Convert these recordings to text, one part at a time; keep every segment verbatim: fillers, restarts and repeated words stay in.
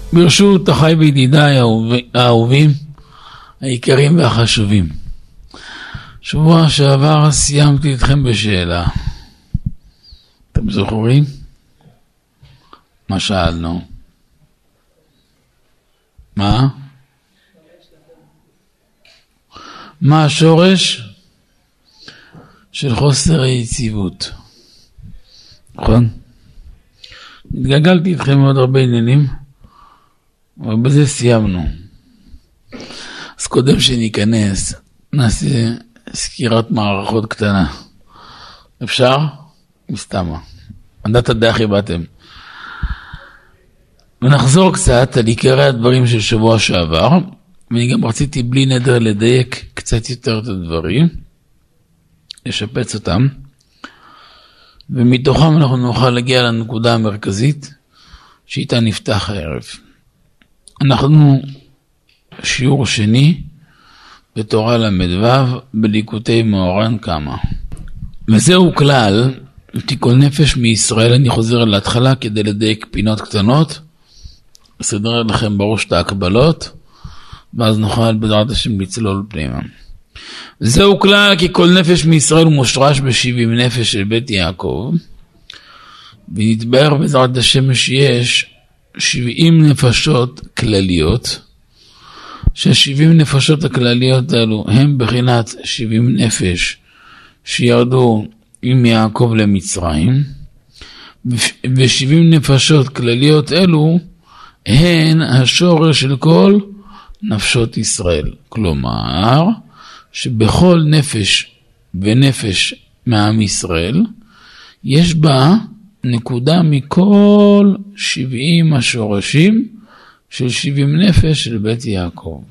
ברשות אחי וידידיי האהובים, העיקרים והחשובים. שבוע שעבר סיימתי אתכם בשאלה. אתם זוכרים? מה שאלנו? מה? מה השורש של חוסר היציבות? נכון? התגלגלתי אתכם עוד הרבה עניינים, אבל בזה סיימנו. אז קודם שניכנס, נעשה סקירת מערכות קטנה. אפשר? מסתמה. עדת הדחי באתם. ונחזור קצת על עיקרי הדברים של שבוע שעבר, ואני גם רציתי בלי נדר לדייק קצת יותר את הדברים, לשפץ אותם, ומתוכם אנחנו נוכל להגיע לנקודה המרכזית, שאיתה נפתח הערב. אנחנו שיעור שני בתורה למדוו בליקוטי מאורן קמה. וזהו כלל, תיקון נפש מישראל. אני חוזר להתחלה כדי לדייק פינות קטנות, אסדר לכם בראש את ההקבלות, ואז נוכל בעזרת השם לצלול פנימה. וזהו כלל כי כל נפש מישראל הוא מושרש בשבעים נפש של בית יעקב, ונתבהר בעזרת השם שיש שבעים נפשות כלליות, שהשבעים נפשות הכלליות האלו הם בחינת שבעים נפש שירדו עם יעקב למצרים, ו-שבעים נפשות כלליות אלו הן השורש של כל נפשות ישראל. כלומר, שבכל נפש ונפש מעם ישראל יש בה נקודה מכל שבעים השורשים של שבעים נפש של בית יעקב.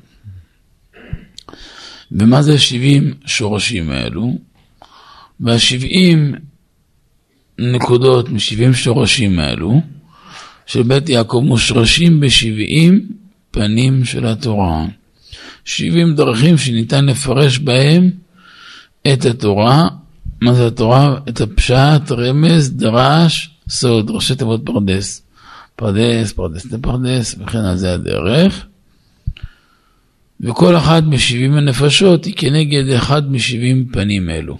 ומה זה שבעים שורשים האלו? והשבעים נקודות משבעים שורשים האלו של בית יעקב מושרשים בשבעים פנים של התורה. שבעים דרכים שניתן לפרש בהם את התורה. מה זה התורה? את הפשט, רמז, דרש, סוד, ראשי תיבות פרדס. פרדס, פרדס, פרדס, וכן על זה הדרך. וכל אחת משבעים הנפשות היא כנגד אחד משבעים פנים אלו.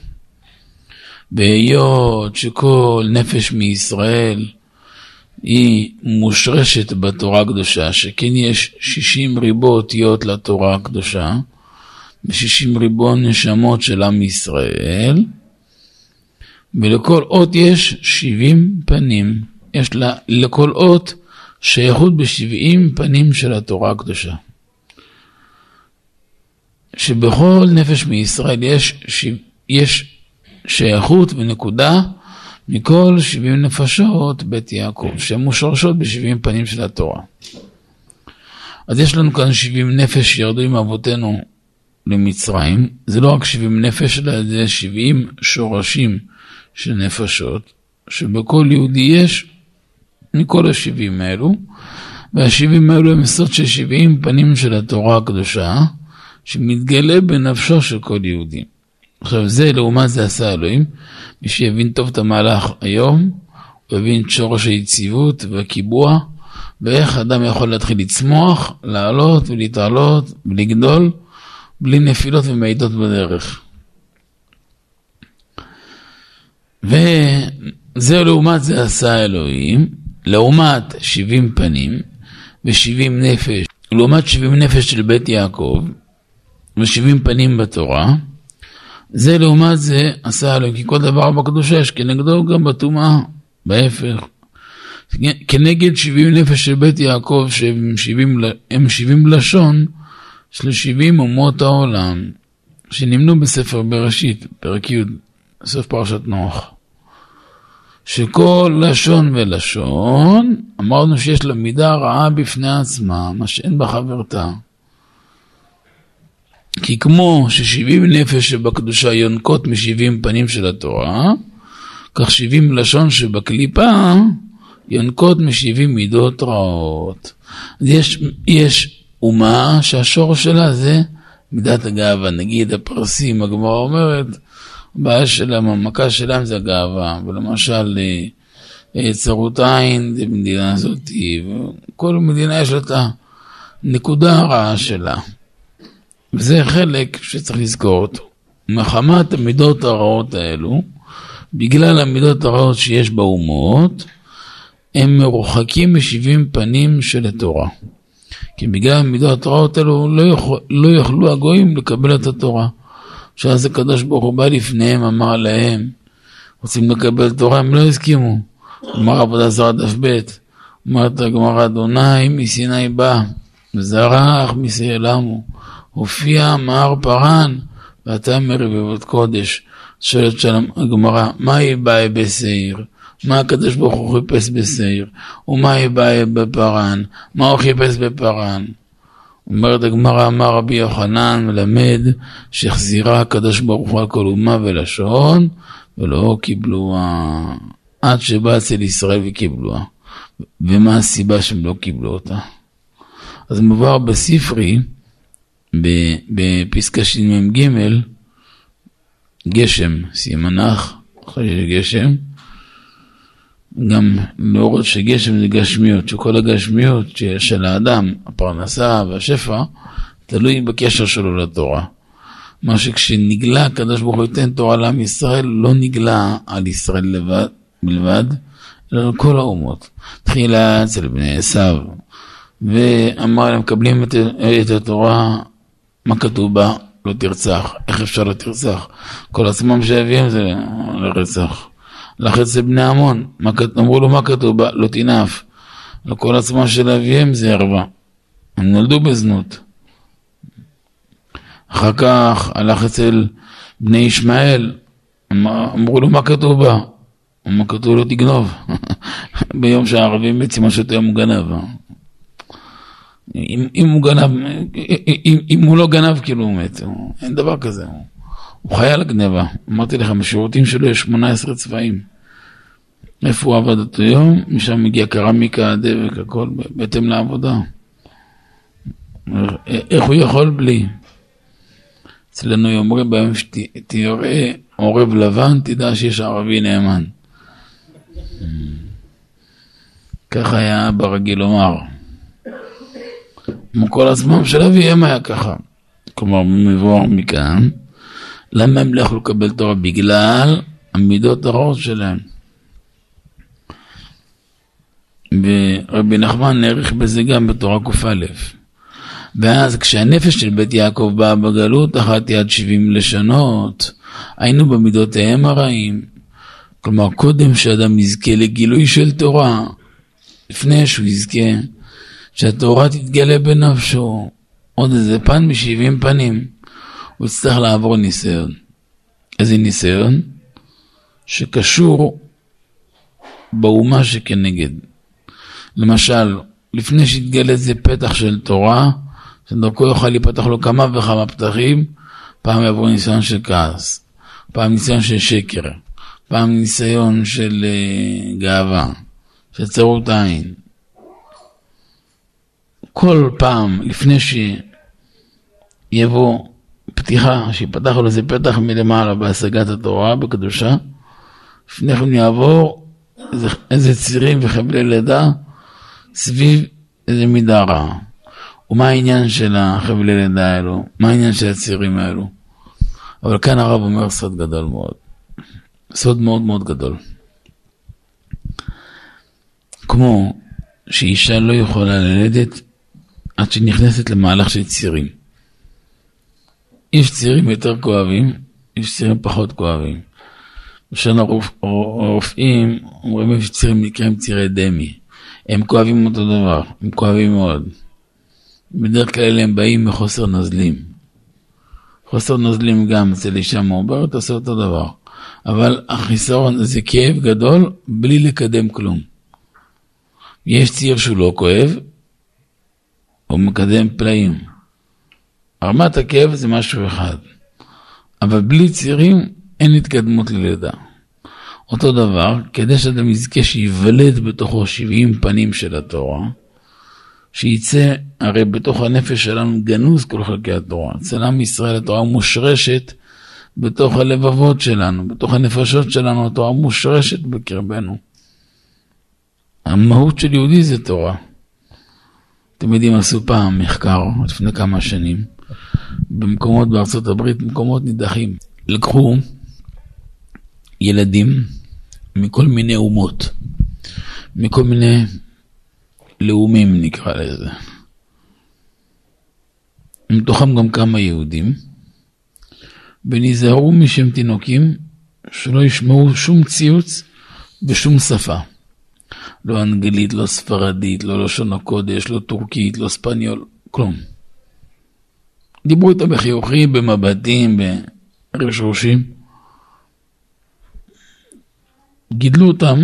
בהיות שכל נפש מישראל היא מושרשת בתורה הקדושה, שכן יש שישים ריבו אותיות לתורה הקדושה, ושישים ריבו נשמות של עם ישראל, ולכל אות יש שבעים פנים. יש לה, לכל אות שייכות בשבעים פנים של התורה הקדושה. שבכל נפש מישראל יש, יש שייכות ונקודה מכל שבעים נפשות בית יעקב, שהן מושרשות בשבעים פנים של התורה. אז יש לנו כאן שבעים נפש שירדו עם אבותינו למצרים. זה לא רק שבעים נפש, אלא זה שבעים שורשים של נפשות, שבכל יהודי יש מכל השבעים האלו, והשבעים האלו הם סוד של שבעים פנים של התורה הקדושה, שמתגלה בנפשו של כל יהודי. עכשיו זה לעומת זה עשה אלוהים. מי שיבין טוב את המהלך היום, הוא יבין את שורש היציבות והקיבוע, ואיך אדם יכול להתחיל לצמוח, לעלות ולהתעלות ולגדול, בלי נפילות ומעידות בדרך. וזה לעומת זה עשה אלוהים, לעומת שבעים פנים ו-שבעים נפש, לעומת שבעים נפש של בית יעקב ו-שבעים פנים בתורה. זה לעומת זה עשה אלוהים, כי כל דבר בקדושה יש כנגדו גם בטומאה, בהפך. כנגד שבעים נפש של בית יעקב, שהם שבעים, הם שבעים לשון של שבעים אומות העולם, שנמנו בספר בראשית, פרק י', סוף פרשת נוח. שכל לשון ולשון, אמרנו שיש לה מידה רעה בפני עצמה, מה שאין בה חברתה. כי כמו ששבעים נפש שבקדושה יונקות משבעים פנים של התורה, כך שבעים לשון שבקליפה יונקות משבעים מידות רעות. אז יש, יש אומה שהשורש שלה זה מידת הגאווה. נגיד הפרסים, הגמרא אומרת, הבעיה שלהם, המכה שלהם זה הגאווה. ולמשל צרות עין, זה מדינה הזאת, כל מדינה יש לה את הנקודה הרעה שלה. וזה חלק שצריך לזכור אותו. מחמת המידות הרעות האלו, בגלל המידות הרעות שיש באומות, הם מרוחקים משבעים פנים של התורה. כי בגלל המידות הרעות האלו לא, יכול, לא יכלו הגויים לקבל את התורה. שאז הקדוש ברוך הוא בא לפניהם, אמר להם, רוצים לקבל תורה, הם לא הסכימו. אמר עבודה זרה דף ב', אמרת הגמרא, אדוני מסיני בא, וזרח מסעלמו, הופיע מהר פרן, ואתה מרבבות קודש. שואלת שלום הגמרא, מה היא באה בסעיר? מה הקדוש ברוך הוא חיפש בסעיר? ומה היא באה בפרן? מה הוא חיפש בפרן? אומרת הגמרא, אמר רבי יוחנן מלמד, שחזירה הקדוש ברוך הוא על כל אומה ולשון, ולא קיבלוה, עד שבא אצל ישראל וקיבלוה. ומה הסיבה שהם לא קיבלו אותה? אז מבואר בספרי, בפסקה שמ"ג, גשם, סימנך, אחרי גשם, גם להורות שגשם זה גשמיות, שכל הגשמיות של האדם, הפרנסה והשפע, תלוי בקשר שלו לתורה. מה שכשנגלה, הקדוש ברוך הוא ייתן תורה לעם ישראל, לא נגלה על ישראל לבד, בלבד, אלא על כל האומות. תחילה אצל בני עשיו, ואמר להם, מקבלים את, את התורה, מה כתוב בה? לא תרצח. איך אפשר לא תרצח? כל עצמם שאביהם זה לרצח. לחץ לבני עמון, אמרו לו מה כתוב בה? לא תנאף. לכל עצמם של אביהם זה ערווה. הם נולדו בזנות. אחר כך הלך אצל בני ישמעאל, אמרו לו מה כתוב בה? מה כתוב לו תגנוב. ביום שהערבים מצים מה שאתה הוא גנב. אם, אם הוא גנב, אם, אם הוא לא גנב כאילו הוא מת, אין דבר כזה. הוא, הוא חי על הגנבה. אמרתי לך, בשירותים שלו יש שמונה עשרה צבעים. איפה הוא עבד אותו יום? משם מגיע קרמיקה, דבק, הכל, בהתאם לעבודה. איך הוא יכול בלי? אצלנו אומרים בהם שתראה עורב לבן, תדע שיש ערבי נאמן. ככה היה ברגיל לומר. מכל עצמם של אביהם היה ככה. כלומר, מבואר מכאן, למה הם לא יכלו לקבל תורה? בגלל המידות הרעות שלהם. ורבי נחמן נערך בזה גם בתורה ק"א. ואז כשהנפש של בית יעקב באה בגלות, אחת יד שבעים לשונות, היינו במידותיהם הרעים. כלומר, קודם שאדם יזכה לגילוי של תורה, לפני שהוא יזכה, שהתורה תתגלה בנפשו, עוד איזה פן משבעים פנים, הוא יצטרך לעבור ניסיון. איזה ניסיון? שקשור באומה שכנגד. למשל, לפני שהתגלה איזה פתח של תורה, שדרכו יוכל להיפתח לו כמה וכמה פתחים, פעם יעבור ניסיון של כעס, פעם ניסיון של שקר, פעם ניסיון של uh, גאווה, של צרות עין. כל פעם, לפני שיבוא פתיחה, שיפתח לו איזה פתח מלמעלה בהשגת התורה, בקדושה, לפני כן יעבור איזה, איזה צירים וחבלי לידה, סביב איזה מידה רעה. ומה העניין של החבלי לידה האלו? מה העניין של הצירים האלו? אבל כאן הרב אומר סוד גדול מאוד. סוד מאוד מאוד גדול. כמו שאישה לא יכולה ללדת עד שנכנסת למהלך של צירים. יש צירים יותר כואבים, יש צירים פחות כואבים. בשביל הרופאים אומרים יש צירים נקראים צירי דמי. הם כואבים אותו דבר, הם כואבים מאוד. בדרך כלל הם באים מחוסר נוזלים. חוסר נוזלים גם אצל אישה מעוברת עושה אותו דבר. אבל החיסרון זה כאב גדול בלי לקדם כלום. יש ציר שהוא לא כואב, הוא מקדם פלאים. רמת הכאב זה משהו אחד. אבל בלי צירים אין התקדמות ללידה. אותו דבר, כדי שאדם יזכה שיוולד בתוכו שבעים פנים של התורה, שיצא, הרי בתוך הנפש שלנו גנוז כל חלקי התורה. אצל עם ישראל התורה מושרשת בתוך הלבבות שלנו, בתוך הנפשות שלנו התורה מושרשת בקרבנו. המהות של יהודי זה תורה. אתם יודעים, עשו פעם מחקר, לפני כמה שנים, במקומות בארצות הברית, מקומות נידחים. לקחו ילדים מכל מיני אומות, מכל מיני לאומים נקרא לזה. מתוכם גם כמה יהודים, ונזהרו משם תינוקים שלא ישמעו שום ציוץ בשום שפה. לא אנגלית, לא ספרדית, לא לשון הקודש, לא טורקית, לא ספניול, כלום. דיברו איתו בחיוכים, במבטים, ברשרושים. גידלו אותם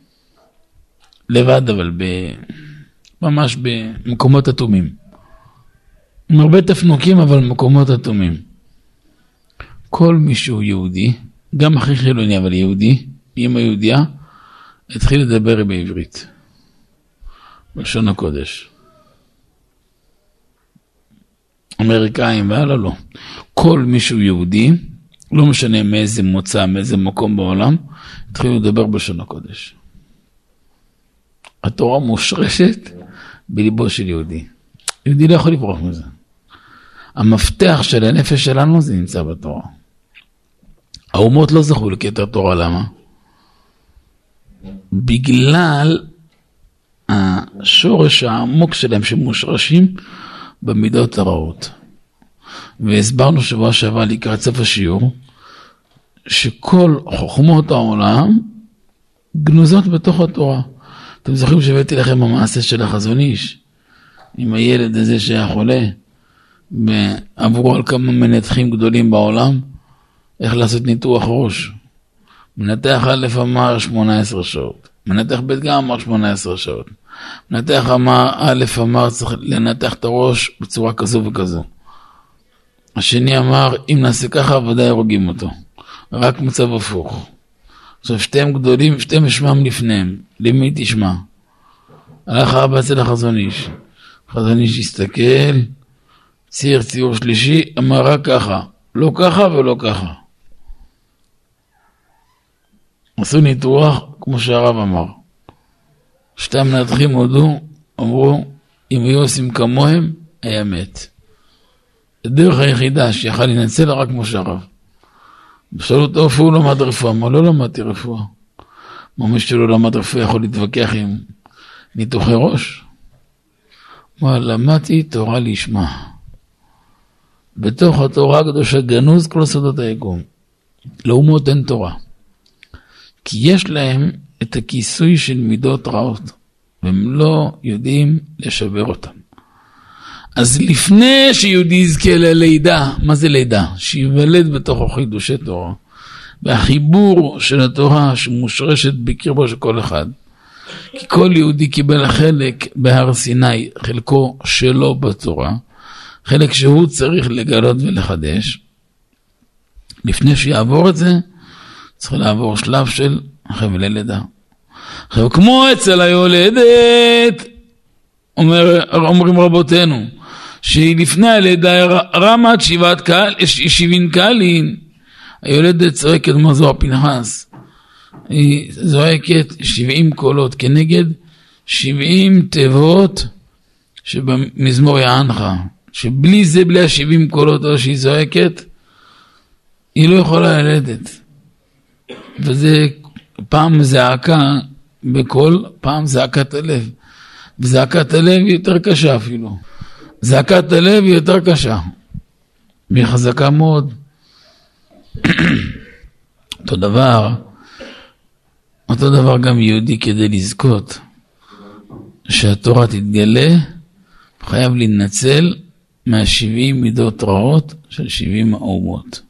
לבד, אבל ב... ממש במקומות אטומים. עם הרבה תפנוקים, אבל מקומות אטומים. כל מישהו יהודי, גם הכי חילוני, אבל יהודי, אמא יהודיה, התחיל לדבר בעברית. בלשון הקודש. אמריקאים, והלאה לא. כל מישהו יהודי, לא משנה מאיזה מוצא, מאיזה מקום בעולם, התחילו לדבר בלשון הקודש. התורה מושרשת בליבו של יהודי. יהודי לא יכול לברוח מזה. המפתח של הנפש שלנו זה נמצא בתורה. האומות לא זכו לכתר תורה, למה? בגלל השורש העמוק שלהם שמושרשים במידות הרעות. והסברנו שבוע שעבר לקראת סוף השיעור, שכל חוכמות העולם גנוזות בתוך התורה. אתם זוכרים שהבאתי לכם המעשה של החזון איש, עם הילד הזה שהיה חולה, ועברו על כמה מנתחים גדולים בעולם, איך לעשות ניתוח ראש. מנתח א' אמר שמונה עשרה שעות, מנתח ב' גם אמר שמונה עשרה שעות, מנתח אמר א' אמר צריך לנתח את הראש בצורה כזו וכזו. השני אמר אם נעשה ככה ודאי רוגים אותו, רק מצב הפוך. עכשיו שתיהם גדולים, שתיהם ישמעם לפניהם, למי תשמע? הלך אבא אצל החזון איש, החזון איש הסתכל, ציר ציור שלישי, אמר רק ככה, לא ככה ולא ככה. עשו ניתוח כמו שהרב אמר. שתי המנתחים הודו, אמרו, אם היו עושים כמוהם, היה מת. הדרך היחידה שיכל לנצל רק כמו שהרב. בשאלו אותו, איפה הוא למד רפואה? מה לא למדתי רפואה? מה מי שלא למד רפואה יכול להתווכח עם ניתוחי ראש? מה, למדתי תורה לשמה. בתוך התורה הקדושה גנוז כל סודות היקום. לאומות אין תורה. כי יש להם את הכיסוי של מידות רעות, והם לא יודעים לשבר אותם. אז לפני שיהודי יזכה ללידה, מה זה לידה? שיוולד בתוך חידושי תורה, והחיבור של התורה שמושרשת בקרבו של כל אחד. כי כל יהודי קיבל חלק בהר סיני, חלקו שלו בתורה, חלק שהוא צריך לגלות ולחדש. לפני שיעבור את זה, צריך לעבור שלב של חבלי לידה. עכשיו, כמו אצל היולדת, אומר, אומרים רבותינו, שהיא לפני הלידה רמת שבעת קהל, שבעים קהלין, היולדת צועקת מזוהר פנחס, היא זועקת שבעים קולות כנגד שבעים תיבות שבמזמור יענך, שבלי זה, בלי השבעים קולות או שהיא זועקת, היא לא יכולה ללדת. וזה פעם זעקה בקול, פעם זעקת הלב. וזעקת הלב היא יותר קשה אפילו. זעקת הלב היא יותר קשה. והיא חזקה מאוד. אותו דבר, אותו דבר גם יהודי כדי לזכות שהתורה תתגלה, חייב להינצל מהשבעים מידות רעות של שבעים האומות.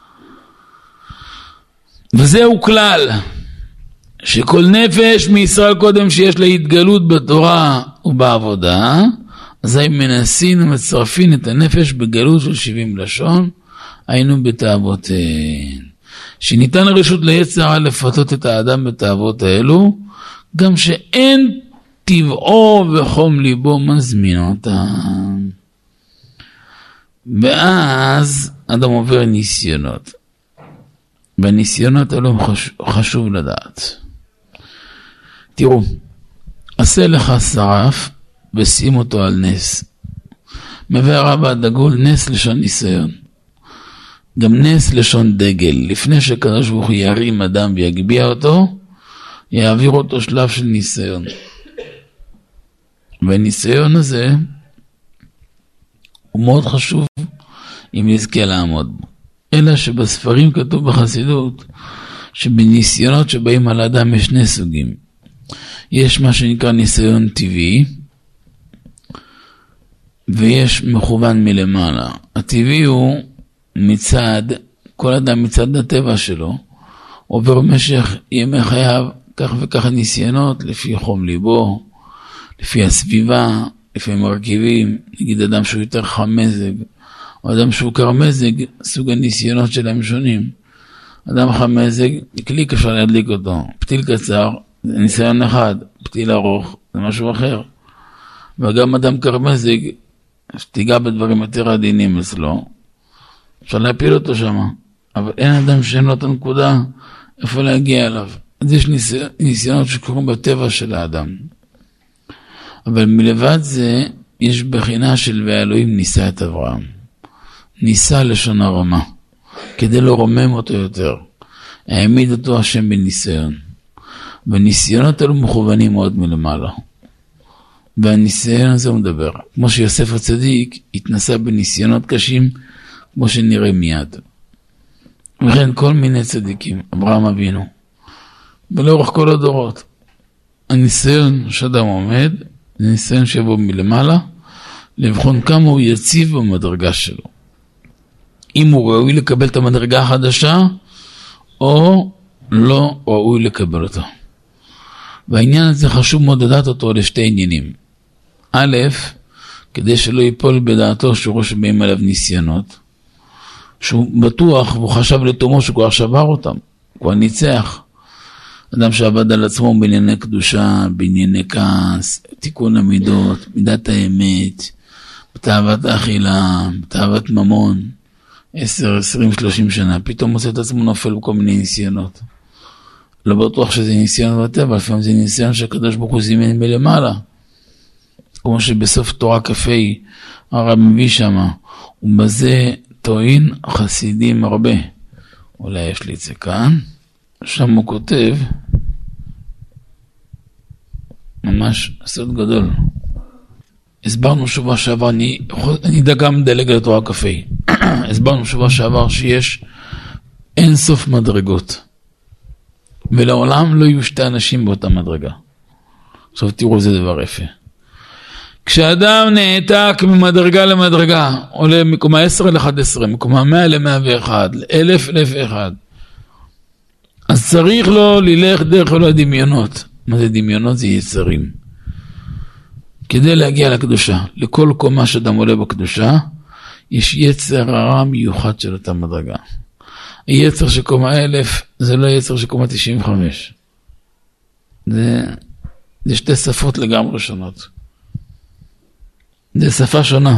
וזהו כלל, שכל נפש מישראל קודם שיש לה התגלות בתורה ובעבודה, אז הם מנסים ומצרפים את הנפש בגלות של שבעים לשון, היינו בתאוותיהן. שניתן הרשות ליצר לפתות את האדם בתאוות האלו, גם שאין טבעו וחום ליבו מזמין אותם. ואז אדם עובר ניסיונות. בניסיונות האלו חשוב, חשוב לדעת. תראו, עשה לך שרף ושים אותו על נס. מביא הרב הדגול נס לשון ניסיון. גם נס לשון דגל. לפני שקדוש ברוך הוא ירים אדם ויגביע אותו, יעביר אותו שלב של ניסיון. והניסיון הזה הוא מאוד חשוב אם נזכה לעמוד בו. אלא שבספרים כתוב בחסידות שבניסיונות שבאים על האדם יש שני סוגים. יש מה שנקרא ניסיון טבעי, ויש מכוון מלמעלה. הטבעי הוא מצד, כל אדם מצד הטבע שלו, עובר במשך ימי חייו כך וכך ניסיונות, לפי חום ליבו, לפי הסביבה, לפי מרכיבים. נגיד אדם שהוא יותר חם מזג, או אדם שהוא קר מזג, סוג הניסיונות שלהם שונים. אדם חם מזג, קליק אפשר להדליק אותו. פתיל קצר, זה ניסיון אחד. פתיל ארוך, זה משהו אחר. וגם אדם קר מזג, שתיגע בדברים יותר עדינים אצלו, אפשר להפיל אותו שם. אבל אין אדם שאין לו את הנקודה איפה להגיע אליו. אז יש ניסיונות, ניסיונות שקורים בטבע של האדם. אבל מלבד זה, יש בחינה של ואלוהים ניסה את אברהם. ניסה לשון הרמה, כדי לא רומם אותו יותר. העמיד אותו השם בניסיון. וניסיונות אלו מכוונים מאוד מלמעלה. והניסיון הזה הוא מדבר. כמו שיוסף הצדיק התנסה בניסיונות קשים, כמו שנראה מיד. וכן כל מיני צדיקים, אברהם אבינו. ולאורך כל הדורות. הניסיון שאדם עומד, זה ניסיון שיבוא מלמעלה, לבחון כמה הוא יציב במדרגה שלו. אם הוא ראוי לקבל את המדרגה החדשה, או לא ראוי לקבל אותה. והעניין הזה חשוב מאוד לדעת אותו לשתי עניינים. א', כדי שלא ייפול בדעתו שהוא רואה שבאים עליו ניסיונות, שהוא בטוח והוא חשב לתומו שהוא כבר שבר אותם, הוא כבר ניצח. אדם שעבד על עצמו בענייני קדושה, בענייני כעס, תיקון המידות, מידת האמת, בתאוות האכילה, בתאוות ממון, עשר, עשרים, שלושים שנה, פתאום מוצא את עצמו נופל בכל מיני ניסיונות. לא בטוח שזה ניסיון בטבע, לפעמים זה ניסיון שהקדוש ברוך הוא זימן מלמעלה. כמו שבסוף תורה כ"ה הרב מביא שמה, ובזה טועין חסידים הרבה. אולי יש לי את זה כאן. שם הוא כותב, ממש סוד גדול. הסברנו שבוע שעבר, אני, אני דגם דלג לתורה כ"ה. הסברנו שבוע שעבר שיש אין סוף מדרגות. ולעולם לא יהיו שתי אנשים באותה מדרגה. עכשיו תראו איזה דבר יפה. כשאדם נעתק ממדרגה למדרגה, עולה מקומה עשר ל-אחת עשרה, מקומה מאה ל-מאה ואחת, ל-אלף ל-אלף ואחת, אז צריך לו ללך דרך כל הדמיונות. מה זה דמיונות? זה יצרים. כדי להגיע לקדושה, לכל קומה שאדם עולה בקדושה, יש יצר הרע מיוחד של אותה מדרגה. היצר של קומה אלף, זה לא יצר של קומה תשעים וחמש. זה, זה שתי שפות לגמרי שונות. זה שפה שונה.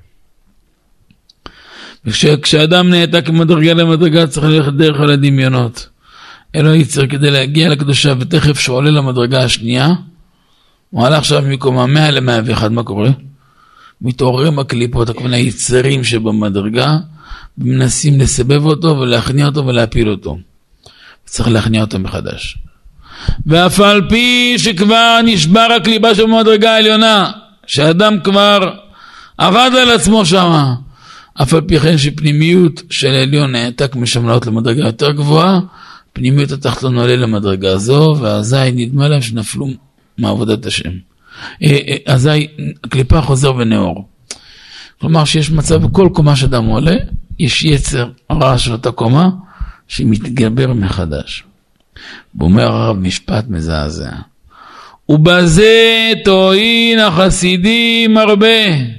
וכשאדם נעתק ממדרגה למדרגה, צריך ללכת דרך על הדמיונות. אלו יצר כדי להגיע לקדושה, ותכף שעולה למדרגה השנייה, הוא עלה עכשיו מקומה מאה ל-מאה ואחת, מה קורה? מתעוררים הקליפות, הכוונה יצרים שבמדרגה, ומנסים לסבב אותו ולהכניע אותו ולהפיל אותו. צריך להכניע אותו מחדש. ואף על פי שכבר נשבר הקליפה של המדרגה העליונה, שאדם כבר עבד על עצמו שם, אף על פי כן שפנימיות של העליון נעתק משם לעלות למדרגה יותר גבוהה, פנימיות התחתון עולה למדרגה הזו, ואזי נדמה להם שנפלו מעבודת השם. אזי הקליפה חוזר ונאור. כלומר שיש מצב בכל קומה שאדם עולה, יש יצר הרע של אותה קומה, שמתגבר מחדש. ואומר הרב משפט מזעזע. ובזה טועין החסידים הרבה.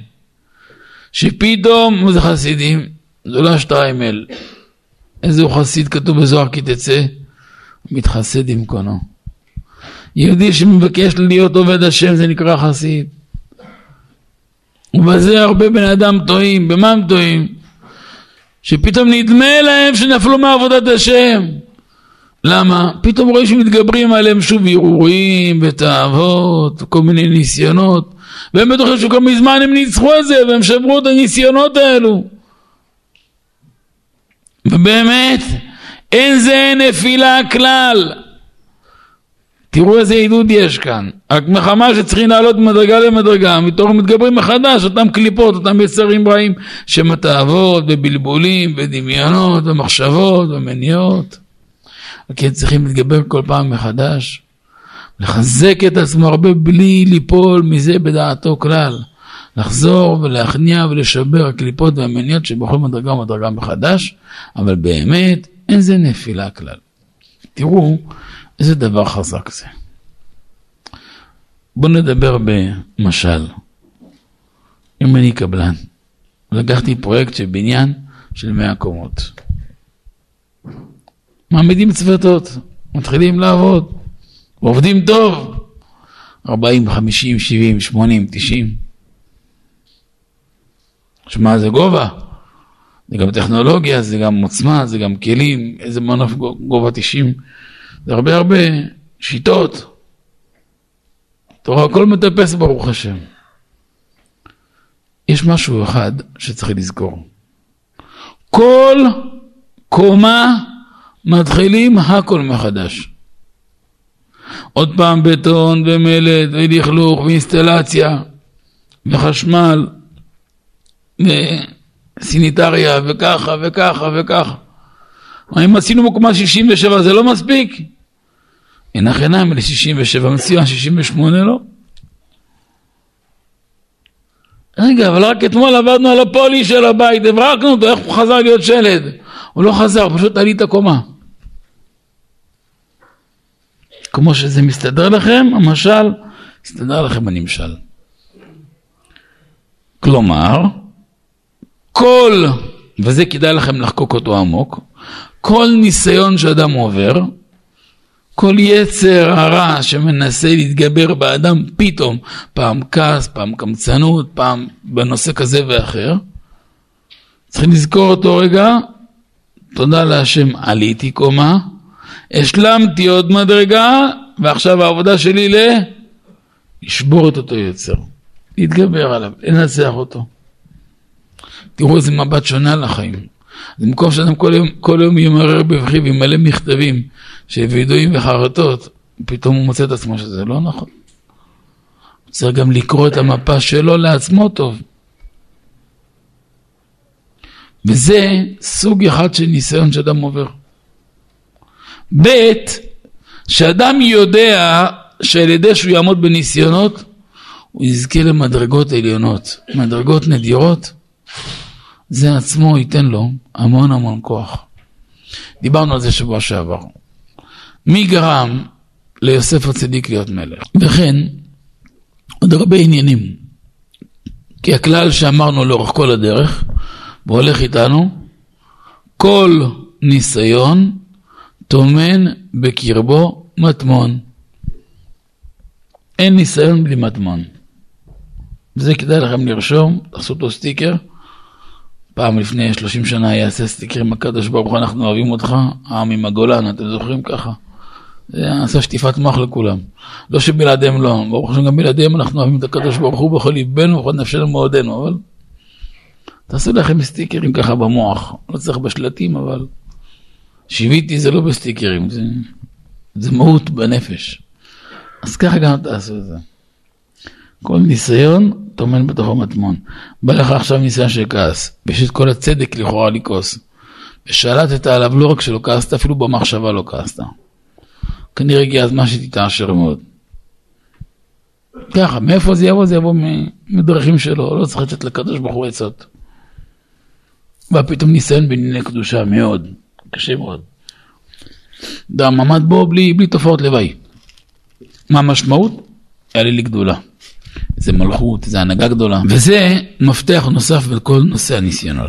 שפתאום, מה זה חסידים? זה לא השטריימל. איזה הוא חסיד כתוב בזוהר כי תצא? מתחסד עם קונו. יהודי שמבקש להיות עובד השם זה נקרא חסיד. ובזה הרבה בן אדם טועים. במה הם טועים? שפתאום נדמה להם שנפלו מעבודת השם. למה? פתאום רואים שמתגברים עליהם שוב ערעורים ותאוות, כל מיני ניסיונות, והם בטוחים שכל מזמן הם ניצחו את זה, והם שברו את הניסיונות האלו. ובאמת, אין זה נפילה כלל. תראו איזה עידוד יש כאן. רק מחמה שצריכים לעלות מדרגה למדרגה, מתוך מתגברים מחדש, אותם קליפות, אותם יצרים רעים, שמתאוות ובלבולים ודמיונות ומחשבות ומניעות. כי צריכים להתגבר כל פעם מחדש, לחזק את עצמו הרבה בלי ליפול מזה בדעתו כלל, לחזור ולהכניע ולשבר הקליפות והמניעות שבכל מדרגה ומדרגה מחדש, אבל באמת אין זה נפילה כלל. תראו איזה דבר חזק זה. בואו נדבר במשל. אם אני קבלן, לקחתי פרויקט של בניין של מאה קומות. מעמידים צוותות, מתחילים לעבוד, עובדים טוב, ארבעים, חמישים, שבעים, שמונים, תשעים. שמה זה גובה? זה גם טכנולוגיה, זה גם עוצמה, זה גם כלים, איזה מנוף גובה תשעים. זה הרבה הרבה שיטות. תורה, הכל מטפס ברוך השם. יש משהו אחד שצריך לזכור. כל קומה מתחילים הכל מחדש. עוד פעם בטון ומלט ולכלוך ואינסטלציה וחשמל וסיניטריה וככה וככה וככה. אם עשינו בקומה שישים ושבע זה לא מספיק? אין החינם ל-שישים ושבע, מציע שישים ושמונה לא? רגע, אבל רק אתמול עבדנו על הפולי של הבית, הברקנו אותו, איך הוא חזר להיות שלד? הוא לא חזר, פשוט עלי את הקומה. כמו שזה מסתדר לכם, המשל, מסתדר לכם הנמשל. כלומר, כל, וזה כדאי לכם לחקוק אותו עמוק, כל ניסיון שאדם עובר, כל יצר הרע שמנסה להתגבר באדם פתאום, פעם כעס, פעם קמצנות, פעם בנושא כזה ואחר, צריכים לזכור אותו רגע, תודה להשם, עליתי קומה, השלמתי עוד מדרגה, ועכשיו העבודה שלי ל... לשבור את אותו יצר, להתגבר עליו, לנצח אותו. תראו איזה מבט שונה לחיים. זה מקום שאדם כל יום, כל יום ימרר בבכי וימלא מכתבים של וידועים וחרטות, פתאום הוא מוצא את עצמו שזה לא נכון. הוא צריך גם לקרוא את המפה שלו לעצמו טוב. וזה סוג אחד של ניסיון שאדם עובר. ב' שאדם יודע שעל ידי שהוא יעמוד בניסיונות, הוא יזכה למדרגות עליונות, מדרגות נדירות, זה עצמו ייתן לו המון המון כוח. דיברנו על זה שבוע שעבר. מי גרם ליוסף הצדיק להיות מלך? וכן, עוד הרבה עניינים. כי הכלל שאמרנו לאורך כל הדרך, והולך איתנו, כל ניסיון תומן בקרבו מטמון. אין ניסיון בלי מטמון. וזה כדאי לכם לרשום, תעשו אותו סטיקר. פעם לפני שלושים שנה יעשה סטיקר עם הקדוש ברוך הוא, אנחנו אוהבים אותך, העם עם הגולן, אתם זוכרים ככה? זה עשה שטיפת מוח לכולם. לא שבלעדיהם לא, ברוך השם גם בלעדיהם אנחנו אוהבים את הקדוש ברוך הוא בכל ליבנו ובכל נפשנו ומאודנו, אבל תעשו לכם סטיקרים ככה במוח, לא צריך בשלטים, אבל שיוויתי זה לא בסטיקרים, זה, זה מהות בנפש. אז ככה גם תעשו את זה. כל ניסיון תומן בתוכו מטמון. בא לך עכשיו ניסיון של כעס, ויש את כל הצדק לכאורה לכעוס. ושאלת עליו לא רק שלא כעסת, אפילו במחשבה לא כעסת. כנראה הגיע הזמן שתתעשר מאוד. ככה, מאיפה זה יבוא? זה יבוא מדרכים שלו, לא צריך לתת לקדוש ברוך הוא עצות. בא פתאום ניסיון בענייני קדושה מאוד, קשה מאוד. דם עמד בו בלי, בלי תופעות לוואי. מה המשמעות? היה לי לגדולה. זה מלכות, זה הנהגה גדולה. וזה מפתח נוסף בכל נושא הניסיונות.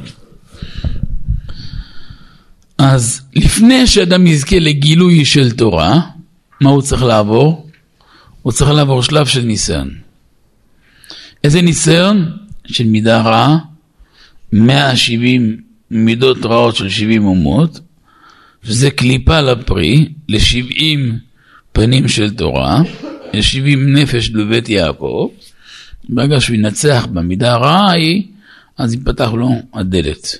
אז לפני שאדם יזכה לגילוי של תורה, מה הוא צריך לעבור? הוא צריך לעבור שלב של ניסיון. איזה ניסיון? של מידה רעה, מאה שבעים מידות רעות של שבעים אומות, שזה קליפה לפרי, ל-שבעים פנים של תורה, ל-שבעים נפש בבית יעקב. ברגע שהוא ינצח במידה הרעה היא, אז יפתח לו הדלת.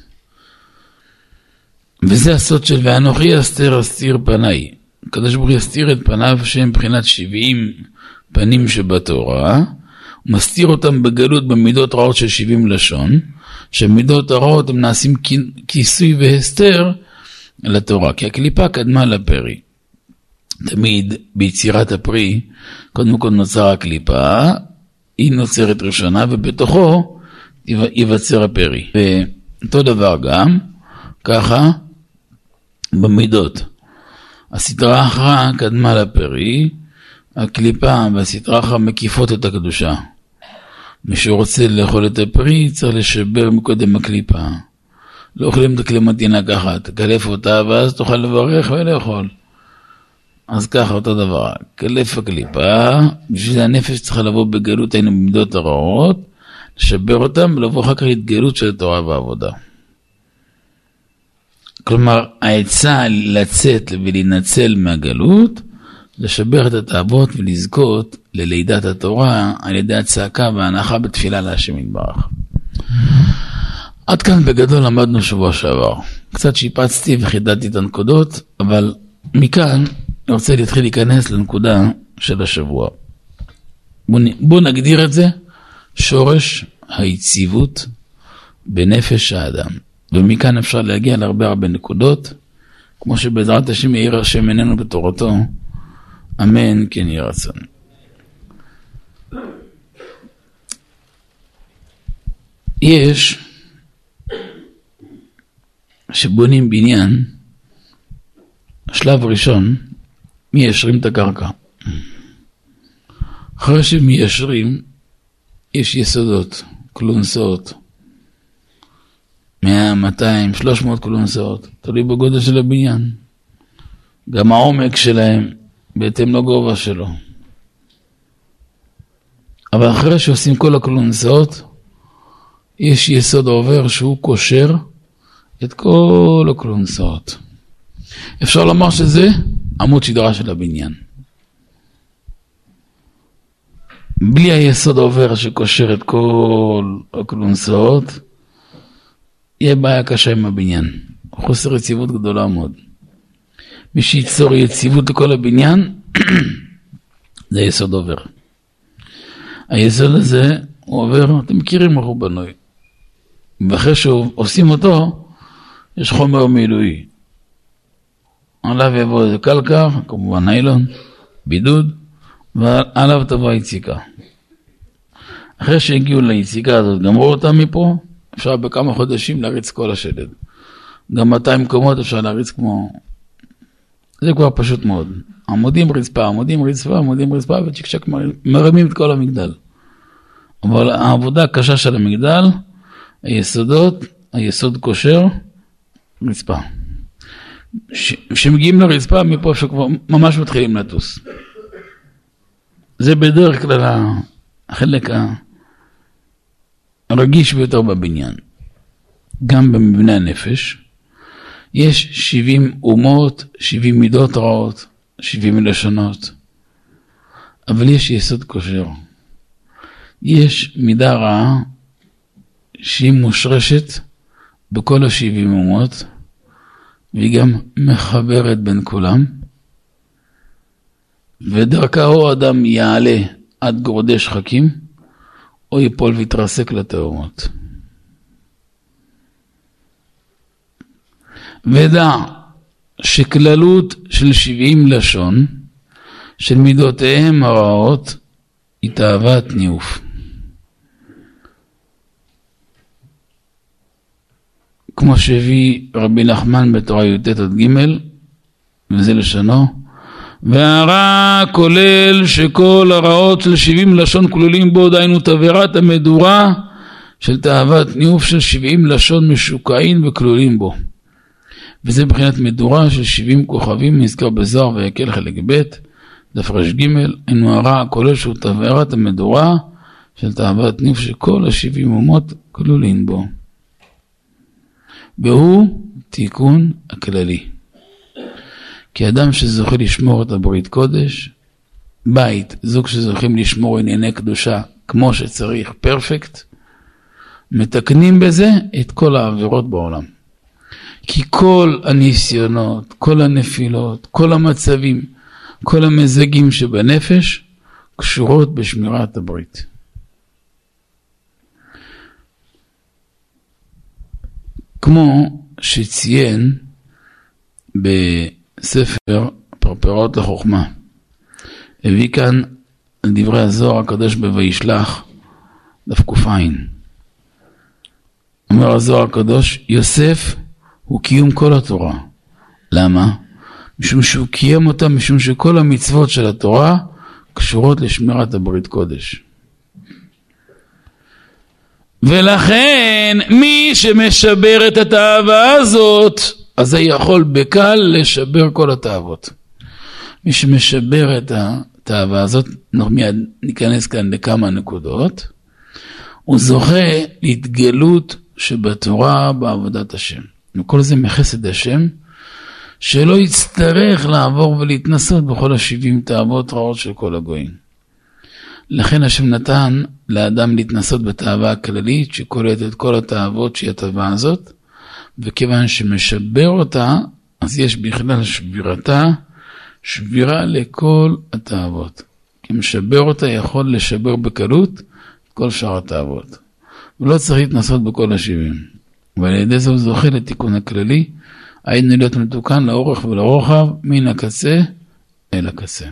וזה הסוד של ואנוכי אסתר אסתיר פניי. הקדוש ברוך הוא יסתיר את פניו שהם מבחינת שבעים פנים שבתורה, הוא מסתיר אותם בגלות במידות רעות של שבעים לשון, שמידות הרעות הם נעשים כיסוי והסתר לתורה, כי הקליפה קדמה לפרי. תמיד ביצירת הפרי, קודם כל נוצר הקליפה, היא נוצרת ראשונה, ובתוכו ייווצר הפרי. ואותו דבר גם, ככה, במידות. הסתרה האחרונה קדמה לפרי, הקליפה והסתרה האחרונה מקיפות את הקדושה. מי שרוצה לאכול את הפרי, צריך לשבר מקודם הקליפה. לא אוכלים את הקלמנטינה ככה, תקלף אותה, ואז תוכל לברך ולאכול. אז ככה אותו דבר, קלף הקליפה, בשביל הנפש צריכה לבוא בגלות, היינו במידות הרעות, לשבר אותם ולבוא אחר כך להתגלות של תורה ועבודה. כלומר, העצה לצאת ולהינצל מהגלות, לשבר את התאוות ולזכות ללידת התורה על ידי הצעקה וההנחה בתפילה להשם יתברך. עד כאן בגדול למדנו שבוע שעבר. קצת שיפצתי וחידדתי את הנקודות, אבל מכאן אני רוצה להתחיל להיכנס לנקודה של השבוע. בואו נגדיר את זה, שורש היציבות בנפש האדם. ומכאן אפשר להגיע להרבה הרבה נקודות, כמו שבעזרת השם יאיר השם עינינו בתורתו, אמן כן יהי רצון. יש שבונים בניין, השלב הראשון, מיישרים את הקרקע. אחרי שמיישרים, יש יסודות, קלונסאות, מאה, מאתיים, שלוש מאות קלונסאות, תלוי בגודל של הבניין. גם העומק שלהם, בהתאם לגובה שלו. אבל אחרי שעושים כל הקלונסאות, יש יסוד עובר שהוא קושר את כל הקלונסאות. אפשר לומר שזה עמוד שדרה של הבניין. בלי היסוד עובר שקושר את כל הקלונסאות, יהיה בעיה קשה עם הבניין. חוסר יציבות גדולה מאוד. מי שיצור יציבות לכל הבניין, זה יסוד עובר. היסוד הזה הוא עובר, אתם מכירים איך הוא בנוי. ואחרי שעושים אותו, יש חומר מילואי. עליו יבוא איזה קלקר, כמובן ניילון, בידוד, ועליו תבוא היציקה. אחרי שהגיעו ליציקה הזאת, גמרו אותה מפה, אפשר בכמה חודשים להריץ כל השלד. גם מאתיים קומות אפשר להריץ כמו... זה כבר פשוט מאוד. עמודים רצפה, עמודים רצפה, עמודים רצפה, וצ'יק צ'ק מרימים את כל המגדל. אבל העבודה הקשה של המגדל, היסודות, היסוד כושר, רצפה. כשמגיעים לרצפה, מפה אפשר כבר ממש מתחילים לטוס. זה בדרך כלל החלק הרגיש ביותר בבניין. גם במבנה הנפש, יש שבעים אומות, שבעים מידות רעות, שבעים לשונות. אבל יש יסוד כושר. יש מידה רעה שהיא מושרשת בכל השבעים אומות, והיא גם מחברת בין כולם, ודרכה או אדם יעלה עד גורדי שחקים, או ייפול ויתרסק לתאומות. ודע שכללות של שבעים לשון, של מידותיהם הרעות, היא תאוות ניאוף. כמו שהביא רבי נחמן בתורה י"ט עד ג', וזה לשונו, והרע כולל שכל הרעות של שבעים לשון כלולים בו, דיינו תברת המדורה של תאוות ניאוף של שבעים לשון משוקעים וכלולים בו. וזה מבחינת מדורה של שבעים כוכבים, נזכר בזוהר ויקל חלק ב' דף רש ג', אינו הרע הכולל שהוא תברת המדורה של תאוות ניאוף שכל השבעים אומות כלולים בו. והוא תיקון הכללי. כי אדם שזוכה לשמור את הברית קודש, בית, זוג שזוכים לשמור ענייני קדושה כמו שצריך, פרפקט, מתקנים בזה את כל העבירות בעולם. כי כל הניסיונות, כל הנפילות, כל המצבים, כל המזגים שבנפש, קשורות בשמירת הברית. כמו שציין בספר פרפרות לחוכמה, הביא כאן דברי הזוהר הקדוש בוישלח, דף קופיים. אומר הזוהר הקדוש, יוסף הוא קיום כל התורה. למה? משום שהוא קיים אותה, משום שכל המצוות של התורה קשורות לשמירת הברית קודש. ולכן מי שמשבר את התאווה הזאת, אז זה יכול בקל לשבר כל התאוות. מי שמשבר את התאווה הזאת, מיד ניכנס כאן לכמה נקודות, הוא זוכה להתגלות שבתורה בעבודת השם. וכל זה מחסד השם, שלא יצטרך לעבור ולהתנסות בכל השבעים תאוות רעות של כל הגויים. לכן השם נתן לאדם להתנסות בתאווה הכללית, שכוללת את כל התאוות שהיא התאווה הזאת, וכיוון שמשבר אותה, אז יש בכלל שבירתה, שבירה לכל התאוות. כי משבר אותה יכול לשבר בקלות את כל שאר התאוות. ולא צריך להתנסות בכל השבעים. ועל ידי זה הוא זוכה לתיקון הכללי, היינו להיות מתוקן לאורך ולרוחב, מן הקצה אל הקצה.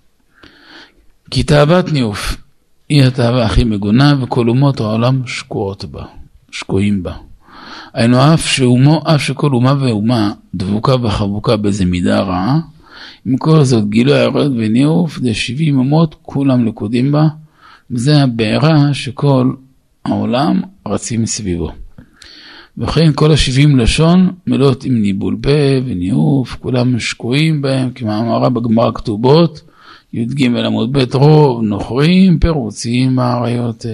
כי תאוות ניאוף היא התאווה הכי מגונה, וכל אומות העולם שקועות בה, שקועים בה. היינו אף שאומו, אף שכל אומה ואומה דבוקה וחבוקה באיזה מידה רעה, עם כל זאת גילוי ירד וניאוף, זה שבעים אומות כולם לקודים בה, וזה הבעירה שכל העולם רצים סביבו. וכן כל השבעים לשון מלאות עם ניבול פה וניאוף, כולם שקועים בהם, כמאמרה בגמרא כתובות, י"ג עמוד ב' רוב נוכרים פירוצים האריות.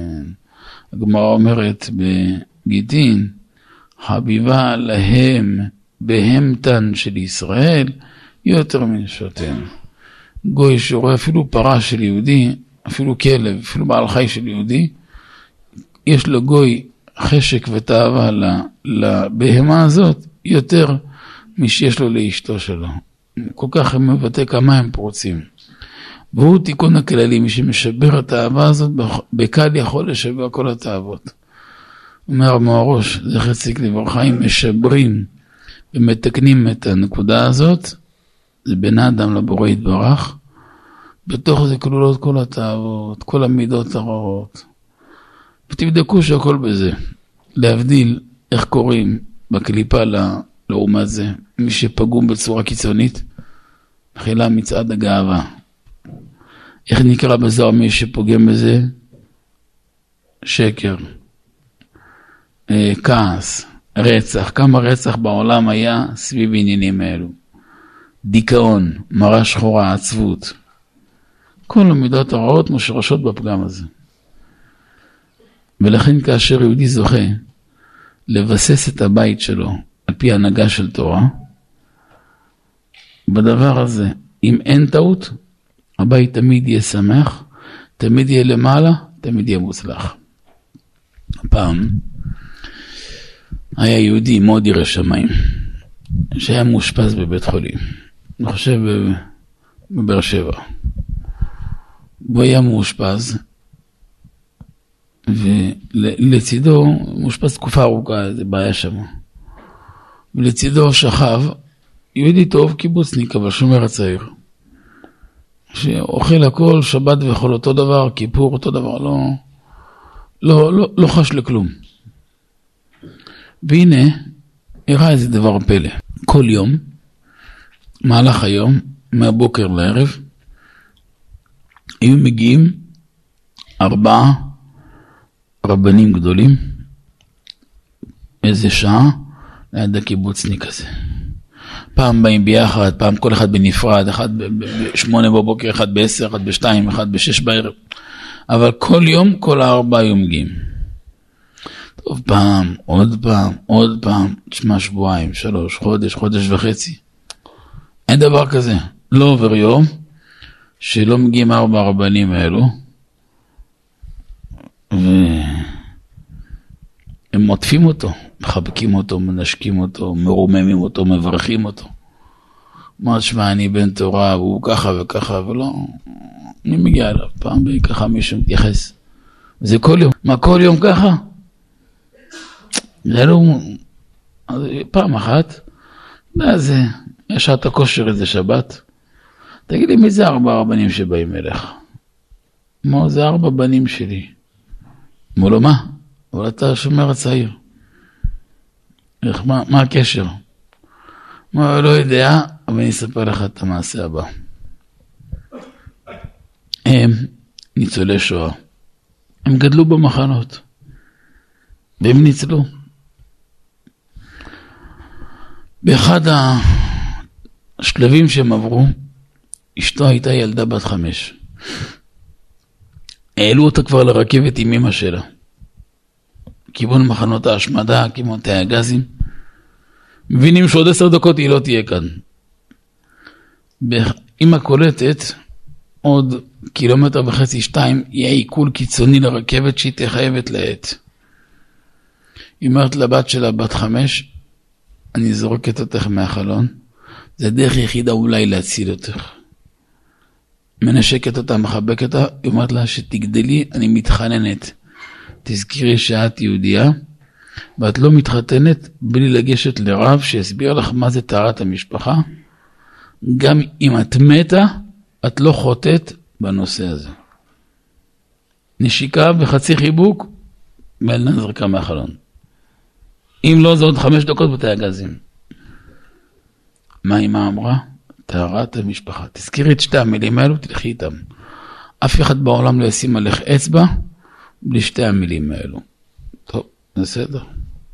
הגמרא אומרת בגיטין, חביבה להם בהמתן של ישראל יותר מנשותיהם. גוי שרואה אפילו פרה של יהודי, אפילו כלב, אפילו בעל חי של יהודי, יש לו גוי חשק ותאווה לבהמה הזאת יותר משיש לו לאשתו שלו. כל כך הם מבטא כמה הם פרוצים. והוא תיקון הכללי, מי שמשבר את האהבה הזאת, בקל יכול לשבר כל התאוות. אומר מהראש, זכר צדיק לברכה, אם משברים ומתקנים את הנקודה הזאת, זה בין האדם לבורא יתברך, בתוך זה כלולות כל התאוות, כל המידות הרעות. ותבדקו שהכל בזה. להבדיל איך קוראים בקליפה לעומת זה, מי שפגום בצורה קיצונית, תחילה מצעד הגאווה. איך נקרא בזוהר מי שפוגם בזה? שקר, כעס, רצח. כמה רצח בעולם היה סביב עניינים האלו? דיכאון, מראה שחורה, עצבות. כל המידות הרעות מושרשות בפגם הזה. ולכן כאשר יהודי זוכה לבסס את הבית שלו על פי הנהגה של תורה, בדבר הזה, אם אין טעות, הבית תמיד יהיה שמח, תמיד יהיה למעלה, תמיד יהיה מוצלח. פעם היה יהודי מאוד ירא שמיים, שהיה מאושפז בבית חולים, אני חושב בבאר שבע. הוא היה מאושפז, ולצידו, מאושפז תקופה ארוכה, זה בעיה שם. ולצידו שכב, יהודי טוב, קיבוצניק, אבל שומר הצעיר. שאוכל הכל, שבת ואכול אותו דבר, כיפור אותו דבר, לא, לא, לא, לא חש לכלום. והנה, הראה איזה דבר פלא. כל יום, מהלך היום, מהבוקר לערב, היו מגיעים ארבעה רבנים גדולים, איזה שעה, ליד הקיבוצניק הזה. פעם באים ביחד, פעם כל אחד בנפרד, אחד בשמונה בבוקר, אחד בעשר, אחד בשתיים, אחד בשש בערב. אבל כל יום, כל הארבעה היו מגיעים. טוב, פעם, עוד פעם, עוד פעם, תשמע שבועיים, שלוש, חודש, חודש וחצי. אין דבר כזה. לא עובר יום שלא מגיעים ארבע הרבנים האלו, והם מוטפים אותו, מחבקים אותו, מנשקים אותו, מרוממים אותו, מברכים אותו. מה תשמע, אני בן תורה, והוא ככה וככה, ולא, אני מגיע אליו, פעם בככה מישהו מתייחס. זה כל יום, מה כל יום ככה? זה לא, פעם אחת, זה, יש שעת הכושר איזה שבת, תגיד לי, מי זה ארבע הרבנים שבאים אליך? מה, זה ארבע בנים שלי. אמרו לו, מה? אבל אתה שומר הצעיר. איך, מה, מה הקשר? מה, לא יודע, אבל אני אספר לך את המעשה הבא. הם ניצולי שואה. הם גדלו במחנות. והם ניצלו. באחד השלבים שהם עברו, אשתו הייתה ילדה בת חמש. העלו אותה כבר לרכבת עם אמא שלה. כיוון מחנות ההשמדה, כיוון תאי הגזים. מבינים שעוד עשר דקות היא לא תהיה כאן. אמא קולטת, עוד קילומטר וחצי שתיים, יהיה עיכול קיצוני לרכבת שהיא תחייבת לעת. היא אומרת לבת שלה, בת חמש, אני זורקת אותך מהחלון, זה דרך יחידה אולי להציל אותך. מנשקת אותה, מחבקת אותה, היא אומרת לה שתגדלי, אני מתחננת. תזכירי שאת יהודייה, ואת לא מתחתנת בלי לגשת לרב שיסביר לך מה זה טהרת המשפחה. גם אם את מתה, את לא חוטאת בנושא הזה. נשיקה וחצי חיבוק, מלנה זרקה מהחלון. אם לא, זה עוד חמש דקות בתאי הגזים. מה אמא אמרה? טהרת המשפחה. תזכירי את שתי המילים האלו, תלכי איתם. אף אחד בעולם לא ישים עליך אצבע, בלי שתי המילים האלו. טוב, בסדר.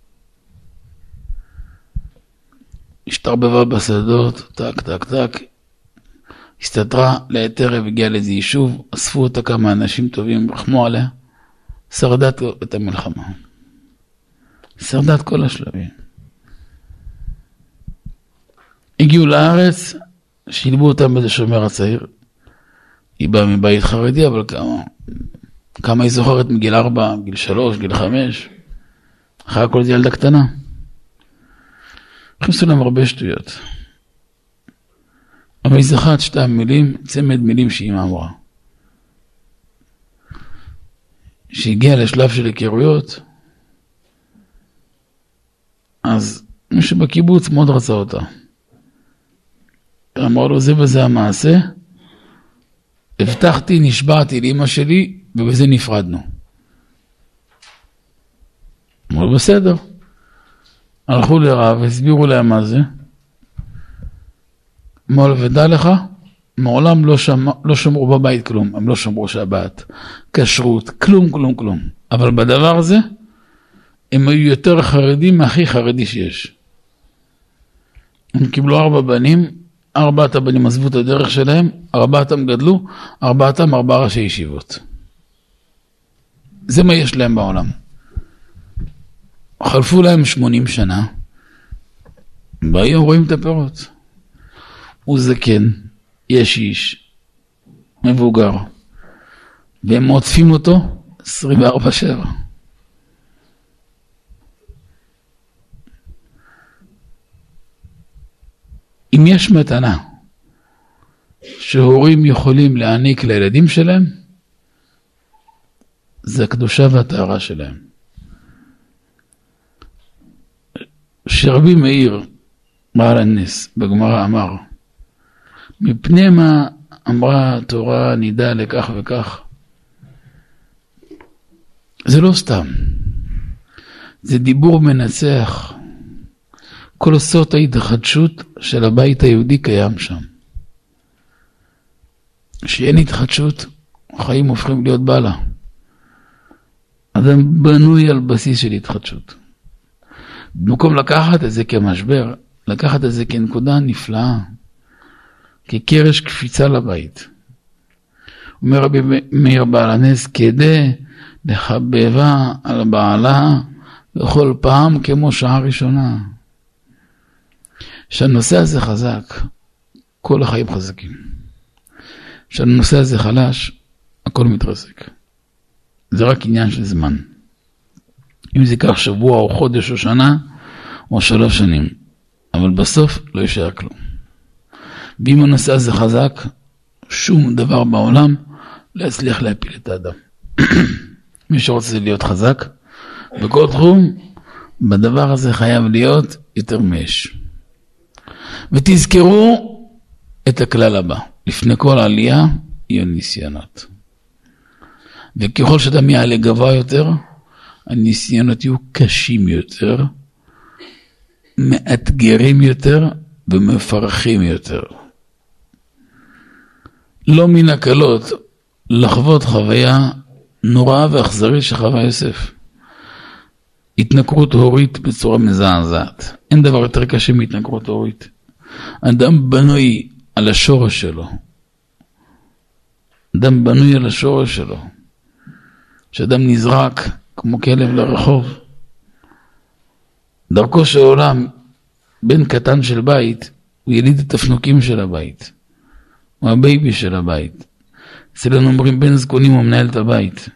השתרבבה בשדות, טק, טק, טק. הסתתרה לעת ערב, הגיעה לאיזה יישוב, אספו אותה כמה אנשים טובים, רחמו עליה, שרדת את המלחמה. שרדת כל השלבים. הגיעו לארץ, שילבו אותם באיזה שומר הצעיר. היא באה מבית חרדי, אבל כמה, כמה היא זוכרת מגיל ארבע, גיל שלוש, גיל חמש. אחרי הכל זה ילדה קטנה. הכניסו להם הרבה שטויות. אבל היא זכרת שתי המילים, צמד מילים שהיא אמרה. שהגיעה לשלב של היכרויות, אז מישהו בקיבוץ מאוד רצה אותה. אמר לו, זה וזה המעשה, הבטחתי, נשבעתי לאמא שלי, ובזה נפרדנו. אמר לו, בסדר. הלכו לרב, הסבירו להם מה זה. אמר לו, ודע לך, מעולם לא, שמע, לא שמרו בבית כלום, הם לא שמרו שבת, כשרות, כלום, כלום, כלום. אבל בדבר הזה, הם היו יותר חרדים מהכי חרדי שיש. הם קיבלו ארבע בנים, ארבעת הבנים עזבו את הדרך שלהם, ארבעתם גדלו, ארבעתם ארבע ראשי ישיבות. זה מה יש להם בעולם. חלפו להם שמונים שנה, והיום רואים את הפירות. הוא זקן, יש איש, מבוגר, והם מועצפים אותו עשרים וארבע שבע. אם יש מתנה שהורים יכולים להעניק לילדים שלהם, זה הקדושה והטהרה שלהם. שרבי מאיר בעל הנס בגמרא אמר, מפני מה אמרה התורה נידע לכך וכך? זה לא סתם, זה דיבור מנצח. כל סוד ההתחדשות של הבית היהודי קיים שם. שאין התחדשות, החיים הופכים להיות בעלה. אדם בנוי על בסיס של התחדשות. במקום לקחת את זה כמשבר, לקחת את זה כנקודה נפלאה, כקרש קפיצה לבית. אומר רבי מאיר בעל הנס, כדי לחבבה על בעלה בכל פעם כמו שעה ראשונה. שהנושא הזה חזק, כל החיים חזקים. כשהנושא הזה חלש, הכל מתרסק. זה רק עניין של זמן. אם זה ייקח שבוע או חודש או שנה, או שלוש שנים. אבל בסוף לא יישאר כלום. ואם הנושא הזה חזק, שום דבר בעולם לא יצליח להפיל את האדם. מי שרוצה להיות חזק, בכל תחום, בדבר הזה חייב להיות יותר מאש. ותזכרו את הכלל הבא. לפני כל עלייה, יהיו ניסיונות. וככל שאדם יעלה גבוה יותר, הניסיונות יהיו קשים יותר, מאתגרים יותר ומפרחים יותר. לא מן הקלות לחוות חוויה נוראה ואכזרית שחווה יוסף. התנכרות הורית בצורה מזעזעת. אין דבר יותר קשה מהתנכרות הורית. אדם בנוי על השורש שלו. אדם בנוי על השורש שלו. שאדם נזרק כמו כלב לרחוב. דרכו של עולם, בן קטן של בית, הוא יליד את הפנוקים של הבית. הוא הבייבי של הבית. אצלנו אומרים בן זקונים הוא מנהל את הבית.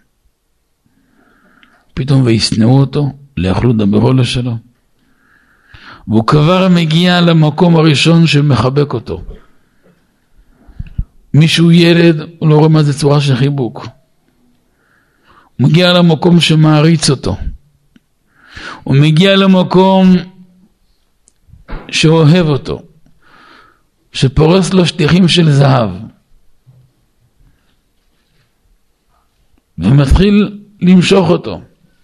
פתאום ויסנאו אותו, לאכלו דברו שלו. והוא כבר מגיע למקום הראשון שמחבק אותו. מישהו ילד, הוא לא רואה מה זה צורה של חיבוק. הוא מגיע למקום שמעריץ אותו. הוא מגיע למקום שאוהב אותו. שפורס לו שטיחים של זהב. ומתחיל למשוך אותו.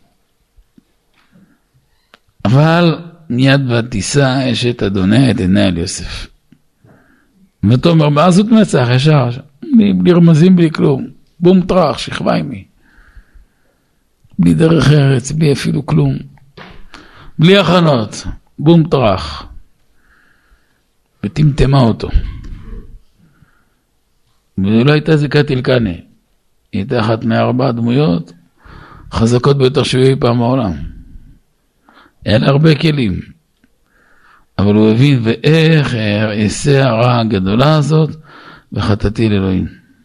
אבל מיד ותישא אשת אדוני את עיני אל יוסף. ותאמר, בעזות מצח ישר, בלי, בלי רמזים, בלי כלום. בום טרח, שכבה עמי. בלי דרך ארץ, בלי אפילו כלום. בלי הכנות, בום טרח. ותמתמה אותו. ולא הייתה זיקת אלקנה. היא הייתה אחת מארבע דמויות חזקות ביותר שהיו אי פעם בעולם. היה לה הרבה כלים. אבל הוא הבין, ואיך אעשה הרע הגדולה הזאת, וחטאתי לאלוהים.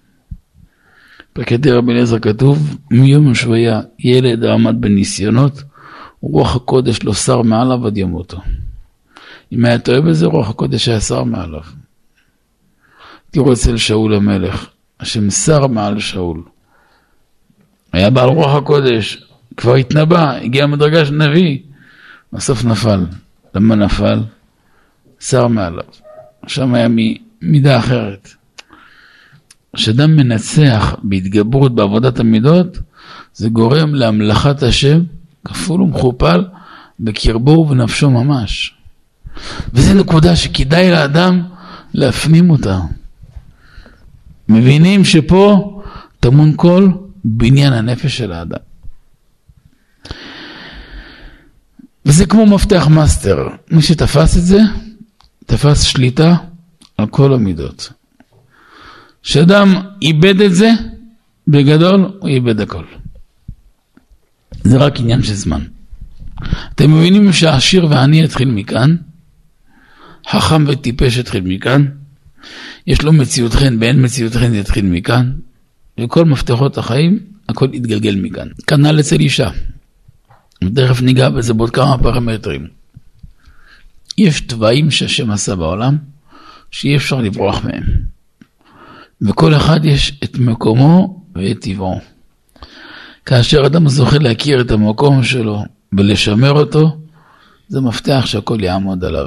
פרקי רבי אליעזר כתוב, מיום השביה ילד עמד בניסיונות, רוח הקודש לא שר מעליו עד ימותו. אם היה טועה בזה, רוח הקודש היה שר מעליו. תראו אצל שאול המלך, השם שר מעל שאול. היה בעל רוח הקודש, כבר התנבא, הגיע מדרגה של נביא, בסוף נפל. למה נפל? שר מעליו. שם היה מידה אחרת. כשאדם מנצח בהתגברות בעבודת המידות, זה גורם להמלכת השם, כפול ומכופל, בקרבו ובנפשו ממש. וזו נקודה שכדאי לאדם להפנים אותה. מבינים שפה תמון כל בניין הנפש של האדם. וזה כמו מפתח מאסטר. מי שתפס את זה, תפס שליטה על כל המידות. כשאדם איבד את זה, בגדול הוא איבד הכל. זה רק עניין של זמן. אתם מבינים שהעשיר והעני יתחיל מכאן, חכם וטיפש יתחיל מכאן, יש לו מציאות חן ואין מציאות חן יתחיל מכאן, וכל מפתחות החיים, הכל יתגלגל מכאן. כנ"ל אצל אישה. ותכף ניגע בזה בעוד כמה פרמטרים. יש טבעים שהשם עשה בעולם, שאי אפשר לברוח מהם. וכל אחד יש את מקומו ואת טבעו. כאשר אדם זוכה להכיר את המקום שלו ולשמר אותו, זה מפתח שהכל יעמוד עליו.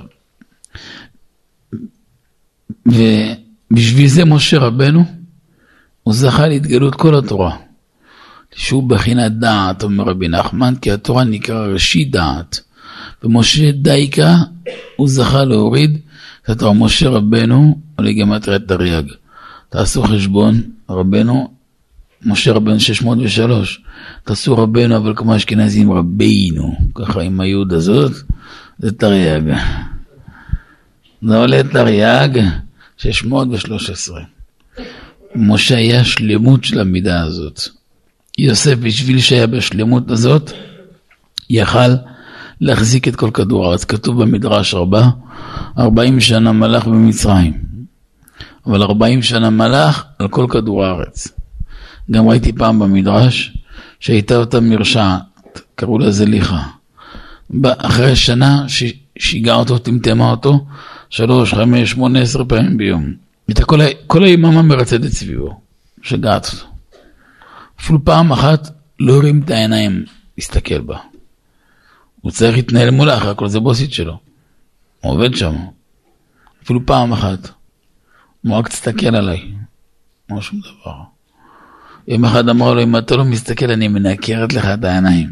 ובשביל זה משה רבנו, הוא זכה להתגלות כל התורה. שהוא בחינת דעת, אומר רבי נחמן, כי התורה נקרא ראשית דעת. ומשה דייקה, הוא זכה להוריד את התורה. משה רבנו, עולה גמטריית תרי"ג. תעשו חשבון, רבנו, משה רבנו שש מאות ושלוש. תעשו רבנו, אבל כמו אשכנזים רבינו. ככה עם היוד הזאת, זה תרי"ג. זה עולה תרי"ג, שש מאות ושלוש עשרה. משה היה שלמות של המידה הזאת. יוסף, בשביל שהיה בשלמות הזאת, יכל להחזיק את כל כדור הארץ. כתוב במדרש רבה, ארבעים שנה מלך במצרים. אבל ארבעים שנה מלך על כל כדור הארץ. גם ראיתי פעם במדרש שהייתה אותה מרשעת, קראו לה זליכה. אחרי שנה שיגעה אותו, טמטמה אותו, שלוש, חמש, שמונה, עשר פעמים ביום. הייתה כל, כל היממה מרצדת סביבו, שגעת אותו. אפילו פעם אחת לא הרים את העיניים להסתכל בה. הוא צריך להתנהל מולה, אחרי הכל זה בוסית שלו. הוא עובד שם. אפילו פעם אחת. הוא רק תסתכל עליי. לא שום דבר. יום אחד אמר לו, אם אתה לא מסתכל, אני מנקרת לך את העיניים.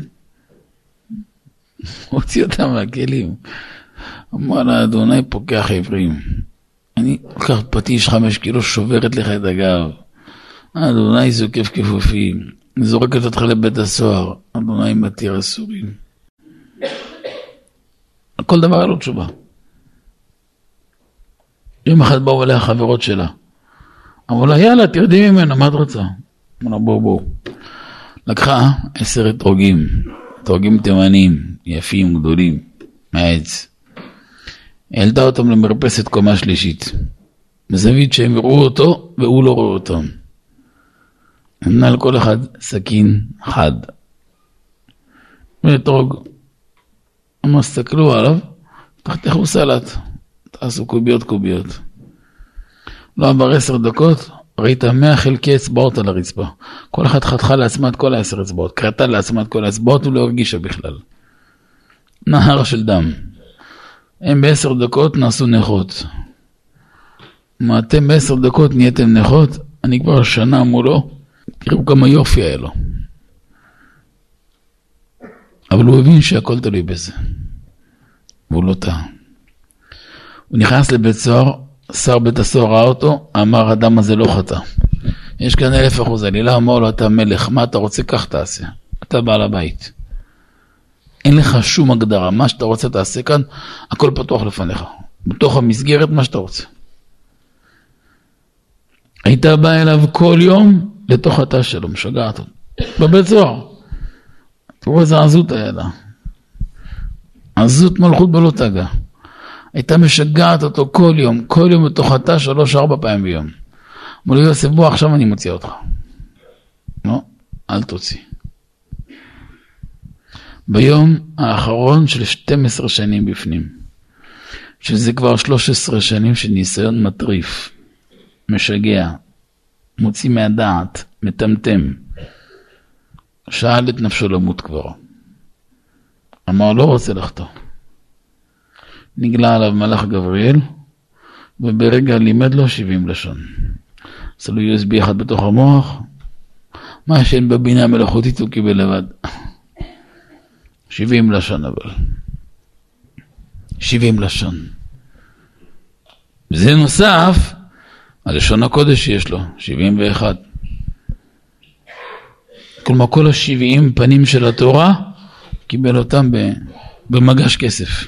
הוציא אותם מהכלים. אמר לה, אדוני פוקח עברים. אני לוקח פטיש חמש קילו, שוברת לך את הגב. אדוני זוקף כפופים. אני זורקת אותך לבית הסוהר. אדוני מתיר אסורים. כל דבר היה לו תשובה. יום אחד באו אליה החברות שלה. אמרו לה, יאללה, תרדי ממנו, מה את רוצה? אמרו לה, בואו, בואו. לקחה עשר אתרוגים, אתרוגים תימניים, יפים, גדולים, מהעץ. העלתה אותם למרפסת קומה שלישית. בזווית שהם ראו אותו, והוא לא רואה אותם. נתנה לכל אחד סכין חד. ואתרוג. אמרו, סתכלו עליו, תחתכו סלט. תעשו קוביות קוביות. לא עבר עשר דקות, ראית מאה חלקי אצבעות על הרצפה. כל אחת חתכה לעצמה את כל העשר אצבעות, קרתה לעצמה את כל האצבעות ולא הרגישה בכלל. נהר של דם. הם בעשר דקות נעשו נכות. מה אתם בעשר דקות נהייתם נכות? אני כבר שנה מולו, תראו כמה יופי היה לו. אבל הוא הבין שהכל תלוי בזה. והוא לא טעה. הוא נכנס לבית סוהר, שר בית הסוהר ראה אותו, אמר, אדם הזה לא חטא. יש כאן אלף אחוז עלילה, אמר לו, אתה מלך, מה אתה רוצה? כך תעשה. אתה בעל הבית. אין לך שום הגדרה, מה שאתה רוצה תעשה כאן, הכל פתוח לפניך. בתוך המסגרת, מה שאתה רוצה. הייתה באה אליו כל יום, לתוך התא שלו, משגעת אותו. בבית סוהר. תראו איזה עזות היה לה. עזות מלכות בלא תגה. הייתה משגעת אותו כל יום, כל יום בתוך התא שלוש ארבע פעמים ביום. אמרו לי, יוסף, בוא, עכשיו אני מוציא אותך. לא, אל תוציא. ביום האחרון של שתים עשרה שנים בפנים, שזה כבר שלוש עשרה שנים של ניסיון מטריף, משגע, מוציא מהדעת, מטמטם, שאל את נפשו למות כבר. אמר, לא רוצה לחתור. נגלה עליו מלאך גבריאל, וברגע לימד לו שבעים לשון. עשה לו יו אס בי אחד בתוך המוח, מה שאין בבינה המלאכותית הוא קיבל לבד. שבעים לשון אבל. שבעים לשון. זה נוסף, הלשון הקודש שיש לו, שבעים ואחת. כלומר, כל השבעים פנים של התורה, קיבל אותם במגש כסף.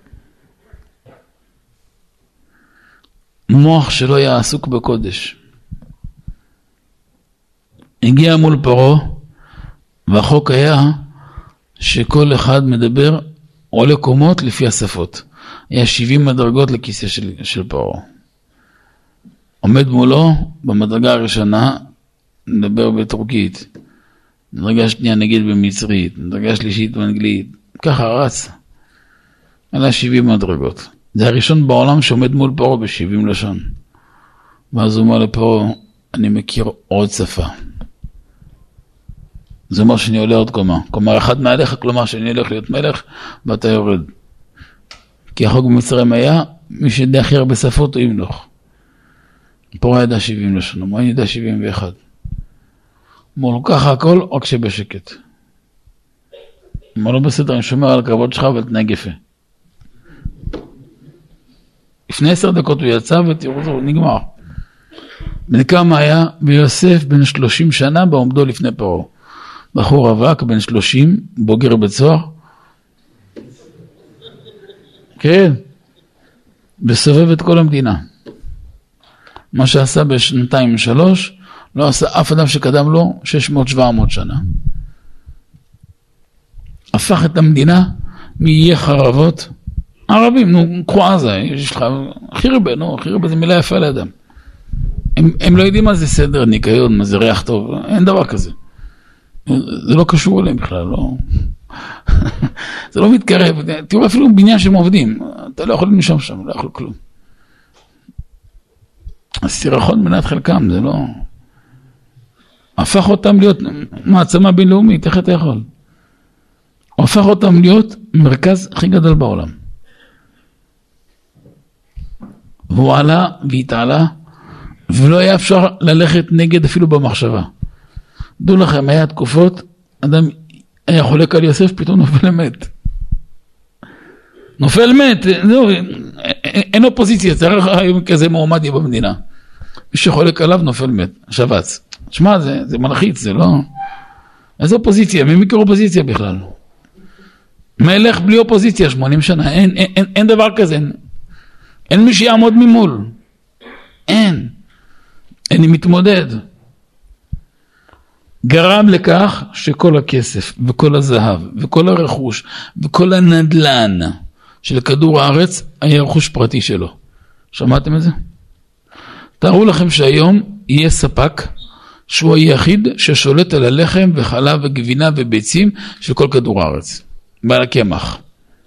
מוח שלא היה עסוק בקודש. הגיע מול פרעה, והחוק היה שכל אחד מדבר עולה קומות לפי השפות. היה שבעים מדרגות לכיסא של, של פרעה. עומד מולו במדרגה הראשונה, נדבר בטורקית. מדרגה שנייה נגיד במצרית, מדרגה שלישית באנגלית. ככה רץ. עלה שבעים מדרגות. זה הראשון בעולם שעומד מול פרעה ב-שבעים לשון. ואז הוא אומר לפרעה, אני מכיר עוד שפה. זה אומר שאני עולה עוד קומה. כלומר, אחד מעליך, כלומר שאני הולך להיות מלך, ואתה יורד. כי החוק במצרים היה, מי שידע הכי הרבה שפות הוא ימלוך. פרעה ידע שבעים לשון, הוא ידע שבעים ואחת. אמר לו, ככה הכל, רק שבשקט. אמר לו, בסדר, אני שומר על הכבוד שלך, אבל תנהג יפה. לפני עשר דקות הוא יצא ותראו זה, הוא נגמר. בן כמה היה? ביוסף בן שלושים שנה בעומדו לפני פרעה. בחור רווק בן שלושים, בוגר בית סוהר. כן. בסובב את כל המדינה. מה שעשה בשנתיים שלוש, לא עשה אף אדם שקדם לו שש מאות שבע מאות שנה. הפך את המדינה מאיי חרבות, ערבים, נו, קחו עזה, יש לך, הכי הרבה, נו, הכי הרבה זה מילה יפה לאדם. הם, הם לא יודעים מה זה סדר, ניקיון, מה זה ריח טוב, אין דבר כזה. זה לא קשור אליהם בכלל, לא. זה לא מתקרב, תראו אפילו בניין שהם עובדים, אתה לא יכול לנשום שם, לא יכול כלום. הסירחון מנת חלקם, זה לא... הפך אותם להיות מעצמה בינלאומית, איך אתה יכול? הפך אותם להיות מרכז הכי גדול בעולם. והוא עלה והתעלה, ולא היה אפשר ללכת נגד אפילו במחשבה. דעו לכם, היה תקופות, אדם היה חולק על יוסף, פתאום נופל מת. נופל מת, זהו, אין אופוזיציה, צריך היום כזה מועמדי במדינה. מי שחולק עליו נופל מת, שבץ. תשמע, זה, זה מלחיץ, זה לא... איזה אופוזיציה? מי מכיר אופוזיציה בכלל? מלך בלי אופוזיציה, שמונים שנה, אין, אין, אין, אין דבר כזה, אין, אין מי שיעמוד ממול. אין. אני מתמודד. גרם לכך שכל הכסף וכל הזהב וכל הרכוש וכל הנדלן של כדור הארץ היה רכוש פרטי שלו. שמעתם את זה? תארו לכם שהיום יהיה ספק שהוא היחיד ששולט על הלחם וחלב וגבינה וביצים של כל כדור הארץ. בעל הקמח.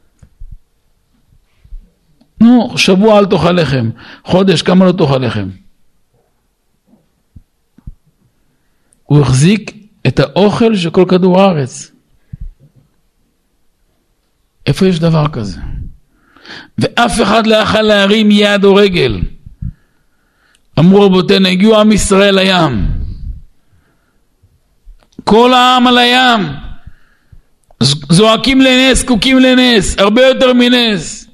נו, שבוע אל תאכל לחם, חודש כמה לא תאכל לחם. הוא החזיק את האוכל של כל כדור הארץ. איפה יש דבר כזה? ואף אחד לא יכול להרים יד או רגל. אמרו רבותינו, הגיעו עם ישראל לים. כל העם על הים. זועקים לנס, זקוקים לנס, הרבה יותר מנס.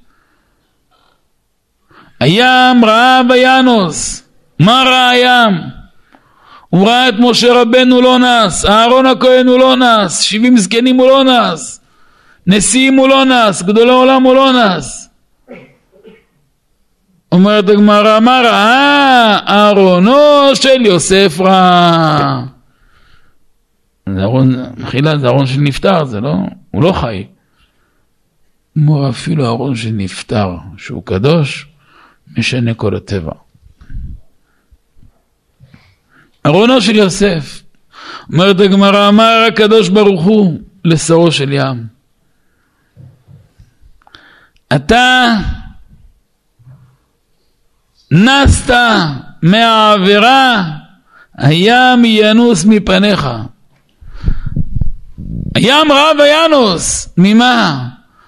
הים ראה וינוס. מה ראה הים? הוא ראה את משה רבנו לא נס, אהרון הכהן הוא לא נס, שבעים זקנים הוא לא נס, נשיאים הוא לא נס, גדולי עולם הוא לא נס. אומרת הגמרא, מה ראה? אהרונו של יוסף רע. זה אהרון, מחילה, זה אהרון שנפטר, זה לא, הוא לא חי. כמו אפילו אהרון שנפטר, שהוא קדוש, משנה כל הטבע. אהרונו של יוסף, אומרת הגמרא, אמר הקדוש ברוך הוא לשרו של ים, אתה נסת מהעבירה, הים ינוס מפניך. הים רע וינוס, ממה?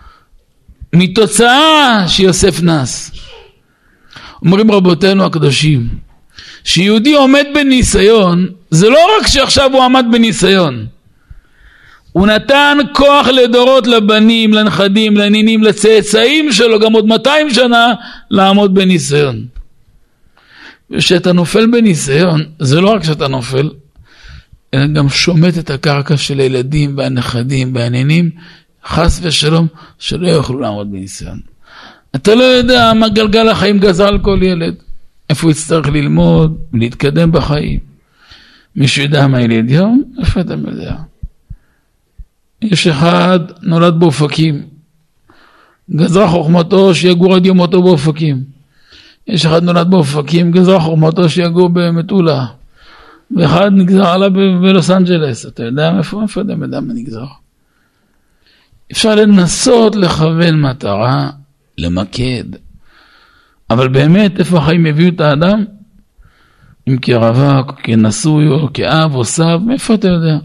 מתוצאה שיוסף נס. אומרים רבותינו הקדושים, שיהודי עומד בניסיון, זה לא רק שעכשיו הוא עמד בניסיון, הוא נתן כוח לדורות, לבנים, לנכדים, לנינים, לצאצאים שלו, גם עוד מאתיים שנה, לעמוד בניסיון. ושאתה נופל בניסיון, זה לא רק שאתה נופל, אלא גם שומט את הקרקע של הילדים והנכדים והנינים, חס ושלום, שלא יוכלו לעמוד בניסיון. אתה לא יודע מה גלגל החיים גזר על כל ילד, איפה הוא יצטרך ללמוד, להתקדם בחיים. מישהו יודע מה ילד יום? איפה אתה יודע? יש אחד נולד באופקים, גזרה חוכמתו שיגור עד יום מותו באופקים. יש אחד נולד באופקים, גזרה חוכמתו שיגור במטולה. ואחד נגזר עליו בלוס אנג'לס. אתה יודע איפה? איפה אתה יודע מה נגזר? אפשר לנסות לכוון מטרה, למקד. אבל באמת איפה החיים הביאו את האדם? אם כרווק, כנשוי או כאב או סב, איפה אתה יודע?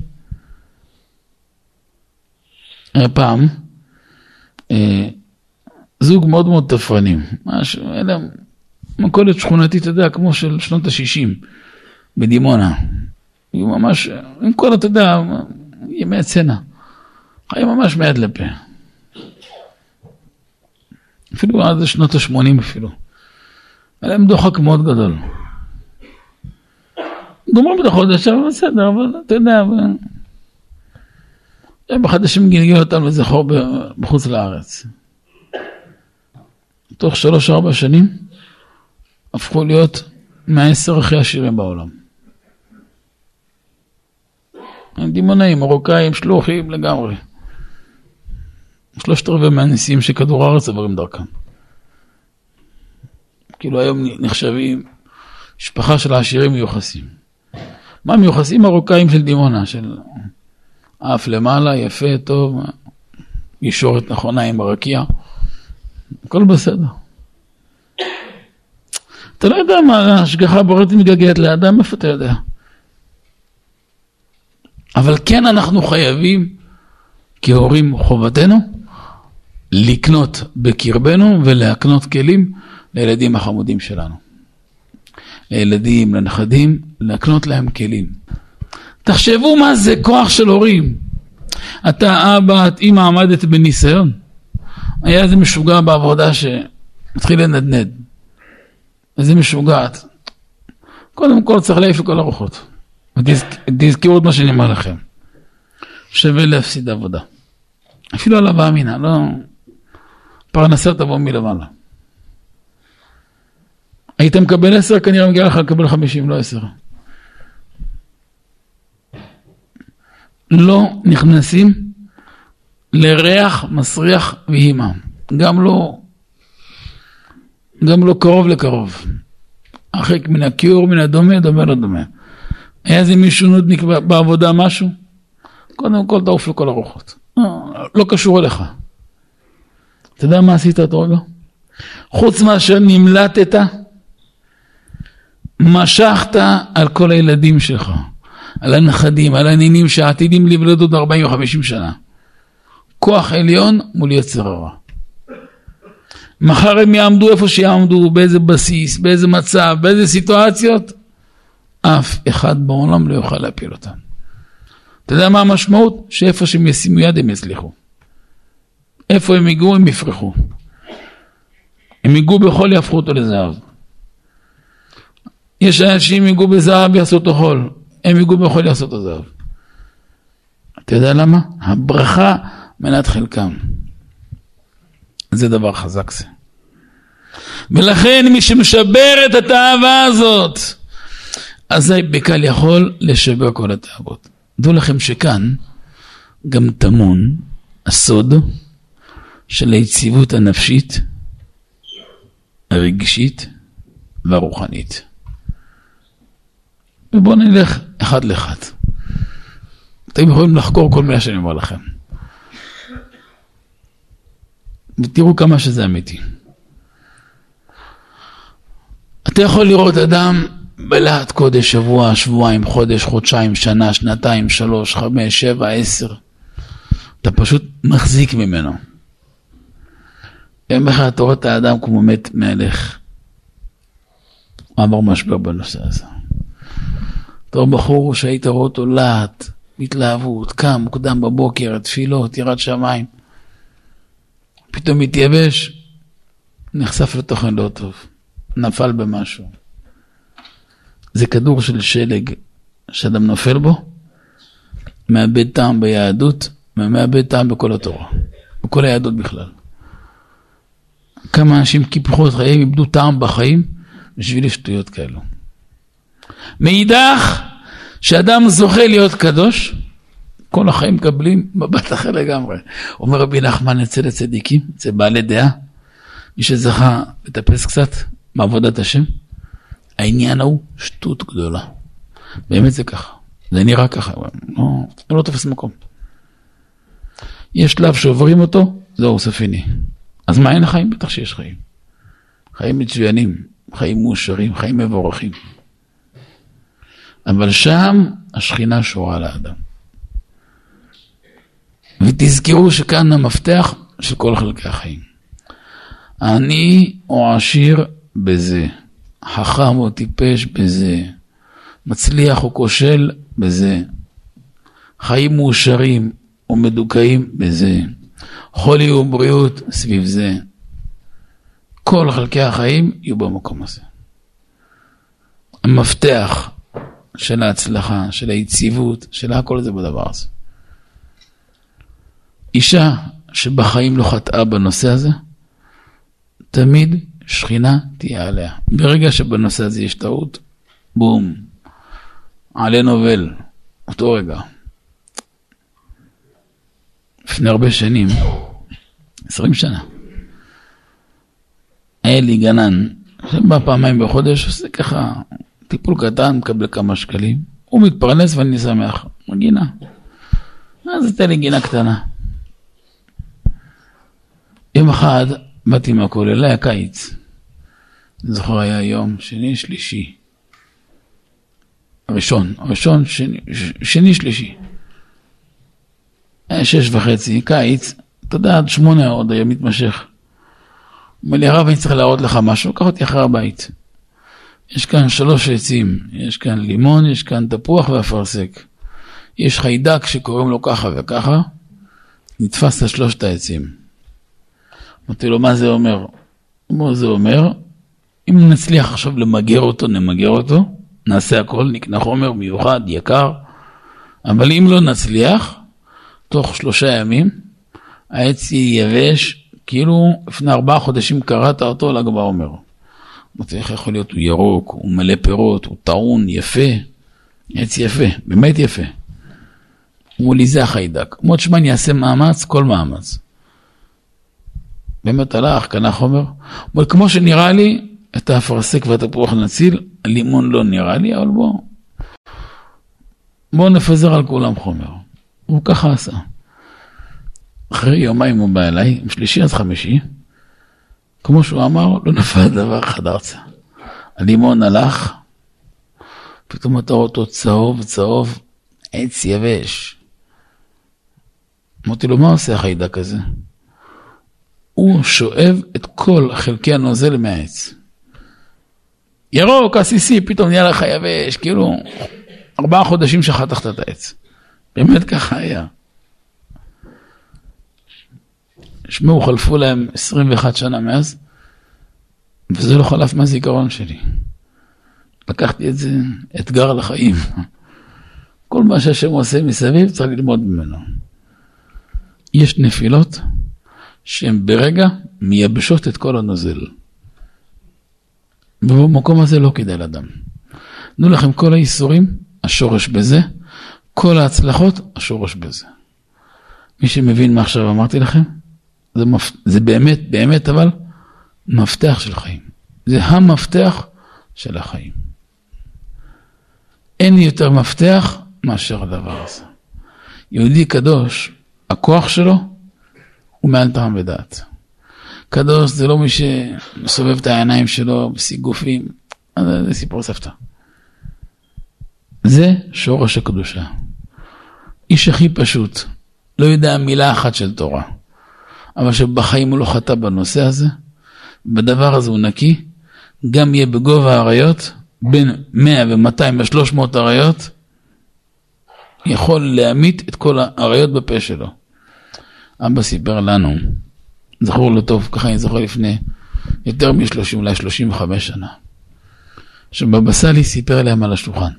פעם, אה, זוג מאוד מאוד תפרנים, משהו, אלה, מכולת שכונתית, אתה יודע, כמו של שנות ה-שישים, בדימונה. היו ממש, עם כל, אתה יודע, ימי הצנע. חיים ממש מיד לפה. אפילו עד שנות ה-שמונים אפילו. היה להם דוחק מאוד גדול. גומרים בחודש, אבל בסדר, אבל אתה יודע, בחדשים גלגל אותם לזכור בחוץ לארץ. תוך שלוש ארבע שנים, הפכו להיות מהעשר הכי עשירים בעולם. דימונאים, מרוקאים, שלוחים לגמרי. שלושת רבעי מהנשיאים שכדור הארץ עברים דרכם. כאילו היום נחשבים משפחה של העשירים מיוחסים. מה מיוחסים? מרוקאים של דימונה, של אף למעלה, יפה, טוב, ישורת נכונה עם הרקיע, הכל בסדר. אתה לא יודע מה ההשגחה הבוראת מתגעגעת לאדם, איפה אתה יודע? אבל כן אנחנו חייבים, כהורים חובתנו, לקנות בקרבנו ולהקנות כלים לילדים החמודים שלנו. לילדים, לנכדים, להקנות להם כלים. תחשבו מה זה כוח של הורים. אתה אבא, את אמא עמדת בניסיון. היה איזה משוגע בעבודה שמתחיל לנדנד. איזה משוגעת. קודם כל צריך להעיף לכל הרוחות. ותזכרו את מה שאני אומר לכם. שווה להפסיד עבודה. אפילו על הווה אמינה, לא... פרנסה תבוא מלמעלה. היית מקבל עשר, כנראה מגיע לך לקבל חמישים, לא עשר. לא נכנסים לריח, מסריח והימה. גם לא, גם לא קרוב לקרוב. הרחק מן הכיעור, מן הדומה, דומה לא דומה. היה איזה מישהו נודניק בעבודה משהו? קודם כל תעוף לכל הרוחות. לא קשור אליך. אתה יודע מה עשית את רגע? חוץ מאשר נמלטת, משכת על כל הילדים שלך, על הנכדים, על הנינים שעתידים לבלד עוד ארבעים וחמישים שנה. כוח עליון מול יצר הרע. מחר הם יעמדו איפה שיעמדו, באיזה בסיס, באיזה מצב, באיזה סיטואציות, אף אחד בעולם לא יוכל להפיל אותם. אתה יודע מה המשמעות? שאיפה שהם ישימו יד הם יצליחו. איפה הם יגעו הם יפרחו. הם יגעו בחול יהפכו אותו לזהב. יש אנשים יגעו בזהב יעשו אותו חול. הם יגעו בחול יעשו אותו זהב. אתה יודע למה? הברכה מנת חלקם. זה דבר חזק זה. ולכן מי שמשבר את התאווה הזאת, אזי בקל יכול לשבר כל התאוות. דעו לכם שכאן גם טמון הסוד של היציבות הנפשית, הרגשית והרוחנית. ובואו נלך אחד לאחד. אתם יכולים לחקור כל מילה שאני אומר לכם. ותראו כמה שזה אמיתי. אתה יכול לראות אדם בלהט קודש, שבוע, שבועיים, חודש, חודשיים, שנה, שנתיים, שלוש, חמש, שבע, עשר. אתה פשוט מחזיק ממנו. יום אחד אתה רואה את האדם כמו מת מהלך. הוא עבר משבר בנושא הזה. אתה רואה בחור שהיית רואה אותו להט, התלהבות, קם, מוקדם בבוקר, תפילות, ירד שמיים. פתאום מתייבש, נחשף לתוכן לא טוב. נפל במשהו. זה כדור של שלג שאדם נופל בו, מאבד טעם ביהדות, ומאבד טעם בכל התורה. בכל היהדות בכלל. כמה אנשים קיפחו את חיים, איבדו טעם בחיים, בשביל שטויות כאלו. מאידך, שאדם זוכה להיות קדוש, כל החיים מקבלים מבט אחר לגמרי. אומר רבי נחמן אצל הצדיקים, אצל בעלי דעה, מי שזכה לטפס קצת בעבודת השם, העניין הוא שטות גדולה. באמת זה ככה. זה נראה ככה. לא, לא תופס מקום. יש שלב שעוברים אותו, זהו ספיני. אז מה אין החיים? בטח שיש חיים. חיים מצוינים, חיים מאושרים, חיים מבורכים. אבל שם השכינה שורה לאדם. ותזכרו שכאן המפתח של כל חלקי החיים. אני או עשיר בזה, חכם או טיפש בזה, מצליח או כושל בזה, חיים מאושרים או מדוכאים בזה, חולי ובריאות סביב זה. כל חלקי החיים יהיו במקום הזה. המפתח של ההצלחה, של היציבות, של הכל זה בדבר הזה. אישה שבחיים לא חטאה בנושא הזה, תמיד שכינה תהיה עליה. ברגע שבנושא הזה יש טעות, בום, עלה נובל, אותו רגע. לפני הרבה שנים, עשרים שנה, היה לי גנן, שבא פעמיים בחודש, עושה ככה טיפול קטן, מקבל כמה שקלים, הוא מתפרנס ואני שמח, מגינה. אז הייתה לי גינה קטנה. יום אחד באתי מהכולל, היה קיץ. אני זוכר היה יום שני, שלישי. ראשון, ראשון, שני, שני, שלישי. היה שש וחצי, קיץ, אתה יודע, עד שמונה עוד היה מתמשך. אומר לי, הרב, אני צריך להראות לך משהו, קח אותי אחרי הבית. יש כאן שלוש עצים, יש כאן לימון, יש כאן תפוח ואפרסק. יש חיידק שקוראים לו ככה וככה, נתפס את שלושת העצים. אמרתי לו, מה זה אומר? מה זה אומר? אם נצליח עכשיו למגר אותו, נמגר אותו, נעשה הכל, נקנה חומר מיוחד, יקר, אבל אם לא נצליח, תוך שלושה ימים, העץ יבש, כאילו לפני ארבעה חודשים קראת אותו ל"ג בעומר. אמרתי, איך יכול להיות? הוא ירוק, הוא מלא פירות, הוא טעון, יפה, עץ יפה, באמת יפה. הוא לי זה החיידק. אמרת שמה, אני אעשה מאמץ, כל מאמץ. באמת הלך, קנה חומר. אבל כמו שנראה לי, את האפרסק והתפוח נציל, הלימון לא נראה לי, אבל בוא, בוא נפזר על כולם חומר. הוא ככה עשה. אחרי יומיים הוא בא אליי, עם שלישי עד חמישי, כמו שהוא אמר, לא נפל דבר אחד ארצה. הלימון הלך, פתאום אתה רואה אותו צהוב, צהוב, עץ יבש. אמרתי לו, מה עושה החיידק הזה? הוא שואב את כל חלקי הנוזל מהעץ. ירוק, עסיסי, פתאום נהיה לך יבש, כאילו, ארבעה חודשים שחתכת את העץ. באמת ככה היה. שמעו, חלפו להם עשרים ואחת שנה מאז, וזה לא חלף מהזיכרון שלי. לקחתי את זה, אתגר לחיים. כל מה שהשם עושה מסביב, צריך ללמוד ממנו. יש נפילות, שהן ברגע מייבשות את כל הנוזל. ובמקום הזה לא כדאי לאדם. תנו לכם כל האיסורים, השורש בזה, כל ההצלחות, השורש בזה. מי שמבין מה עכשיו אמרתי לכם, זה, מפ... זה באמת, באמת, אבל מפתח של חיים. זה המפתח של החיים. אין יותר מפתח מאשר הדבר הזה. יהודי קדוש, הכוח שלו הוא מעל טעם ודעת. קדוש זה לא מי שמסובב את העיניים שלו בסיגופים, זה סיפור סבתא. זה שורש הקדושה. איש הכי פשוט, לא יודע מילה אחת של תורה, אבל שבחיים הוא לא חטא בנושא הזה, בדבר הזה הוא נקי, גם יהיה בגובה האריות, בין מאה ומאתיים ושלוש מאות אריות, יכול להמית את כל האריות בפה שלו. אבא סיפר לנו, זכור לו טוב, ככה אני זוכר לפני יותר מ-שלושים, אולי שלושים וחמש שנה, שבבא סאלי סיפר להם על השולחן.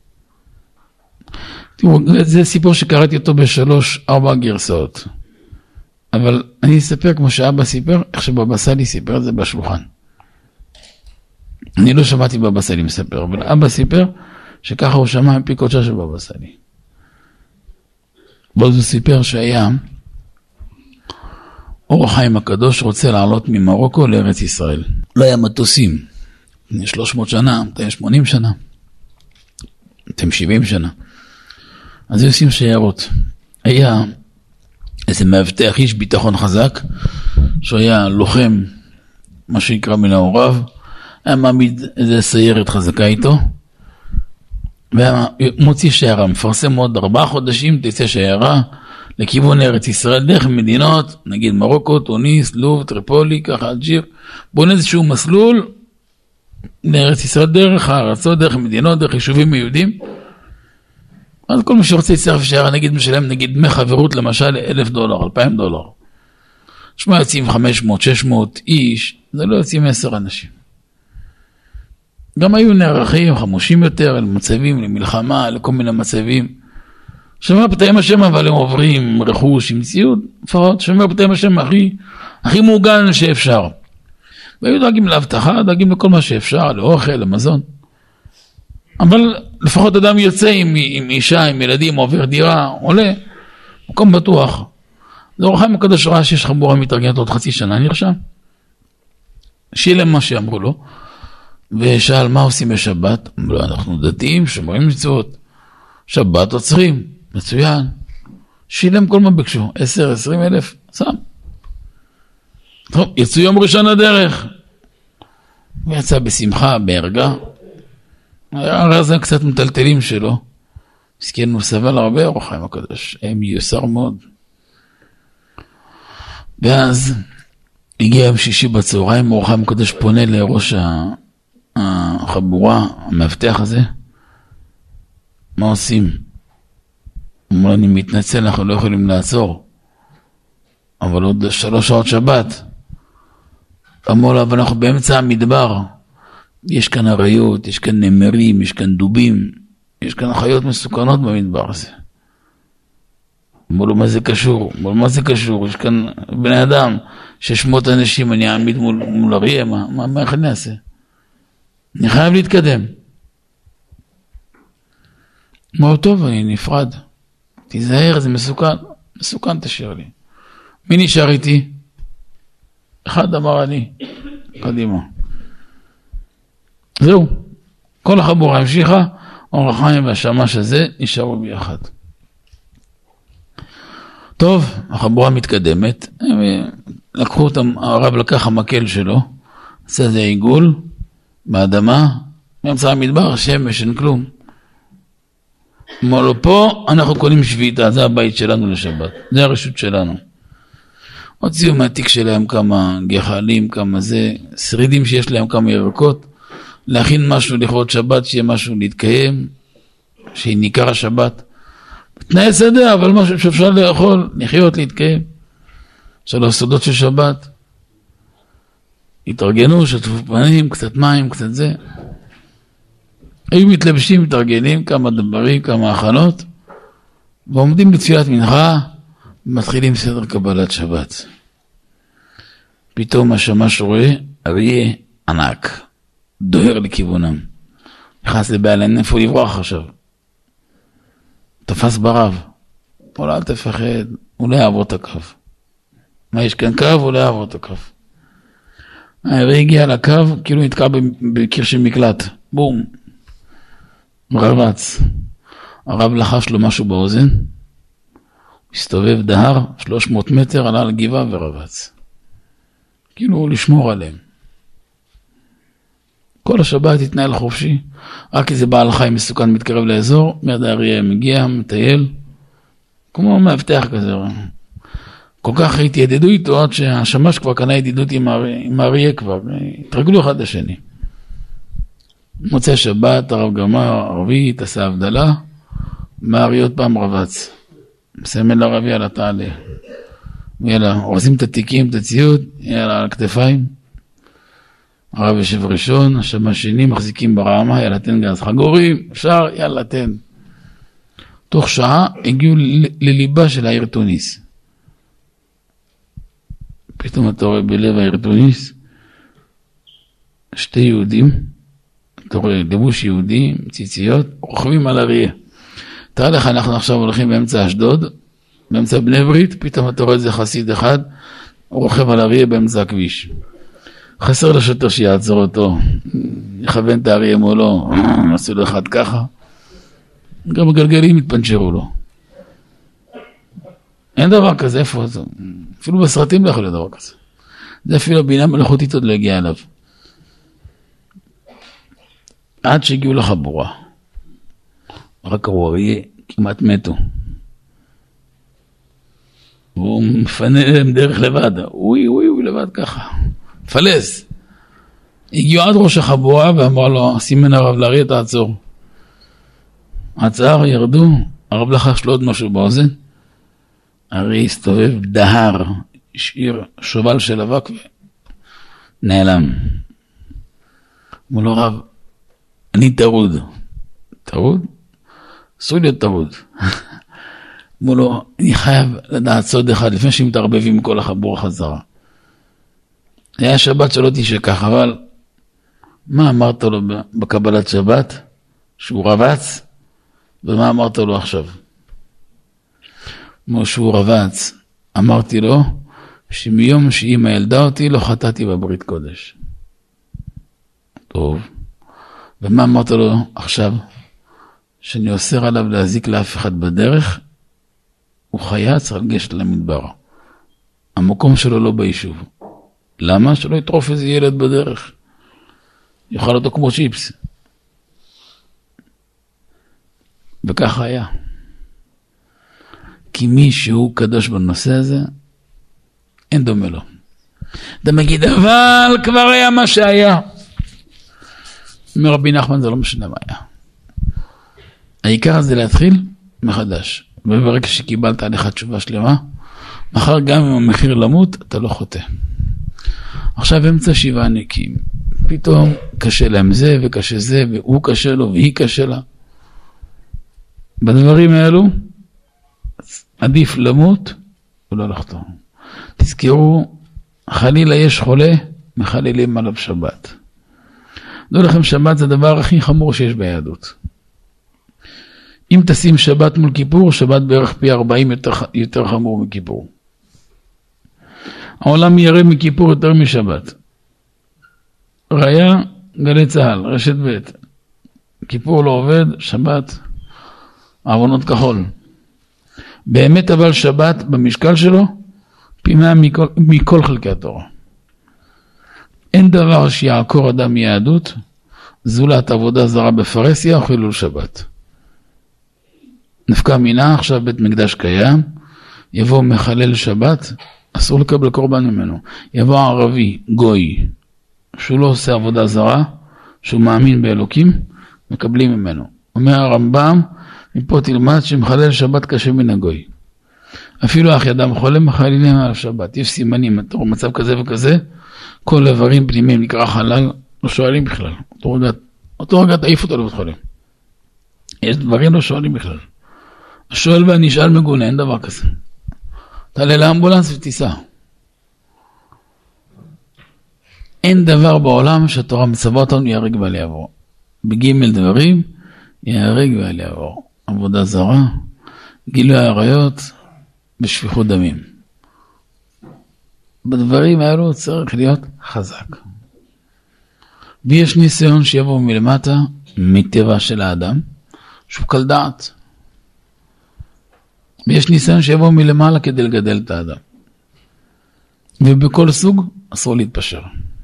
תראו, זה סיפור שקראתי אותו בשלוש, ארבע גרסאות. אבל אני אספר כמו שאבא סיפר, איך שבבא סאלי סיפר את זה בשולחן. אני לא שמעתי בבא סאלי מספר, אבל אבא סיפר שככה הוא שמע מפי קודשה של בבא סאלי. בו הוא סיפר שהיה אור החיים הקדוש רוצה לעלות ממרוקו לארץ ישראל. לא היה מטוסים. שלוש מאות שנה, אתם שמונים שנה, אתם שבעים שנה. אז היו עושים שיירות. היה איזה מאבטח, איש ביטחון חזק, שהוא היה לוחם, מה שיקרא מן העורב, היה מעמיד איזה סיירת חזקה איתו, והיה מוציא שיירה, מפרסם עוד ארבעה חודשים, תצא שיירה, לכיוון ארץ ישראל, דרך מדינות, נגיד מרוקו, טוניס, לוב, טריפולי, ככה אלג'יר, בונה איזשהו מסלול, לארץ ישראל, דרך הארצות, דרך מדינות, דרך יישובים יהודים, אז כל מי שרוצה להצטרף שיירה, נגיד משלם, נגיד דמי חברות, למשל, אלף דולר, אלפיים דולר. שמה יוצאים חמש מאות, שש מאות איש, זה לא יוצאים עשר אנשים. גם היו נערכים, חמושים יותר, למצבים, למלחמה, לכל מיני מצבים. שמע פתאים השם, אבל הם עוברים רכוש עם ציוד, לפחות, שמע פתאים השם הכי, הכי מעוגן שאפשר. והיו דואגים להבטחה, דואגים לכל מה שאפשר, לאוכל, למזון. אבל לפחות אדם יוצא עם, עם אישה, עם ילדים, עובר דירה, עולה, מקום בטוח. זה אור החיים הקדוש ראה שיש חבורה מתארגנת עוד חצי שנה, נרשם. שילם מה שאמרו לו, ושאל מה עושים בשבת? אמרו לו, אנחנו דתיים, שומרים מצוות. שבת עוצרים, מצוין. שילם כל מה ביקשו, עשר, עשרים אלף, שם. טוב, יצאו יום ראשון לדרך. ויצא בשמחה, בהרגע. הרי זה קצת מטלטלים שלו. מסכן הוא סבל הרבה, אור החיים הקדוש. היה מיוסר מאוד. ואז הגיע יום שישי בצהריים, אור החיים הקדוש פונה לראש החבורה, המאבטח הזה. מה עושים? הוא אומר, אני מתנצל, אנחנו לא יכולים לעצור. אבל עוד שלוש שעות שבת. אמר לו, אבל אנחנו באמצע המדבר. יש כאן אריות, יש כאן נמרים, יש כאן דובים, יש כאן חיות מסוכנות במדבר הזה. אמר לו, מה זה קשור? אמר לו, מה זה קשור? יש כאן בני אדם, שש מאות אנשים, אני אעמיד מול, מול אריה, מה, מה, מה איך אני אעשה? אני חייב להתקדם. אמר, טוב, אני נפרד. תיזהר, זה מסוכן. מסוכן תשאיר לי. מי נשאר איתי? אחד אמר אני. קדימה. זהו. כל החבורה המשיכה, אור החיים והשמש הזה נשארו ביחד. טוב, החבורה מתקדמת. לקחו אותם, הרב לקח המקל שלו, עשה זה עיגול, באדמה, באמצע המדבר, שמש, אין כלום. אמר לו, פה אנחנו קונים שביתה, זה הבית שלנו לשבת, זה הרשות שלנו. הוציאו מהתיק שלהם כמה גחלים, כמה זה, שרידים שיש להם כמה ירקות, להכין משהו לכבוד שבת, שיהיה משהו להתקיים, שיניקר השבת. תנאי שדה, אבל משהו שאפשר לאכול, לחיות, להתקיים. של הסודות של שבת. התארגנו, שטפו פנים, קצת מים, קצת זה. היו מתלבשים, מתארגנים, כמה דברים, כמה הכנות, ועומדים לתפילת מנחה, ומתחילים סדר קבלת שבת. פתאום השמש רואה, אריה ענק, דוהר לכיוונם. נכנס לבעל, אין איפה לברוח עכשיו. תפס ברב. הוא לא, אל תפחד, הוא לא יעבור את הקו. מה, יש כאן קו? הוא לא יעבור את הקו. האריה הגיע לקו, כאילו נתקע בקיר של מקלט. בום. רבץ. הרב לחש לו משהו באוזן, הסתובב דהר, שלוש מאות מטר, עלה על גבעה ורבץ. כאילו לשמור עליהם. כל השבת התנהל חופשי, רק איזה בעל חיים מסוכן מתקרב לאזור, מיד האריה מגיע, מטייל, כמו מאבטח כזה. כל כך התיידדו איתו, עד שהשמש כבר קנה ידידות עם האריה כבר, התרגלו אחד לשני. מוצא שבת, הרב גמר, ערבית, עשה הבדלה, מהאריה עוד פעם רבץ. מסמן לרבי על התעלה. יאללה, עושים את התיקים, את הציוד, יאללה, על הכתפיים. הרב יושב ראשון, השמש שני, מחזיקים ברעמה, יאללה, תן גז חגורים, אפשר, יאללה, תן. תוך שעה הגיעו לליבה של העיר תוניס. פתאום אתה רואה בלב העיר תוניס, שתי יהודים, אתה רואה לבוש יהודים, ציציות, רוכבים על אריה. תראה לך, אנחנו עכשיו הולכים באמצע אשדוד, באמצע בני ברית, פתאום אתה רואה איזה חסיד אחד, הוא רוכב על אריה באמצע הכביש. חסר לשוטר שיעצור אותו, יכוון את האריה מולו, עשו לו אחד ככה, גם הגלגלים התפנצ'רו לו. אין דבר כזה, איפה זה? אפילו בסרטים לא יכול להיות דבר כזה. זה אפילו הבינה מלאכותית עוד לא הגיעה אליו. עד שהגיעו לחבורה. רק אריה כמעט מתו. והוא מפנה להם דרך לבד. אוי, אוי, אוי, לבד ככה. פלס. הגיעו עד ראש החבורה ואמר לו, סימן הרב לאריה, תעצור. עצר, ירדו, הרב לחש לו עוד משהו באוזן. האריה הסתובב דהר, השאיר שובל של אבק ונעלם. אמר לו, רב, אני טרוד. טרוד? אסור להיות טרוד. אמרו לו, אני חייב לדעת סוד אחד, לפני שמתערבבים כל החבור חזרה. היה שבת שלא תשכח, אבל מה אמרת לו בקבלת שבת? שהוא רבץ? ומה אמרת לו עכשיו? כמו שהוא רבץ, אמרתי לו, שמיום שאמא ילדה אותי, לא חטאתי בברית קודש. טוב. ומה אמרת לו עכשיו? שאני אוסר עליו להזיק לאף אחד בדרך, הוא חיה צריך לגשת למדבר. המקום שלו לא ביישוב. למה? שלא יטרוף איזה ילד בדרך. יאכל אותו כמו צ'יפס. וככה היה. כי מי שהוא קדוש בנושא הזה, אין דומה לו. אתה מגיד, אבל כבר היה מה שהיה. מרבי נחמן זה לא משנה מה היה. העיקר זה להתחיל מחדש. וברגע שקיבלת עליך תשובה שלמה, מחר גם אם המחיר למות, אתה לא חוטא. עכשיו אמצע שבעה נקים. פתאום קשה להם זה וקשה זה, והוא קשה לו והיא קשה לה. בדברים האלו, עדיף למות ולא לחתום. תזכרו, חלילה יש חולה, מחלילים עליו שבת. דעו לכם, שבת זה הדבר הכי חמור שיש ביהדות. אם תשים שבת מול כיפור, שבת בערך פי ארבעים יותר, יותר חמור מכיפור. העולם ירא מכיפור יותר משבת. ראיה, גלי צהל, רשת ב'. כיפור לא עובד, שבת, עוונות כחול. באמת אבל שבת במשקל שלו, פי מאה מכל, מכל חלקי התורה. אין דבר שיעקור אדם מיהדות, זולת עבודה זרה בפרסיה או חילול שבת. נפקא מינה, עכשיו בית מקדש קיים, יבוא מחלל שבת, אסור לקבל קורבן ממנו. יבוא ערבי, גוי, שהוא לא עושה עבודה זרה, שהוא מאמין באלוקים, מקבלים ממנו. אומר הרמב"ם, מפה תלמד שמחלל שבת קשה מן הגוי. אפילו אח ידם חולה מחללים על שבת. יש סימנים, תראו מצב כזה וכזה, כל איברים פנימיים נקרא חלל, לא שואלים בכלל. אותו רגע, אותו רגע תעיף אותו לבית חולים. יש דברים לא שואלים בכלל. השואל והנשאל מגונה, אין דבר כזה. תעלה לאמבולנס ותיסע. אין דבר בעולם שהתורה מצווה אותנו יהרג ואל יעבור. בג' דברים, יהרג ואל יעבור. עבודה זרה, גילוי עריות, בשפיכות דמים. בדברים האלו צריך להיות חזק. ויש ניסיון שיבוא מלמטה, מטבע של האדם, שהוא קל דעת. ויש ניסיון שיבוא מלמעלה כדי לגדל את האדם. ובכל סוג אסור להתפשר.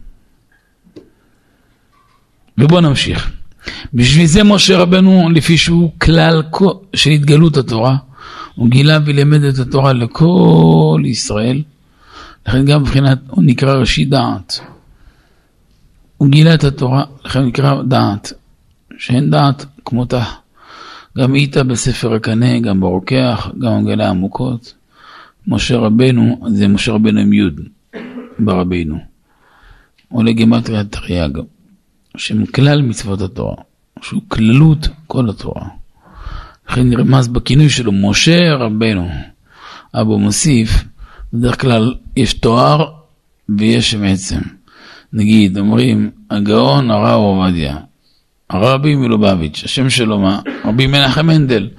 ובוא נמשיך. בשביל זה משה רבנו, לפי שהוא כלל של התגלות התורה, הוא גילה ולמד את התורה לכל ישראל, לכן גם מבחינת, הוא נקרא ראשי דעת. הוא גילה את התורה, לכן נקרא דעת, שאין דעת כמותה. גם איתה בספר הקנה, גם ברוקח, גם מגלה עמוקות. משה רבנו, זה משה רבנו עם יוד, ברבינו. או לגימטריה תרי"ג, שהם כלל מצוות התורה, שהוא כללות כל התורה. לכן נרמז בכינוי שלו, משה רבנו. אבו מוסיף, בדרך כלל יש תואר ויש שם עצם. נגיד, אומרים, הגאון הרב עובדיה, הרבי מלובביץ', השם שלו מה? רבי מנחם מנדל.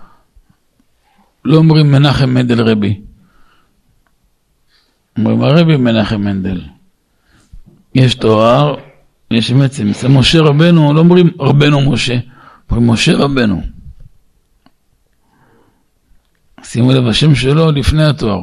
לא אומרים מנחם מנדל רבי. אומרים הרבי מנחם מנדל. יש תואר, יש שם עצם. זה משה רבנו, לא אומרים רבנו משה, אומרים משה רבנו. שימו לב, השם שלו לפני התואר.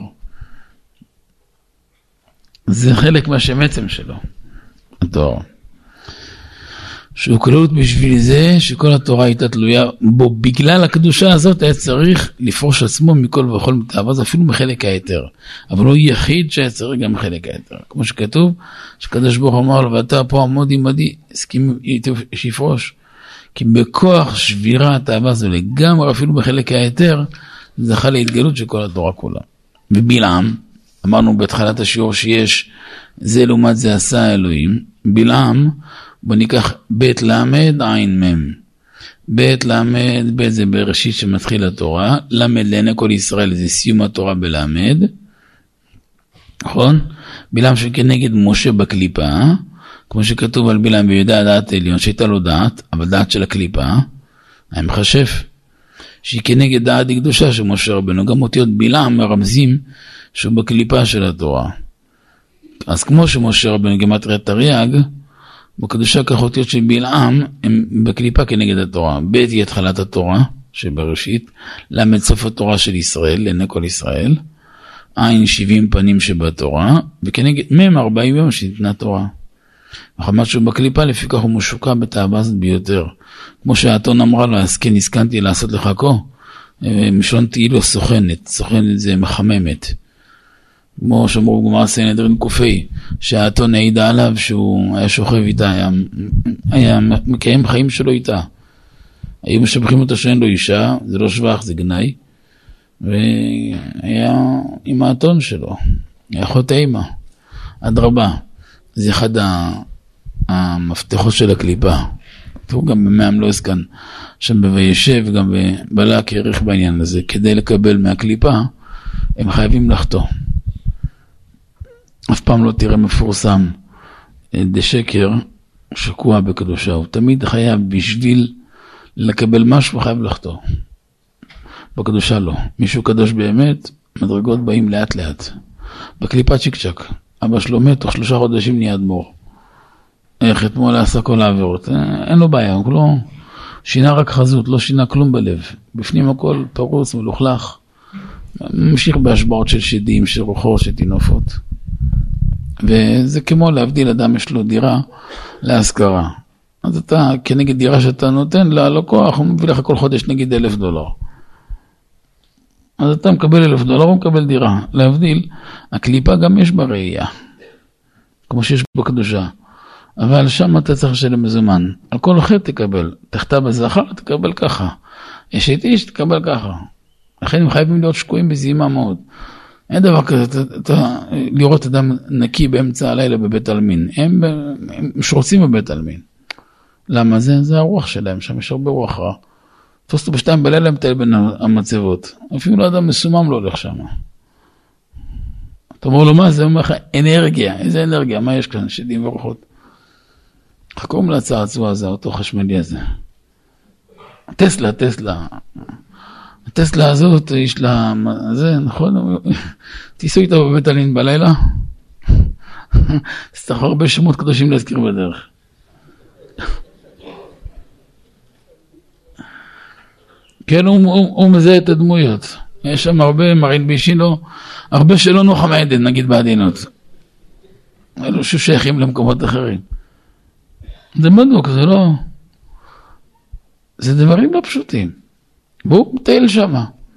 זה חלק מהשם עצם שלו, התואר. שהוא כללות בשביל זה שכל התורה הייתה תלויה בו. בגלל הקדושה הזאת היה צריך לפרוש עצמו מכל וכל מתאווה, זה אפילו מחלק היתר. אבל הוא יחיד שהיה צריך גם מחלק היתר. כמו שכתוב, שקדוש ברוך אמר לו, ואתה פה עמוד עמדי, הסכים שיפרוש. כי בכוח שבירה התאווה הזו לגמרי, אפילו בחלק היתר, זכה להתגלות של כל התורה כולה. ובלעם, אמרנו בהתחלת השיעור שיש, זה לעומת זה עשה אלוהים, בלעם, בוא ניקח בית למד עין מם. בית למד, בית זה בראשית שמתחיל התורה, למד לעיני כל ישראל זה סיום התורה בלמד, נכון? בלעם שכנגד משה בקליפה, כמו שכתוב על בלעם ביודע דעת עליון, שהייתה לו דעת, אבל דעת של הקליפה, היה מחשף, שהיא כנגד דעת הקדושה של משה רבנו, גם אותיות בלעם מרמזים שהוא בקליפה של התורה. אז כמו שמשה רבנו גימטריה תרי"ג, בקדושה כחותיות של בלעם, הם בקליפה כנגד התורה. ב' היא התחלת התורה שבראשית, למד סוף התורה של ישראל, לעיני כל ישראל, עין שבעים פנים שבתורה, וכנגד מם ארבעים יום שניתנה תורה. וחמת שהוא בקליפה, לפי כך הוא משוקע בתאווה הזאת ביותר. כמו שהאתון אמרה לו, אז כן הסכנתי לעשות לך כה, משלון תהילו סוכנת, סוכנת זה מחממת. כמו שאמרו גמרא סנהדרין קופי, שהאתון העידה עליו שהוא היה שוכב איתה, היה, היה מקיים חיים שלו איתה. היו משבחים אותו שאין לו אישה, זה לא שבח, זה גנאי, והיה עם האתון שלו, היה אחות אימה, עד רבה. זה אחד המפתחות של הקליפה. הוא גם במאם לא הסכן, שם בוישב וגם בלק ערך בעניין הזה, כדי לקבל מהקליפה, הם חייבים לחתוא. אף פעם לא תראה מפורסם דשקר שקוע בקדושה, הוא תמיד חייב בשביל לקבל משהו חייב לחתוא. בקדושה לא. מישהו קדוש באמת, מדרגות באים לאט לאט. בקליפה צ'יק צ'ק. אבא שלו מת, תוך שלושה חודשים נהיה אדמו"ר. איך אתמול עשה כל העבירות. אין לו בעיה, הוא לא שינה רק חזות, לא שינה כלום בלב. בפנים הכל פרוץ, מלוכלך. ממשיך בהשבעות של שדים, של רוחות, של תינופות. וזה כמו להבדיל אדם יש לו דירה להשכרה. אז אתה, כנגד דירה שאתה נותן ללקוח, הוא מביא לך כל חודש נגיד אלף דולר. אז אתה מקבל אלף דולר, הוא מקבל דירה. להבדיל, הקליפה גם יש בה ראייה. כמו שיש בקדושה. אבל שם אתה צריך לשלם מזומן. על כל חטא תקבל. תחתה בזכר, תקבל ככה. יש את איש, תקבל ככה. לכן הם חייבים להיות שקועים בזימה מאוד. אין דבר כזה, אתה, אתה, לראות אדם נקי באמצע הלילה בבית אלמין. הם, הם שרוצים בבית אלמין. למה זה? זה הרוח שלהם, שם יש הרבה רוח רע. תפסתו בשתיים בלילה מטייל בין המצבות. אפילו לא אדם מסומם לא הולך שם. אתה אומר לו מה זה? הוא אומר לך אנרגיה. איזה אנרגיה? מה יש כאן? שדים ורוחות. חקום להצעצוע הזה, אותו חשמלי הזה. טסלה, טסלה. הטסלה הזאת, יש לה, זה נכון? תיסעו איתה בבית אלין בלילה. צריך הרבה שמות קדושים להזכיר בדרך. כן, הוא, הוא, הוא מזהה את הדמויות. יש שם הרבה מרין בישינו, הרבה שלא נוחה מעדן, נגיד בעדינות. אלו ששייכים למקומות אחרים. זה מדוק, זה לא... זה דברים לא פשוטים. והוא מטייל שם.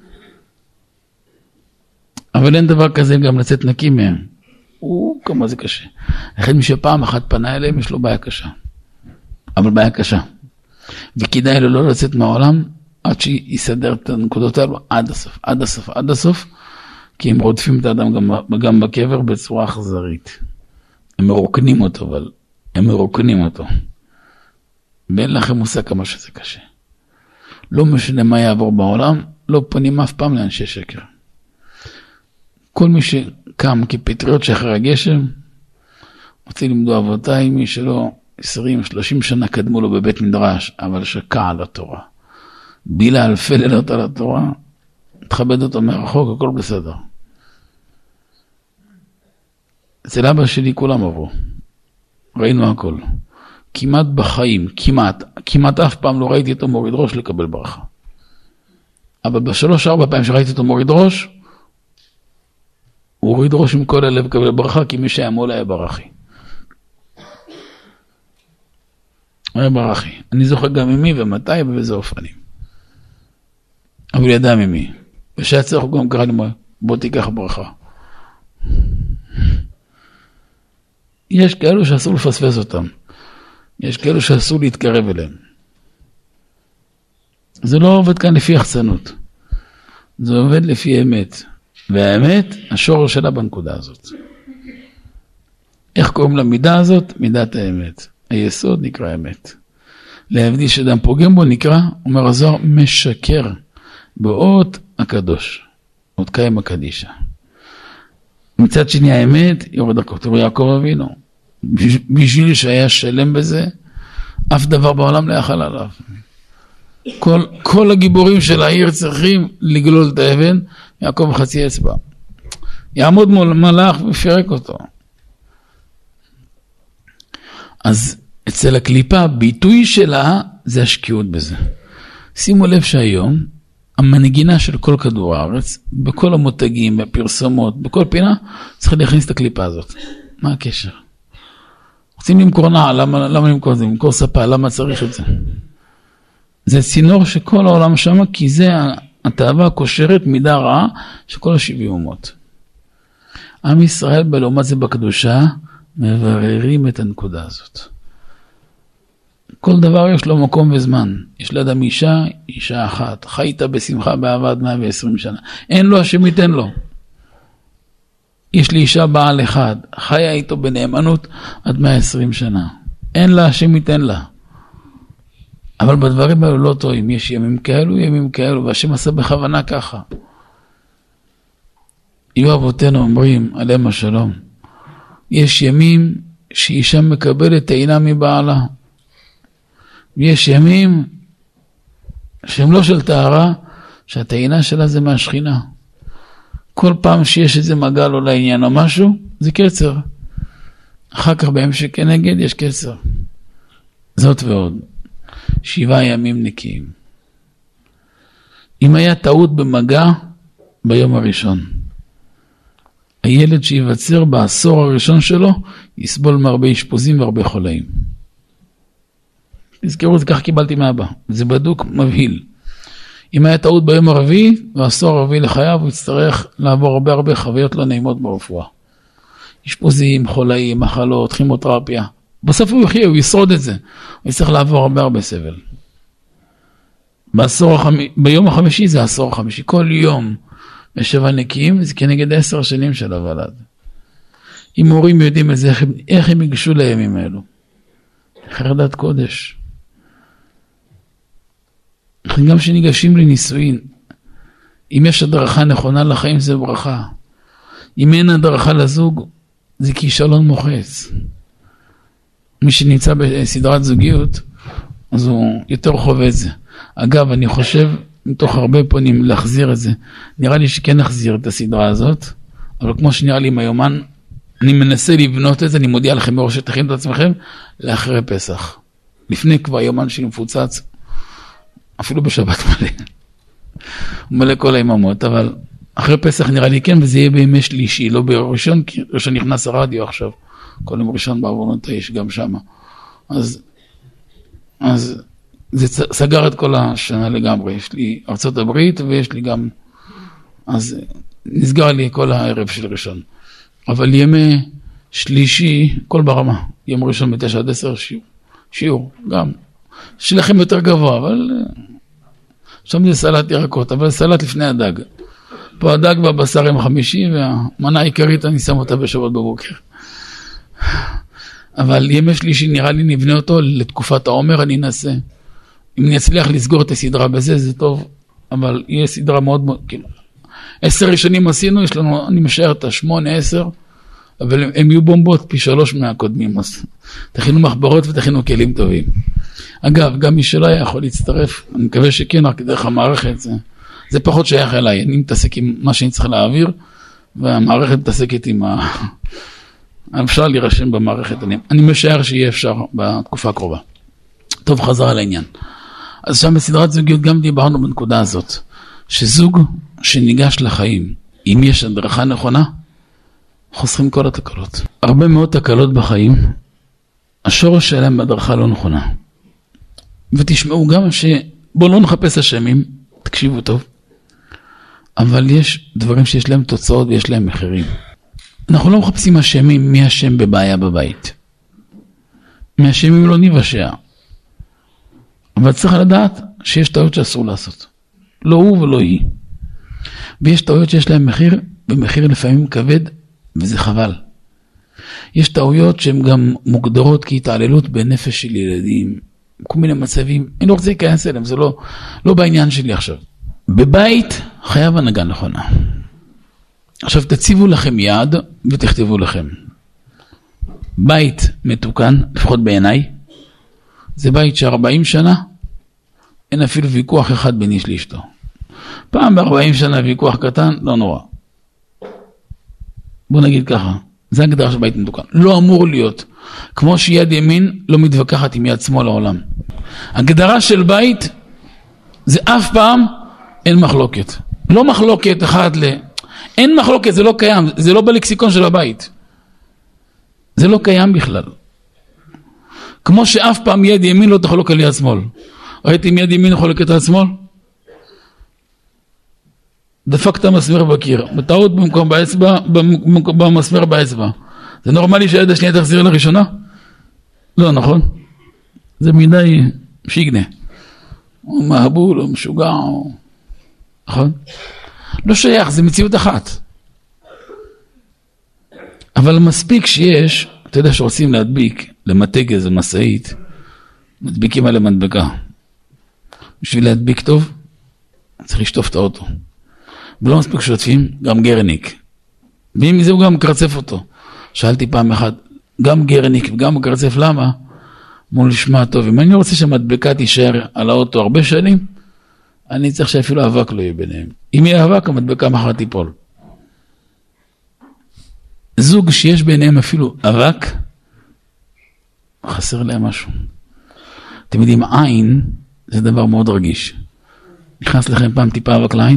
אבל אין דבר כזה גם לצאת נקי מהם. הוא, כמה זה קשה. לכן מי שפעם אחת פנה אליהם, יש לו בעיה קשה. אבל בעיה קשה. וכדאי לו לא לצאת מהעולם, עד שיסדר את הנקודות האלו עד הסוף, עד הסוף, עד הסוף, כי הם רודפים את האדם גם, גם בקבר בצורה אכזרית. הם מרוקנים אותו, אבל הם מרוקנים אותו. ואין לכם מושג כמה שזה קשה. לא משנה מה יעבור בעולם, לא פונים אף פעם לאנשי שקר. כל מי שקם כפטריות שאחר הגשם, רוצה למדו אבותיי, מי שלא עשרים שלושים שנה קדמו לו בבית מדרש, אבל שקע על התורה. בילה אלפי לילות על התורה, תכבד אותו מרחוק, הכל בסדר. אצל אבא שלי כולם עברו. ראינו הכל. כמעט בחיים, כמעט, כמעט אף פעם לא ראיתי אותו מוריד ראש לקבל ברכה. אבל בשלוש ארבע פעמים שראיתי אותו מוריד ראש, הוא הוריד ראש עם כל הלב לקבל ברכה, כי מי שהיה מול היה ברכי. היה ברכי. אני זוכר גם ממי ומתי ובאיזה אופנים. אבל ידע ממי. ושהצליח הוא גם קרא לי, בוא תיקח ברכה. יש כאלו שאסור לפספס אותם. יש כאלו שאסור להתקרב אליהם. זה לא עובד כאן לפי יחצנות. זה עובד לפי אמת. והאמת, השורש שלה בנקודה הזאת. איך קוראים למידה הזאת? מידת האמת. היסוד נקרא אמת. להבדיל שאדם פוגם בו נקרא, אומר הזוהר, משקר באות הקדוש. אות קיים הקדישה. מצד שני האמת, יורד הכתוב יעקב אבינו. בשביל שהיה שלם בזה, אף דבר בעולם לא יכל עליו. כל, כל הגיבורים של העיר צריכים לגלול את האבן, יעקב חצי אצבע. יעמוד מול מלאך ופרק אותו. אז אצל הקליפה, ביטוי שלה זה השקיעות בזה. שימו לב שהיום, המנגינה של כל כדור הארץ, בכל המותגים, בפרסומות, בכל פינה, צריך להכניס את הקליפה הזאת. מה הקשר? רוצים למכור נעה, למה, למה למכור את זה? למכור ספה, למה צריך את זה? זה צינור שכל העולם שם, כי זה התאווה הקושרת מידה רעה של כל השבעים אומות. עם ישראל בלעומת זה בקדושה, מבררים את הנקודה הזאת. כל דבר יש לו מקום וזמן. יש לאדם אישה, אישה אחת. חיית בשמחה באהבה עד מאה ועשרים שנה. אין לו, השם ייתן לו. יש לי אישה בעל אחד. חיה איתו בנאמנות עד מאה ועשרים שנה. אין לה, השם ייתן לה. אבל בדברים האלו לא טועים. יש ימים כאלו, ימים כאלו, והשם עשה בכוונה ככה. יהיו אבותינו אומרים, עליהם השלום, יש ימים שאישה מקבלת טעינה מבעלה. ויש ימים שהם לא של טהרה, שהטעינה שלה זה מהשכינה. כל פעם שיש איזה מגל או לעניין או משהו, זה קצר. אחר כך בהם שכנגד יש קצר. זאת ועוד. שבעה ימים נקיים. אם היה טעות במגע ביום הראשון, הילד שיווצר בעשור הראשון שלו, יסבול מהרבה אשפוזים והרבה חולאים. תזכרו, זה כך קיבלתי מאבא. זה בדוק מבהיל. אם היה טעות ביום הרביעי, בעשור הרביעי לחייו, הוא יצטרך לעבור הרבה הרבה חוויות לא נעימות ברפואה. אשפוזים, חולאים, מחלות, כימותרפיה. בסוף הוא יחיה, הוא ישרוד את זה. הוא יצטרך לעבור הרבה הרבה סבל. בעשור החמ... ביום החמישי זה העשור החמישי. כל יום בשבע נקיים, זה כנגד עשר שנים של הוולד. אם הורים יודעים את זה, איך, איך הם יגשו לימים האלו? חרדת קודש. גם שניגשים לנישואין, אם יש הדרכה נכונה לחיים זה ברכה. אם אין הדרכה לזוג, זה כישלון מוחץ. מי שנמצא בסדרת זוגיות, אז הוא יותר חווה את זה. אגב, אני חושב, מתוך הרבה פונים להחזיר את זה, נראה לי שכן נחזיר את הסדרה הזאת, אבל כמו שנראה לי עם היומן, אני מנסה לבנות את זה, אני מודיע לכם מראש שתכינו את עצמכם, לאחרי פסח. לפני כבר היומן שלי מפוצץ, אפילו בשבת מלא. הוא מלא כל היממות, אבל אחרי פסח נראה לי כן, וזה יהיה בימי שלישי, לא ביום ראשון, כי ראשון נכנס הרדיו עכשיו. כל יום ראשון בעוונות יש גם שם. אז, אז זה סגר את כל השנה לגמרי. יש לי ארצות הברית ויש לי גם, אז נסגר לי כל הערב של ראשון. אבל ימי שלישי, כל ברמה. יום ראשון בתשע עד עשר שיעור. שיעור, גם. שלכם יותר גבוה, אבל שם זה סלט ירקות, אבל סלט לפני הדג. פה הדג והבשר הם חמישי, והמנה העיקרית אני שם אותה בשבת בבוקר. אבל ימי שלישי נראה לי נבנה אותו לתקופת העומר, אני אנסה. אם אני אצליח לסגור את הסדרה בזה, זה טוב, אבל יהיה סדרה מאוד מאוד, כאילו, עשר ראשונים עשינו, יש לנו, אני משאר את השמונה, עשר, אבל הם, הם יהיו בומבות פי שלוש מהקודמים, אז תכינו מחברות ותכינו כלים טובים. אגב, גם מי שלא היה יכול להצטרף, אני מקווה שכן, רק דרך המערכת, זה, זה פחות שייך אליי, אני מתעסק עם מה שאני צריך להעביר, והמערכת מתעסקת עם ה... אפשר להירשם במערכת, אני, אני משער שיהיה אפשר בתקופה הקרובה. טוב, חזר על העניין. אז שם בסדרת זוגיות גם דיברנו בנקודה הזאת, שזוג שניגש לחיים, אם יש הדרכה נכונה, חוסכים כל התקלות. הרבה מאוד תקלות בחיים, השורש שלהם בהדרכה לא נכונה. ותשמעו גם שבואו לא נחפש אשמים, תקשיבו טוב, אבל יש דברים שיש להם תוצאות ויש להם מחירים. אנחנו לא מחפשים אשמים מי אשם בבעיה בבית. מאשמים לא נבשע. אבל צריך לדעת שיש טעויות שאסור לעשות. לא הוא ולא היא. ויש טעויות שיש להם מחיר, ומחיר לפעמים כבד, וזה חבל. יש טעויות שהן גם מוגדרות כהתעללות בנפש של ילדים, כל מיני מצבים, אני לא רוצה להיכנס אליהם, זה לא, לא בעניין שלי עכשיו. בבית חייב הנהגה נכונה. עכשיו תציבו לכם יעד ותכתבו לכם. בית מתוקן, לפחות בעיניי, זה בית ש-ארבעים שנה, אין אפילו ויכוח אחד בין איש לאשתו. פעם ב-ארבעים שנה ויכוח קטן, לא נורא. בוא נגיד ככה, זה הגדרה של בית מתוקן. לא אמור להיות. כמו שיד ימין לא מתווכחת עם יד שמאל לעולם. הגדרה של בית זה אף פעם אין מחלוקת. לא מחלוקת אחד ל... אין מחלוקת, זה לא קיים. זה לא בלקסיקון של הבית. זה לא קיים בכלל. כמו שאף פעם יד ימין לא תחלוק על יד שמאל. ראיתם יד ימין חולקת על שמאל? דפקת מסמר בקיר, בטעות במקום באצבע, במסמר באצבע. זה נורמלי שהיד השנייה תחזיר לראשונה? לא, נכון? זה מדי שיגנה. או מהבול, או משוגע, או... נכון? לא שייך, זה מציאות אחת. אבל מספיק שיש, אתה יודע שרוצים להדביק, למתג איזה מסעית, מדביקים עליהם מדבקה. בשביל להדביק טוב, צריך לשטוף את האוטו. ולא מספיק שותפים, גם גרניק. ואם מזה הוא גם מקרצף אותו. שאלתי פעם אחת, גם גרניק וגם מקרצף, למה? מול לשמע טוב. אם אני רוצה שהמדבקה תישאר על האוטו הרבה שנים, אני צריך שאפילו אבק לא יהיה ביניהם. אם יהיה אבק, המדבקה מחר תיפול. זוג שיש ביניהם אפילו אבק, חסר להם משהו. אתם יודעים, עין זה דבר מאוד רגיש. נכנס לכם פעם טיפה אבק לעין?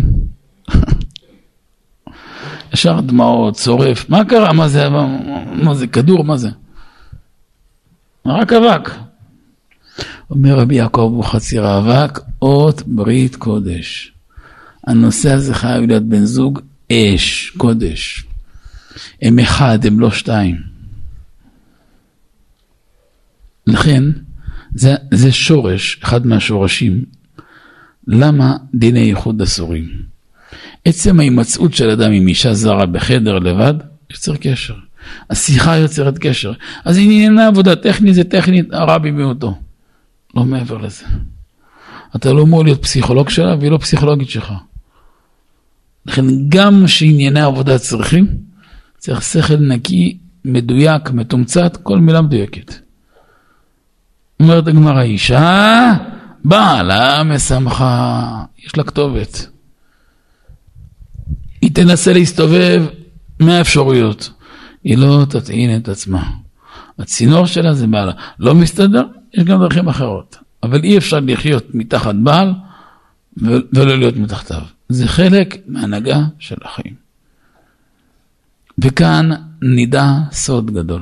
ישר דמעות, צורף. מה קרה? מה זה? מה, מה זה? כדור? מה זה? רק אבק. אומר רבי יעקב אבוחצירא, אבק אות ברית קודש. הנושא הזה חייב להיות בן זוג אש, קודש. הם אחד, הם לא שתיים. לכן, זה, זה שורש, אחד מהשורשים. למה דיני ייחוד אסורים? עצם ההימצאות של אדם עם אישה זרה בחדר לבד, יוצר קשר. השיחה יוצרת קשר. אז ענייני עבודה טכנית זה טכנית, הרבי מאותו. לא מעבר לזה. אתה לא אמור להיות פסיכולוג שלה, והיא לא פסיכולוגית שלך. לכן גם שענייני עבודה צריכים, צריך שכל נקי, מדויק, מתומצת, כל מילה מדויקת. אומרת הגמרא, אישה, בעלה משמחה, יש לה כתובת. היא תנסה להסתובב מהאפשרויות. היא לא תטעין את עצמה. הצינור שלה זה בעלה. לא מסתדר, יש גם דרכים אחרות. אבל אי אפשר לחיות מתחת בעל, ולא להיות מתחתיו. זה חלק מהנהגה של החיים. וכאן נידע סוד גדול.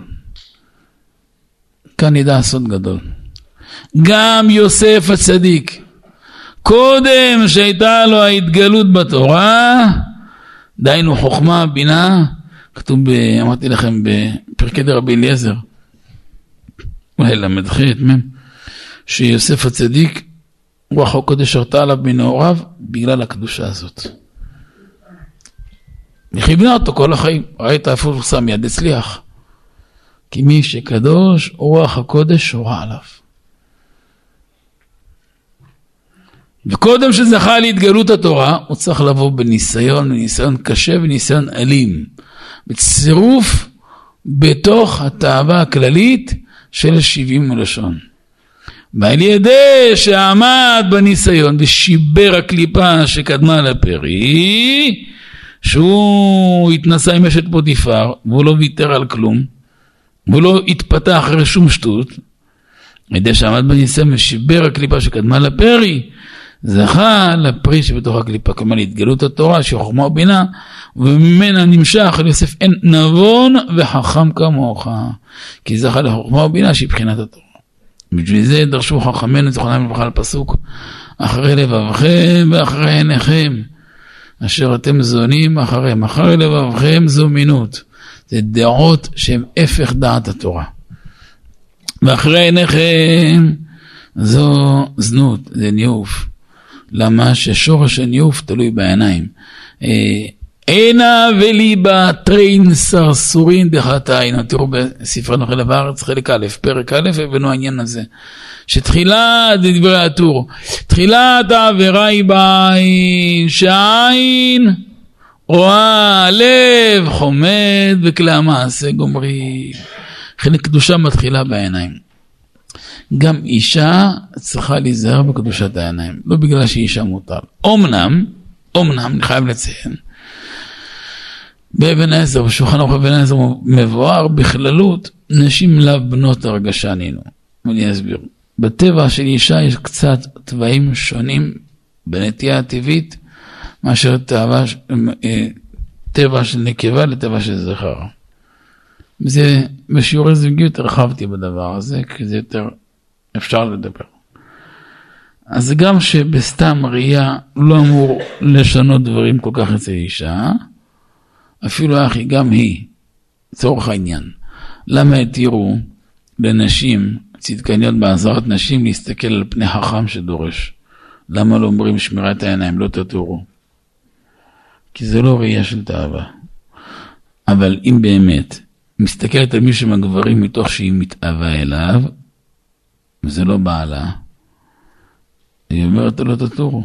כאן נידע סוד גדול. גם יוסף הצדיק, קודם שהייתה לו ההתגלות בתורה, דיינו חוכמה, בינה, כתוב, ב, אמרתי לכם, בפרקי דרבי אליעזר, אולי למדך את מם, שיוסף הצדיק, רוח הקודש הרתה עליו מנעוריו, בגלל הקדושה הזאת. וכיוונה אותו כל החיים, ראית איפה הוא שם יד הצליח, כי מי שקדוש, רוח הקודש שורה עליו. וקודם שזכה להתגלות התורה, הוא צריך לבוא בניסיון, בניסיון קשה וניסיון אלים. בצירוף בתוך התאווה הכללית של שבעים מלשון. ועל ידי שעמד בניסיון ושיבר הקליפה שקדמה לפרי, שהוא התנסה עם אשת פוטיפר, והוא לא ויתר על כלום, והוא לא התפתח אחרי שום שטות, על ידי שעמד בניסיון ושיבר הקליפה שקדמה לפרי, זכה לפרי שבתוך הקליפה, כלומר להתגלות התורה שחוכמה ובינה, וממנה נמשך על יוסף אין נבון וחכם כמוך, כי זכה לחוכמה ובינה שהיא בחינת התורה. בשביל זה דרשו חכמינו זכרונם לברכה על פסוק, אחרי לבבכם ואחרי עיניכם, אשר אתם זונים אחריהם, אחרי לבבכם זו מינות. זה דעות שהן הפך דעת התורה. ואחרי עיניכם זו זנות, זה ניוף. למה? ששורש הניוף תלוי בעיניים. עינה וליבה טרין סרסורין דחתיים. תראו בספר נוכל בארץ חלק א', פרק א', הבנו העניין הזה. שתחילת דברי הטור, תחילת העבירה היא בעין, שהעין רואה, לב חומד וכלי המעשה גומרי. חלק קדושה מתחילה בעיניים. גם אישה צריכה להיזהר בקדושת העיניים, לא בגלל שהיא אישה מותר. אומנם, אומנם, אני חייב לציין, באבן עזר, בשולחן ערוך אבן עזר מבואר בכללות, נשים לאו בנות הרגשה נינו. אני אסביר. בטבע של אישה יש קצת טבעים שונים בנטייה הטבעית, מאשר טבע, טבע של נקבה לטבע של זכר. זה, בשיעורי זוגיות הרחבתי בדבר הזה, כי זה יותר אפשר לדבר. אז גם שבסתם ראייה לא אמור לשנות דברים כל כך אצל אישה, אפילו אחי, גם היא, צורך העניין. למה התירו לנשים צדקניות בעזרת נשים להסתכל על פני חכם שדורש? למה לא אומרים שמירת העיניים, לא תתורו? כי זה לא ראייה של תאווה. אבל אם באמת מסתכלת על מישהו מהגברים מתוך שהיא מתאווה אליו, וזה לא בעלה, היא אומרת לא תתורו.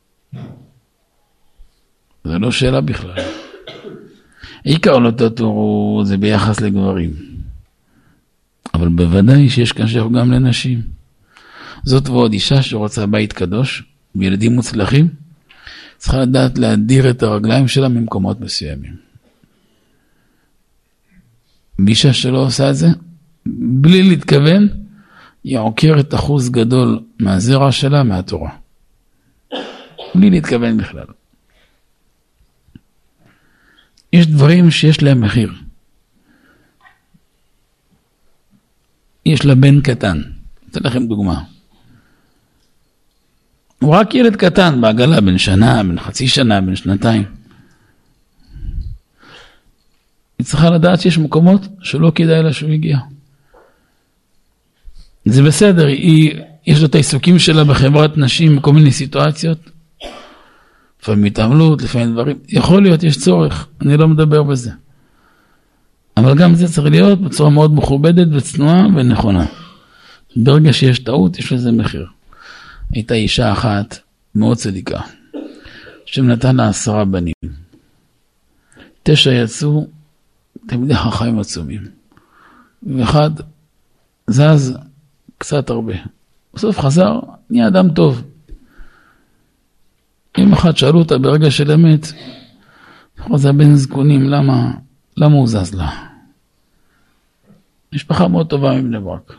זה לא שאלה בכלל. עיקר לא תתורו זה ביחס לגברים. אבל בוודאי שיש כאן שייך גם לנשים. זאת ועוד אישה שרוצה בית קדוש, בילדים מוצלחים, צריכה לדעת להדיר את הרגליים שלה ממקומות מסוימים. ואישה שלא עושה את זה, בלי להתכוון, היא עוקרת אחוז גדול מהזרע שלה מהתורה. בלי להתכוון בכלל. יש דברים שיש להם מחיר. יש לה בן קטן. אתן לכם דוגמה. הוא רק ילד קטן בעגלה, בן שנה, בן חצי שנה, בן שנתיים. היא צריכה לדעת שיש מקומות שלא כדאי לה שהוא יגיע. זה בסדר, היא, יש לה את העיסוקים שלה בחברת נשים, בכל מיני סיטואציות. לפעמים התעמלות, לפעמים דברים. יכול להיות, יש צורך, אני לא מדבר בזה. אבל גם זה צריך להיות בצורה מאוד מכובדת וצנועה ונכונה. ברגע שיש טעות, יש לזה מחיר. הייתה אישה אחת מאוד צדיקה, שנתן לה עשרה בנים. תשע יצאו תלמידי חכמים עצומים. ואחד זז קצת הרבה. בסוף חזר, נהיה אדם טוב. אם אחד שאלו אותה ברגע של אמת, זה בן זקונים, למה, למה הוא זז לה? משפחה מאוד טובה מבני ברק.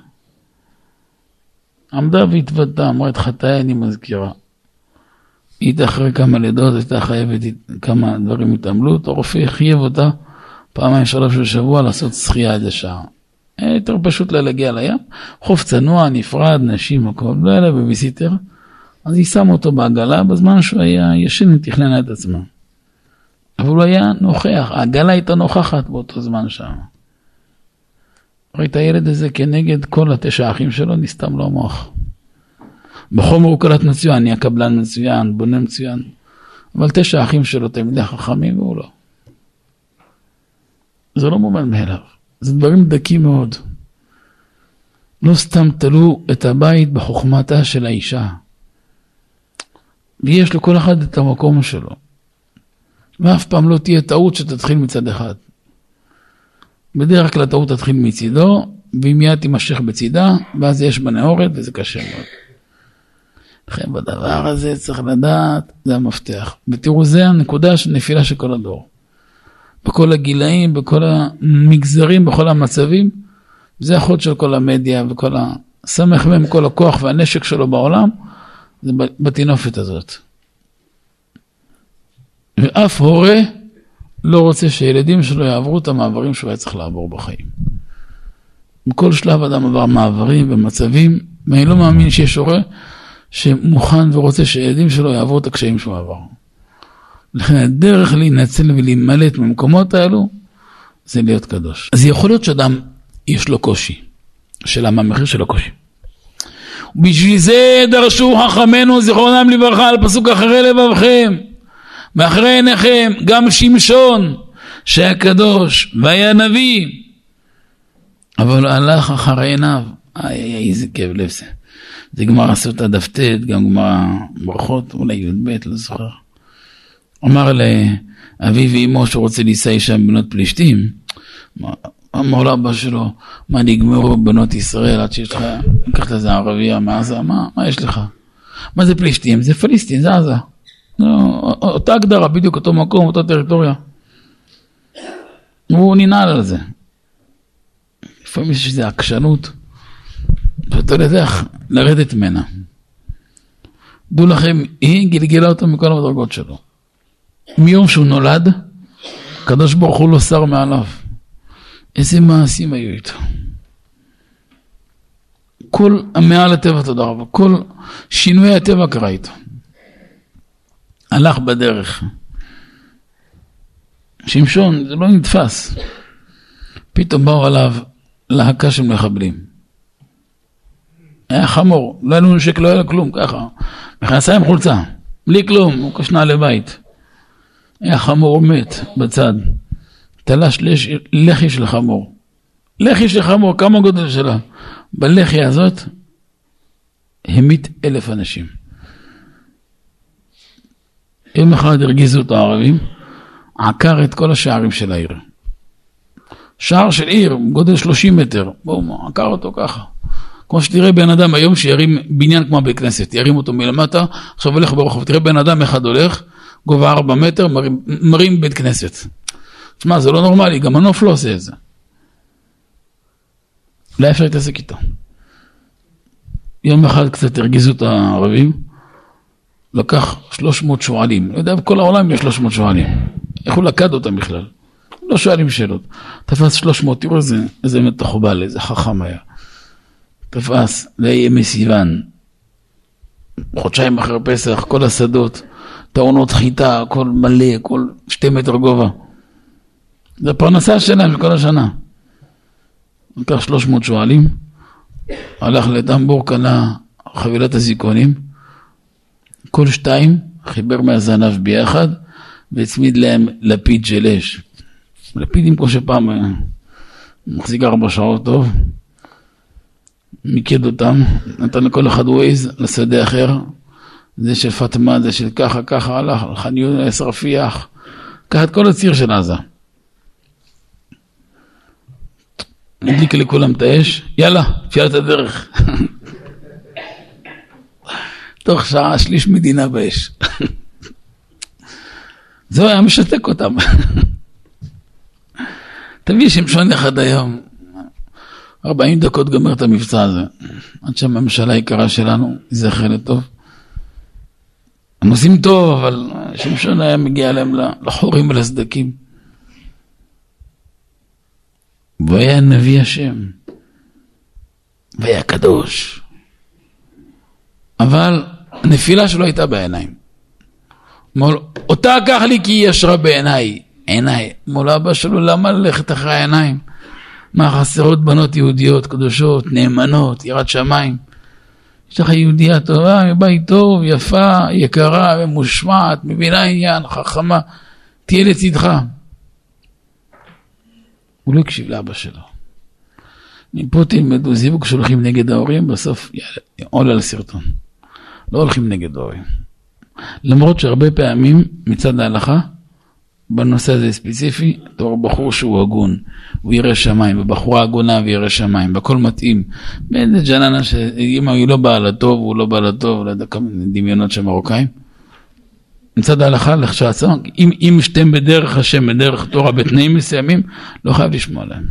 עמדה והתוודתה, אמרה את חטאי אני מזכירה. היא אחרי כמה לידות, הייתה חייבת כמה דברים התעמלות, הרופא חייב אותה פעמיים שלוש בשבוע לעשות שחייה עד השעה. יותר פשוט לה להגיע לים, חוף צנוע, נפרד, נשים, הכל, לא היה לה בביסיטר, אז היא שמה אותו בעגלה, בזמן שהוא היה ישן ותכננה את עצמה. אבל הוא היה נוכח, העגלה הייתה נוכחת באותו זמן שם. ראית הילד הזה כנגד כל התשע אחים שלו, נסתם לו המוח. בחומר הוא קלט מצוין, נהיה קבלן מצוין, בונה מצוין, אבל תשע אחים שלו תלמידי חכמים והוא לא. זה לא מובן מאליו, זה דברים דקים מאוד. לא סתם תלו את הבית בחוכמתה של האישה. ויש לכל אחד את המקום שלו. ואף פעם לא תהיה טעות שתתחיל מצד אחד. בדרך כלל טעות תתחיל מצידו, והיא מיד תימשך בצידה, ואז יש בנאורת, וזה קשה מאוד. לכן בדבר הזה צריך לדעת, זה המפתח. ותראו, זה הנקודה של נפילה של כל הדור. בכל הגילאים, בכל המגזרים, בכל המצבים, זה החוד של כל המדיה, וכל הסמך מהם, כל הכוח והנשק שלו בעולם, זה בתינופת הזאת. ואף הורה לא רוצה שילדים שלו יעברו את המעברים שהוא היה צריך לעבור בחיים. בכל שלב אדם עבר מעברים ומצבים, ואני לא מאמין שיש הורה שמוכן ורוצה שילדים שלו יעברו את הקשיים שהוא עבר. לכן הדרך להינצל ולהימלט ממקומות האלו, זה להיות קדוש. אז יכול להיות שאדם יש לו קושי. שאלה מה המחיר של הקושי. ובשביל זה דרשו חכמינו זיכרונם לברכה על פסוק אחרי לבבכם ואחרי עיניכם, גם שמשון שהיה קדוש והיה נביא, אבל הלך אחרי עיניו. איי איי איי, איזה כאב לב זה. זה גמר עשרת דף ט', גם גמר ברכות, אולי י' ב', לא זוכר. אמר לאבי ואימו שהוא רוצה להישא שם בנות פלישתים, אמר לאבא שלו, מה נגמרו בנות ישראל עד שיש לך, לקחת לזה ערבייה מעזה, מה, מה יש לך? מה זה פלישתים? זה פליסטין, זה עזה. לא, אותה הגדרה, בדיוק אותו מקום, אותה טריטוריה. הוא ננעל על זה. לפעמים יש איזו עקשנות, ואתה לא יודע איך לרדת ממנה. דעו לכם, היא גלגלה אותו מכל המדרגות שלו. מיום שהוא נולד, הקדוש ברוך הוא לא שר מעליו. איזה מעשים היו איתו. כל המעל הטבע, תודה רבה, כל שינוי הטבע קרה איתו. הלך בדרך. שמשון, זה לא נתפס. פתאום באו עליו להקה של מחבלים. היה חמור, לא היה לו נשק, לא היה לו כלום, ככה. מכנסה עם חולצה, בלי כלום, הוא קשנה לבית. היה חמור מת בצד. תלש לחי של חמור. לחי של חמור, כמה גודל שלה? בלחי הזאת, המית אלף אנשים. יום אחד הרגיזו אותו הערבים, עקר את כל השערים של העיר. שער של עיר, גודל שלושים מטר, בואו, עקר אותו ככה. כמו שתראה בן אדם היום שירים בניין כמו בכנסת, ירים אותו מלמטה, עכשיו הולך ברחוב, תראה בן אדם אחד הולך, גובה ארבע מטר, מרים, מרים בית כנסת. תשמע, זה לא נורמלי, גם הנוף לא עושה את זה. לא אפשר להתעסק איתו. יום אחד קצת הרגיזו את הערבים, לקח שלוש מאות שואלים, לא יודע, בכל העולם יש שלוש מאות שואלים. איך הוא לקד אותם בכלל? לא שואלים שאלות. תפס שלוש מאות, תראו איזה, איזה מתחובל, איזה חכם היה. תפס, לימי סיוון, חודשיים אחר פסח, כל השדות, טעונות חיטה, הכל מלא, הכל שתי מטר גובה. זה פרנסה שלהם כל השנה. לקח שלוש מאות שואלים, הלך לטמבור, קנה חבילת הזיכונים, כל שתיים חיבר מהזנב ביחד, והצמיד להם לפיד של אש. לפידים כמו שפעם מחזיק ארבע שעות טוב, מיקד אותם, נתן לכל אחד ווייז לשדה אחר, זה של פטמה, זה של ככה, ככה, הלך, חניון עשרפיח, קח את כל הציר של עזה. נדליק לכולם את האש, יאללה, אפשר את הדרך. תוך שעה שליש מדינה באש. זהו, היה משתק אותם. תביא שמשון אחד היום, ארבעים דקות גמר את המבצע הזה, עד שהממשלה היקרה שלנו, זכר לטוב. הם עושים טוב, אבל שמשון היה מגיע להם לחורים ולסדקים. והיה נביא השם, והיה קדוש. אבל הנפילה שלו הייתה בעיניים. מול, אותה קח לי כי היא ישרה בעיניי, עיניי. מול אבא שלו, למה ללכת אחרי העיניים? מה חסרות בנות יהודיות, קדושות, נאמנות, יראת שמיים. יש לך יהודיה טובה, מבית טוב, יפה, יקרה, ומושמעת, מבינה עניין, חכמה, תהיה לצדך. הוא לא הקשיב לאבא שלו. מפה תלמדו זיווג שהולכים נגד ההורים, בסוף עולה על סרטון. לא הולכים נגד ההורים. למרות שהרבה פעמים מצד ההלכה, בנושא הזה ספציפי, תור בחור שהוא הגון, הוא ירא שמיים, ובחורה הגונה וירא שמיים, בכל מתאים. באיזה ג'ננה שאם היא לא באה לטוב, הוא לא בא לטוב, לא יודע כמה דמיונות של מרוקאים. מצד ההלכה, לחשעצה, אם, אם שתם בדרך השם, בדרך תורה, בתנאים מסוימים, לא חייב לשמוע להם.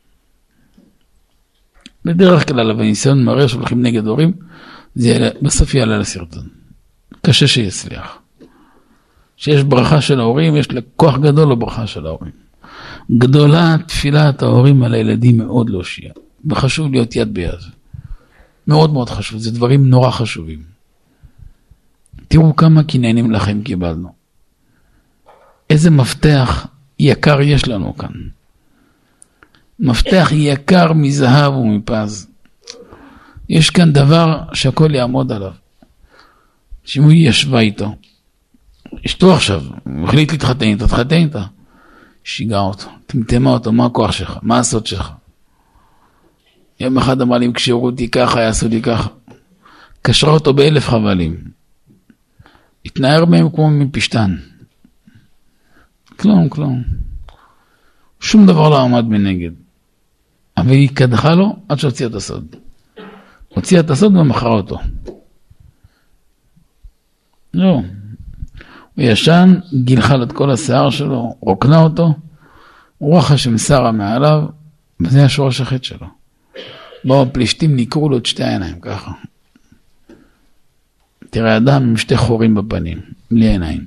בדרך כלל, אבל ניסיון מראה שהולכים נגד הורים, זה יעלה, בסוף יעלה לסרטון. קשה שיצליח. שיש ברכה של ההורים, יש לכוח גדול לברכה של ההורים. גדולה תפילת ההורים על הילדים מאוד להושיע. וחשוב להיות יד ביד. מאוד מאוד חשוב, זה דברים נורא חשובים. תראו כמה קניינים לכם קיבלנו. איזה מפתח יקר יש לנו כאן. מפתח יקר מזהב ומפז. יש כאן דבר שהכל יעמוד עליו. שאם היא ישבה איתו, אשתו עכשיו, הוא החליט להתחתן איתה, תתחתן איתה. שיגע אותו, תמתמה אותו, מה הכוח שלך, מה הסוד שלך. יום אחד אמר לי, כשהראו אותי ככה, יעשו לי ככה. קשרה אותו באלף חבלים. התנער מהם כמו מפשטן. כלום, כלום. שום דבר לא עמד מנגד. אבל היא קדחה לו עד שהוציאה את הסוד. הוציאה את הסוד ומכרה אותו. לא. הוא ישן, גילחה לו את כל השיער שלו, רוקנה אותו, רוח השם שרה מעליו, וזה השורש החטא שלו. באו הפלישתים, ניקרו לו את שתי העיניים, ככה. תראה אדם עם שתי חורים בפנים, בלי עיניים.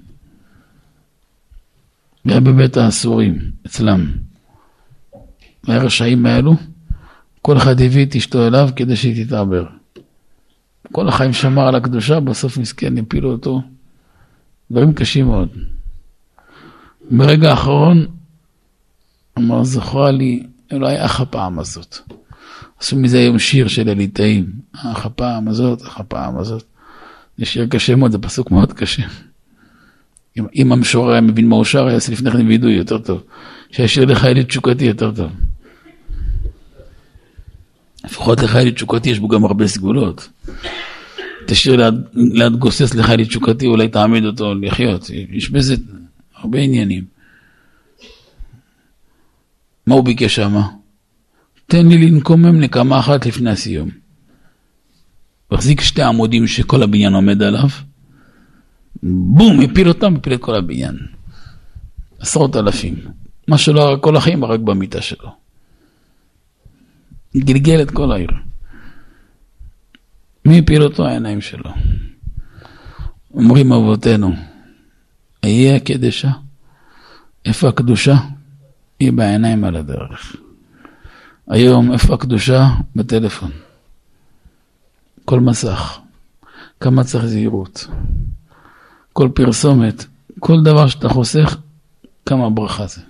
והיה בבית האסורים, אצלם. והרשעים האלו, כל אחד הביא את אשתו אליו כדי שהיא תתעבר. כל החיים שמר על הקדושה, בסוף מסכן, הפילו אותו. דברים קשים מאוד. ברגע האחרון, אמר, זכרה לי, אולי אח הפעם הזאת. עשו מזה היום שיר של הליטאים. אח הפעם הזאת, אח הפעם הזאת. זה שיר קשה מאוד, זה פסוק מאוד קשה. אם, אם המשורר היה מבין מה הוא שר, היה עושה לפני כן וידוי יותר טוב. שהשיר לחיילי תשוקתי יותר טוב. לפחות לחיילי תשוקתי יש בו גם הרבה סגולות. תשאיר ליד, ליד גוסס לחיילי תשוקתי, אולי תעמיד אותו לחיות. יש בזה הרבה עניינים. מה הוא ביקש שמה? תן לי לנקומם נקמה אחת לפני הסיום. והחזיק שתי עמודים שכל הבניין עומד עליו. בום, הפיל אותם, הפיל את כל הבניין. עשרות אלפים. מה שלא כל החיים, רק במיטה שלו. גלגל את כל העיר. מי הפיל אותו? העיניים שלו. אומרים אבותינו, אהיה הקדשה, איפה הקדושה? היא בעיניים על הדרך. היום איפה הקדושה? בטלפון. כל מסך. כמה צריך זהירות. כל פרסומת, כל דבר שאתה חוסך, כמה ברכה זה.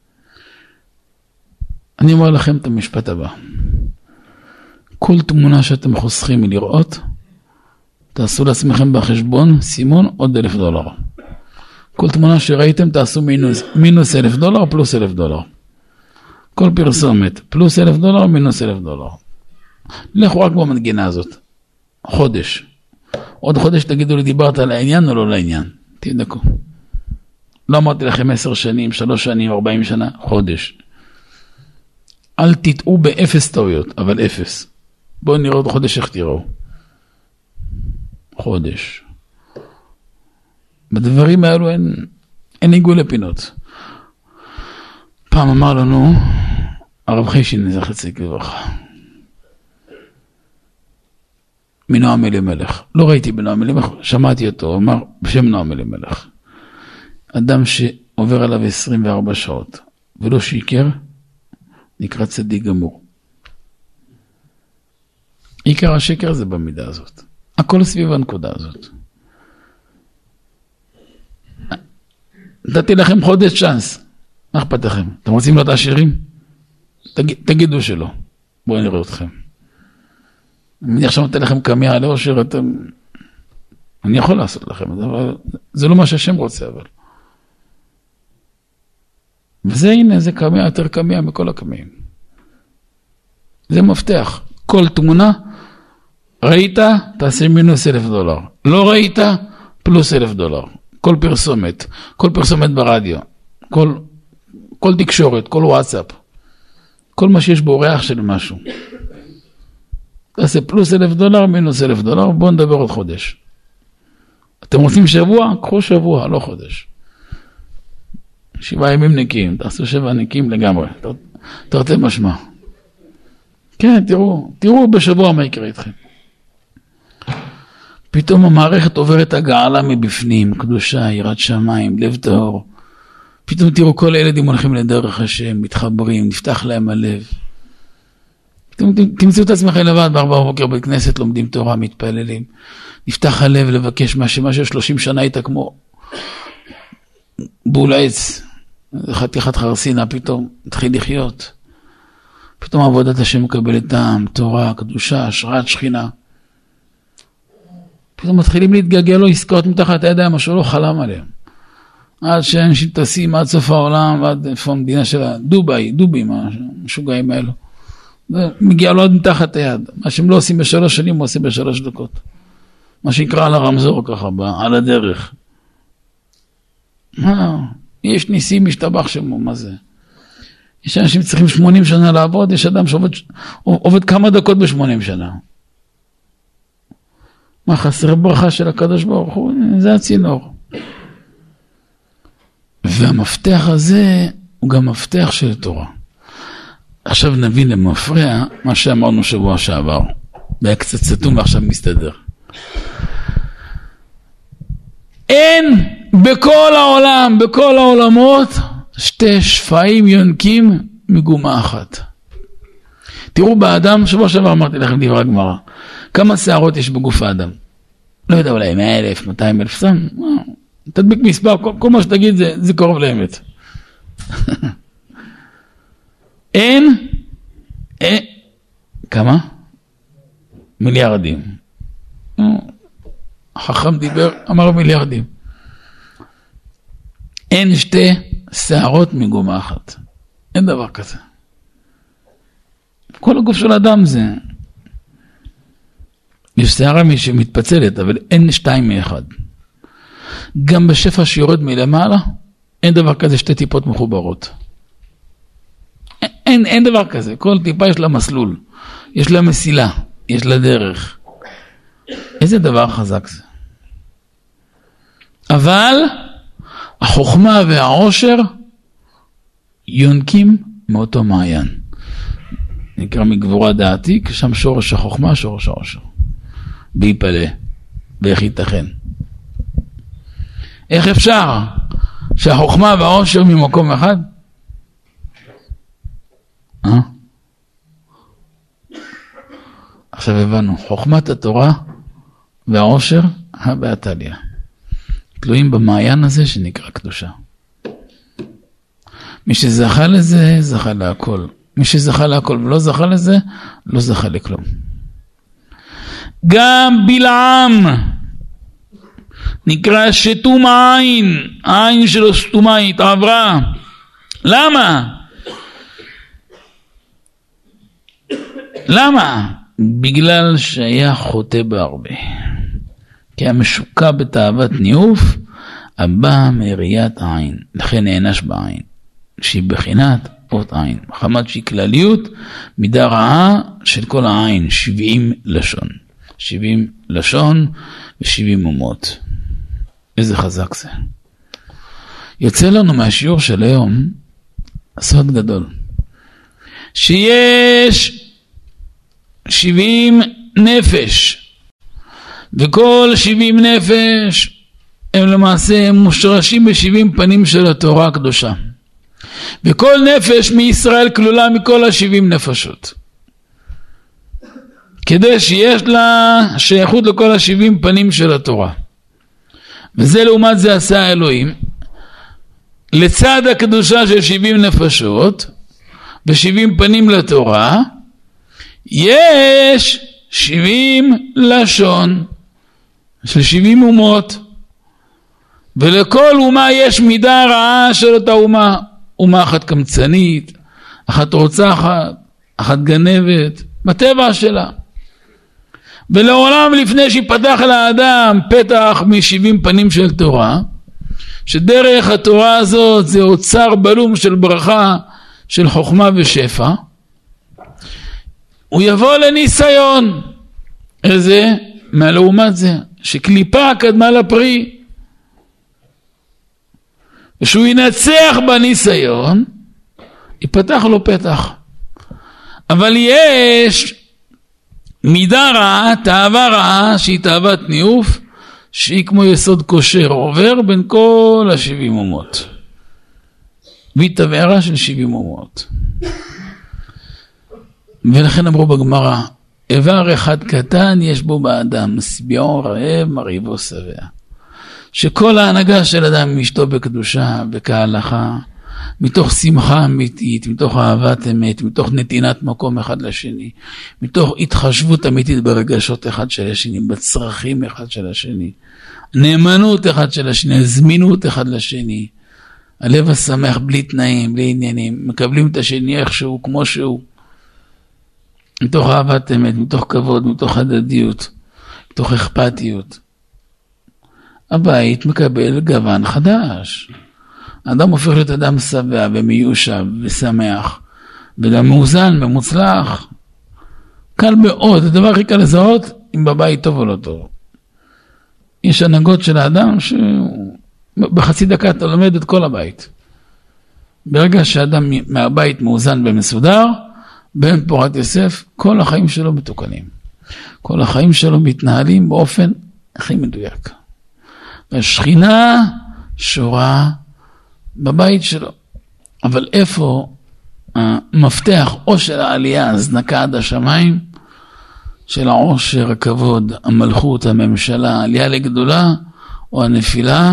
אני אומר לכם את המשפט הבא. כל תמונה שאתם חוסכים מלראות, תעשו לעצמכם בחשבון סימון עוד אלף דולר. כל תמונה שראיתם תעשו מינוס, מינוס אלף דולר פלוס אלף דולר. כל פרסומת פלוס אלף דולר מינוס אלף דולר. לכו רק במנגינה הזאת. חודש. עוד חודש תגידו לי דיברת על העניין או לא לעניין. תבדקו. לא אמרתי לכם עשר שנים, שלוש שנים, ארבעים שנה, חודש. אל תטעו באפס טעויות, אבל אפס. בואו נראה עוד חודש איך תראו. חודש. בדברים האלו אין, אין עיגול לפינות. פעם אמר לנו, הרב חישין זכר צדיק לברכה. מנועם אלימלך. לא ראיתי בנועם אלימלך, שמעתי אותו, הוא אמר בשם נועם אלימלך. אדם שעובר עליו עשרים וארבע שעות, ולא שיקר, נקרא צדיק גמור. עיקר השקר זה במידה הזאת. הכל סביב הנקודה הזאת. נתתי לכם חודש צ'אנס. מה אכפת לכם? אתם רוצים להיות עשירים? תגיד, תגידו שלא. בואו נראה אתכם. אני עכשיו נותן לכם קמיעה לאושר, אתם... אני יכול לעשות לכם את זה, אבל זה לא מה שהשם רוצה, אבל... וזה הנה, זה קמיעה יותר קמיעה מכל הקמיעים. זה מפתח. כל תמונה, ראית, תעשה מינוס אלף דולר. לא ראית, פלוס אלף דולר. כל פרסומת, כל פרסומת ברדיו, כל, כל תקשורת, כל וואטסאפ, כל מה שיש בו ריח של משהו. תעשה פלוס אלף דולר, מינוס אלף דולר, בואו נדבר עוד חודש. אתם רוצים שבוע? קחו שבוע, לא חודש. שבעה ימים נקיים, תעשו שבע נקיים לגמרי, תרתי משמע. כן, תראו, תראו בשבוע מה יקרה איתכם. פתאום המערכת עוברת הגעלה מבפנים, קדושה, יראת שמיים, לב טהור. פתאום תראו כל הילדים הולכים לדרך השם, מתחברים, נפתח להם הלב. פתאום תמצאו את עצמכם לבד, בארבע בבוקר בית כנסת, לומדים תורה, מתפללים. נפתח הלב לבקש מה שמה שלושים שנה הייתה כמו בול עץ, חתיכת חרסינה, פתאום התחיל לחיות. פתאום עבודת השם מקבלת טעם, תורה, קדושה, השראת שכינה. פתאום מתחילים להתגלגל לו עסקאות מתחת הידיים, משהו לא חלם עליהם. עד שאנשים טסים עד סוף העולם, ועד איפה המדינה שלה, דובי, דובי, המשוגעים האלו. מגיע לו עד מתחת היד. מה שהם לא עושים בשלוש שנים, הוא עושה בשלוש דקות. מה שיקרא על הרמזור ככה, על הדרך. מה? יש ניסים משתבח שמו, מה זה? יש אנשים צריכים שמונים שנה לעבוד, יש אדם שעובד עובד כמה דקות בשמונים שנה. מה חסר ברכה של הקדוש ברוך הוא? זה הצינור. והמפתח הזה הוא גם מפתח של תורה. עכשיו נבין למפרע מה שאמרנו שבוע שעבר. היה קצת סתום ועכשיו מסתדר. אין בכל העולם, בכל העולמות, שתי שפעים יונקים מגומה אחת. תראו באדם, שבוע שעבר אמרתי לכם דברי הגמרא, כמה שערות יש בגוף האדם? לא יודע, אולי מאה אלף, מאתיים אלף, סתם, תדביק מספר, כל, כל מה שתגיד זה, זה קרוב לאמת. אין, אין, כמה? מיליארדים. החכם דיבר, אמר מיליארדים. אין שתי שערות מגומה אחת. אין דבר כזה. כל הגוף של האדם זה... יש שערה שמתפצלת, אבל אין שתיים מאחד. גם בשפע שיורד מלמעלה, אין דבר כזה שתי טיפות מחוברות. אין, אין דבר כזה. כל טיפה יש לה מסלול. יש לה מסילה. יש לה דרך. איזה דבר חזק זה. אבל החוכמה והעושר יונקים מאותו מעיין. נקרא מגבורה דעתי, כשם שורש החוכמה, שורש העושר. ביפלה, ואיך ייתכן. איך אפשר שהחוכמה והעושר ממקום אחד? אה? עכשיו הבנו, חוכמת התורה והעושר הבאתליה. תלויים במעיין הזה שנקרא קדושה. מי שזכה לזה, זכה להכל. מי שזכה להכל ולא זכה לזה, לא זכה לכלום. גם בלעם נקרא שתום העין, העין שלו סתומה התעברה. למה? למה? בגלל שהיה חוטא בהרבה. כי המשוקע בתאוות ניאוף, הבא מראיית העין, לכן נענש בעין, שהיא בחינת אות עין. מחמת שהיא כלליות, מידה רעה של כל העין, שבעים לשון. שבעים לשון ושבעים אומות. איזה חזק זה. יוצא לנו מהשיעור של היום, סוד גדול. שיש שבעים נפש, וכל שבעים נפש הם למעשה מושרשים בשבעים פנים של התורה הקדושה. וכל נפש מישראל כלולה מכל השבעים נפשות. כדי שיש לה שייכות לכל השבעים פנים של התורה. וזה לעומת זה עשה האלוהים. לצד הקדושה של שבעים נפשות, ושבעים פנים לתורה, יש שבעים לשון של שבעים אומות, ולכל אומה יש מידה רעה של אותה אומה. אומה אחת קמצנית, אחת רוצחת, אחת גנבת, בטבע שלה. ולעולם לפני שיפתח לאדם פתח משבעים פנים של תורה, שדרך התורה הזאת זה אוצר בלום של ברכה, של חוכמה ושפע, הוא יבוא לניסיון. איזה? מהלעומת זה, שקליפה קדמה לפרי. ושהוא ינצח בניסיון, ייפתח לו פתח. אבל יש מידה רעה, תאווה רעה, שהיא תאוות ניאוף, שהיא כמו יסוד כושר, עובר בין כל השבעים אומות. והיא תבערה של שבעים אומות. ולכן אמרו בגמרא, איבר אחד קטן יש בו באדם, משביעו רעב, מרעיבו שבע. שכל ההנהגה של אדם משתו בקדושה, בכהלכה, מתוך שמחה אמיתית, מתוך אהבת אמת, מתוך נתינת מקום אחד לשני, מתוך התחשבות אמיתית ברגשות אחד של השני, בצרכים אחד של השני, נאמנות אחד של השני, זמינות אחד לשני, הלב השמח בלי תנאים, בלי עניינים, מקבלים את השני איכשהו כמו שהוא, מתוך אהבת אמת, מתוך כבוד, מתוך הדדיות, מתוך אכפתיות. הבית מקבל גוון חדש. האדם הופך להיות אדם שבע ומיושב ושמח, וגם מאוזן ומוצלח. קל מאוד, הדבר הכי קל לזהות אם בבית טוב או לא טוב. יש הנהגות של האדם שבחצי דקה אתה לומד את כל הבית. ברגע שאדם מהבית מאוזן ומסודר, בן פורת יוסף, כל החיים שלו מתוקנים. כל החיים שלו מתנהלים באופן הכי מדויק. והשכינה שורה בבית שלו. אבל איפה המפתח או של העלייה, הזנקה עד השמיים, של העושר, הכבוד, המלכות, הממשלה, העלייה לגדולה, או הנפילה,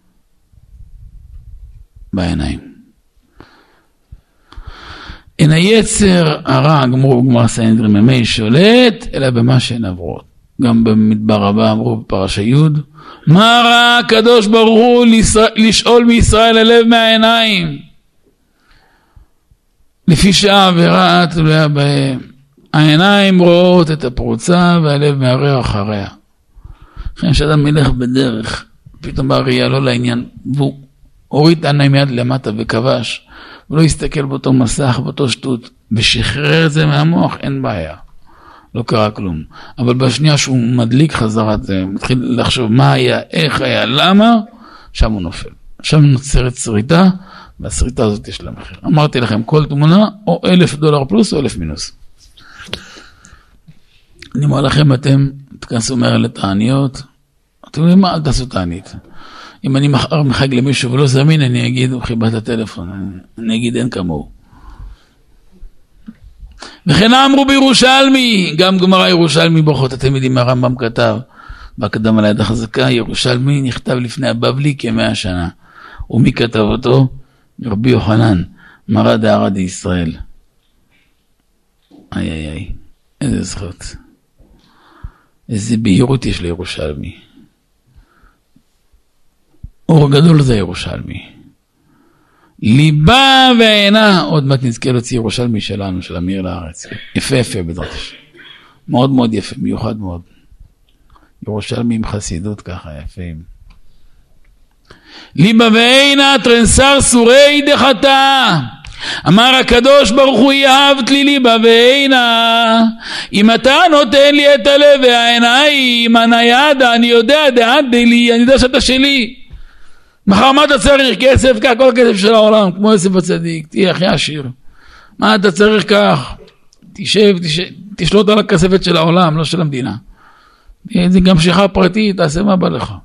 בעיניים. אין היצר הרע, גמרו בגמר סנהדרין ממי שולט, אלא במה שהן עברות. גם במדבר הבא אמרו בפרשה י' מה רע הקדוש ברוך הוא לשאול מישראל הלב מהעיניים, לפי שהעבירה תלויה בהם. העיניים רואות את הפרוצה והלב מערער אחריה. לכן שאדם מלך בדרך, פתאום בראייה לא לעניין, והוא הוריד את העיניים יד למטה וכבש, הוא לא הסתכל באותו מסך, באותו שטות, ושחרר את זה מהמוח, אין בעיה. לא קרה כלום. אבל בשנייה שהוא מדליק חזרה, זה מתחיל לחשוב מה היה, איך היה, למה, שם הוא נופל. שם נוצרת שריטה, והשריטה הזאת יש לה מחיר. אמרתי לכם, כל תמונה, או אלף דולר פלוס או אלף מינוס. אני אומר לכם, אתם תכנסו מהר לתעניות, אתם יודעים מה, אל תעשו תענית. אם אני מחר מחג למישהו ולא זמין, אני אגיד, הוא חיבה את הטלפון, אני, אני אגיד אין כמוהו. וכן אמרו בירושלמי, גם גמרא ירושלמי ברכות התלמידים, הרמב"ם כתב, בהקדמה ליד החזקה, ירושלמי נכתב לפני הבבלי כמאה שנה. ומי כתב אותו? רבי יוחנן, מרא דארעא דישראל. איי איי איי, איזה זכות. איזה בהירות יש לירושלמי. אור גדול זה ירושלמי. ליבה ועינה, עוד מעט נזכה להוציא ירושלמי שלנו, של אמיר לארץ. יפה יפה בעזרת השם. מאוד מאוד יפה, מיוחד מאוד. ירושלמי עם חסידות ככה, יפים. ליבה ועינה טרנסר סורי דחתה. אמר הקדוש ברוך הוא יאהבת לי ליבה ועינה, אם אתה נותן לי את הלב והעיניים, הניידה, אני יודע דעת לי, אני יודע שאתה שלי. מחר מה אתה צריך? כסף, כך, כל הכסף של העולם, כמו יוסף הצדיק, תהיה הכי עשיר. מה אתה צריך כך? תשב, תשב, תשלוט על הכספת של העולם, לא של המדינה. זה גם שיחה פרטית, תעשה מה בא לך.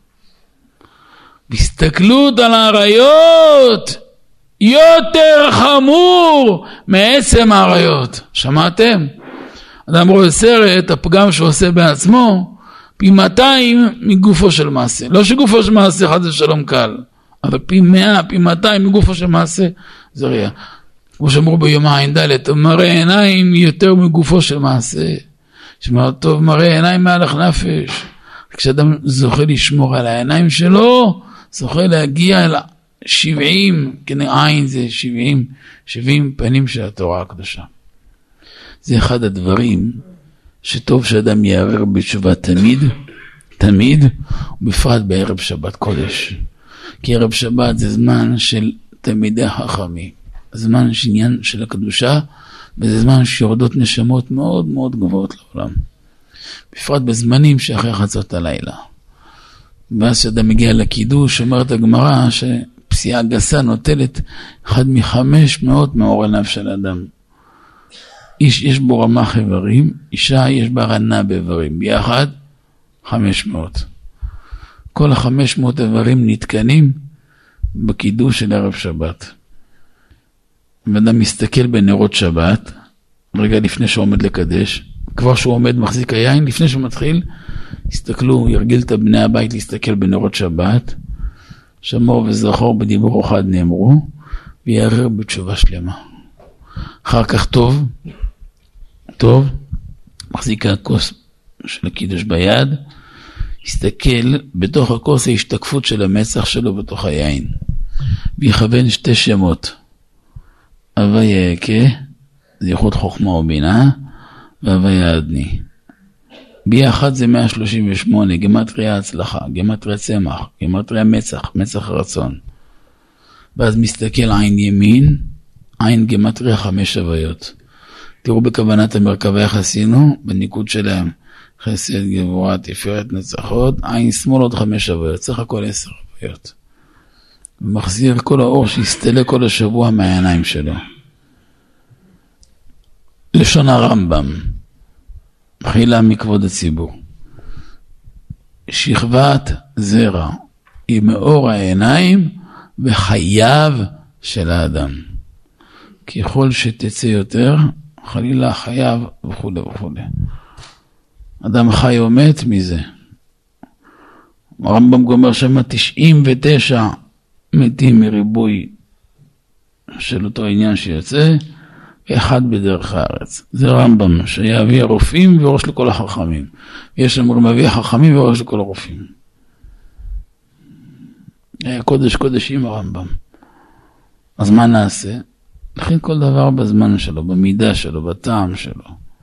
בהסתכלות על העריות, יותר חמור מעצם העריות. שמעתם? אדם רואה סרט, הפגם שהוא עושה בעצמו, פי מאתיים מגופו של מעשה. לא שגופו של מעשה חד ושלום קל, אבל פי מאה, פי מאתיים מגופו של מעשה, זה ראייה. כמו שאמרו ביום העין ד', מראה עיניים יותר מגופו של מעשה. שמע טוב, מראה עיניים מהלך נפש. כשאדם זוכה לשמור על העיניים שלו, זוכה להגיע אל שבעים, כן, עין זה שבעים, שבעים פנים של התורה הקדושה. זה אחד הדברים שטוב שאדם יערר בתשובה תמיד, תמיד, ובפרט בערב שבת קודש. כי ערב שבת זה זמן של תלמידי חכמים, זמן שעניין של הקדושה, וזה זמן שיורדות נשמות מאוד מאוד גבוהות לעולם. בפרט בזמנים שאחרי חצות הלילה. ואז שאדם מגיע לקידוש, אומרת הגמרא שפסיעה גסה נוטלת אחד מחמש מאות מאור עיניו של אדם. איש יש בו רמ"ח איברים, אישה יש בה רנה באיברים, ביחד חמש מאות. כל החמש מאות איברים נתקנים בקידוש של ערב שבת. ואדם מסתכל בנרות שבת, רגע לפני שהוא עומד לקדש, כבר שהוא עומד מחזיק היין, לפני שהוא מתחיל, הסתכלו, ירגיל את בני הבית להסתכל בנרות שבת, שמור וזכור בדיבור אחד נאמרו, ויערר בתשובה שלמה. אחר כך טוב, טוב, מחזיק הכוס של הקידוש ביד, הסתכל בתוך הכוס ההשתקפות של המצח שלו בתוך היין, ויכוון שתי שמות, הוויה יקה, זה ייחוד חוכמה ובינה, והוויה אדני. ביחד זה מאה שלושים ושמונה, גמטריה הצלחה, גמטריה צמח, גמטריה מצח, מצח רצון. ואז מסתכל עין ימין, עין גמטריה חמש הוויות. תראו בכוונת המרכבה איך עשינו, בניקוד שלהם, חסד, גבורה, תפארת, נצחות, עין שמאל עוד חמש הוויות, צריך הכל עשר הוויות. ומחזיר כל האור שיסתלה כל השבוע מהעיניים שלו. לשון הרמב"ם, מחילה מכבוד הציבור. שכבת זרע היא מאור העיניים וחייו של האדם. ככל שתצא יותר, חלילה חייו וכו' וכו'. אדם חי או מת מזה. הרמב"ם גומר שם תשעים ותשע מתים מריבוי של אותו עניין שיוצא, אחד בדרך הארץ. זה רמב"ם שהיה אבי הרופאים וראש לכל החכמים. יש אמורים אבי החכמים וראש לכל הרופאים. היה קודש קודשים הרמב"ם. אז מה נעשה? לכן כל דבר בזמן שלו, במידה שלו, בטעם שלו.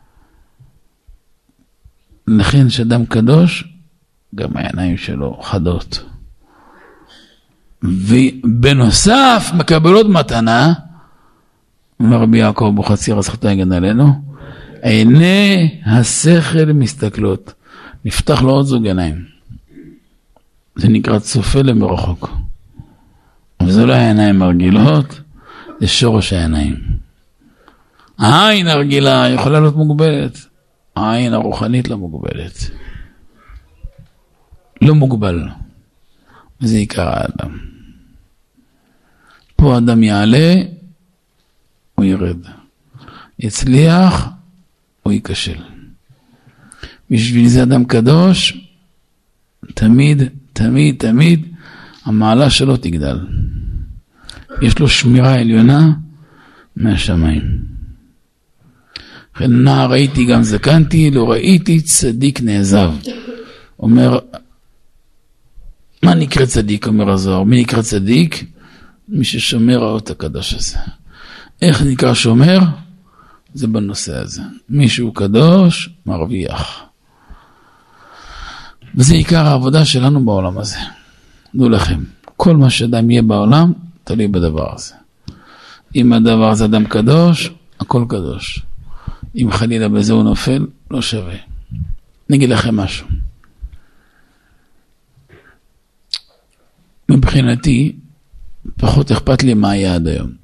לכן שאדם קדוש, גם העיניים שלו חדות. ובנוסף מקבלות מתנה, אומר רבי יעקב אבוחצירא זכותו יגן עלינו, עיני השכל מסתכלות. נפתח לו עוד זוג עיניים. זה נקרא צופה למרחוק. אבל זה לא העיניים הרגילות, זה שורש העיניים. העין הרגילה יכולה להיות מוגבלת. העין הרוחנית לא מוגבלת. לא מוגבל. וזה עיקר האדם. פה האדם יעלה, הוא ירד. יצליח, הוא ייכשל. בשביל זה אדם קדוש, תמיד, תמיד, תמיד, המעלה שלו תגדל. יש לו שמירה עליונה מהשמיים. נער ראיתי גם זקנתי, לא ראיתי צדיק נעזב. אומר, מה נקרא צדיק? אומר הזוהר. מי נקרא צדיק? מי ששומר האות הקדוש הזה. איך נקרא שומר? זה בנושא הזה. מישהו קדוש, מרוויח. וזה עיקר העבודה שלנו בעולם הזה. דעו לכם, כל מה שאדם יהיה בעולם, תלוי בדבר הזה. אם הדבר הזה אדם קדוש, הכל קדוש. אם חלילה בזה הוא נופל, לא שווה. נגיד לכם משהו. מבחינתי, פחות אכפת לי מה היה עד היום.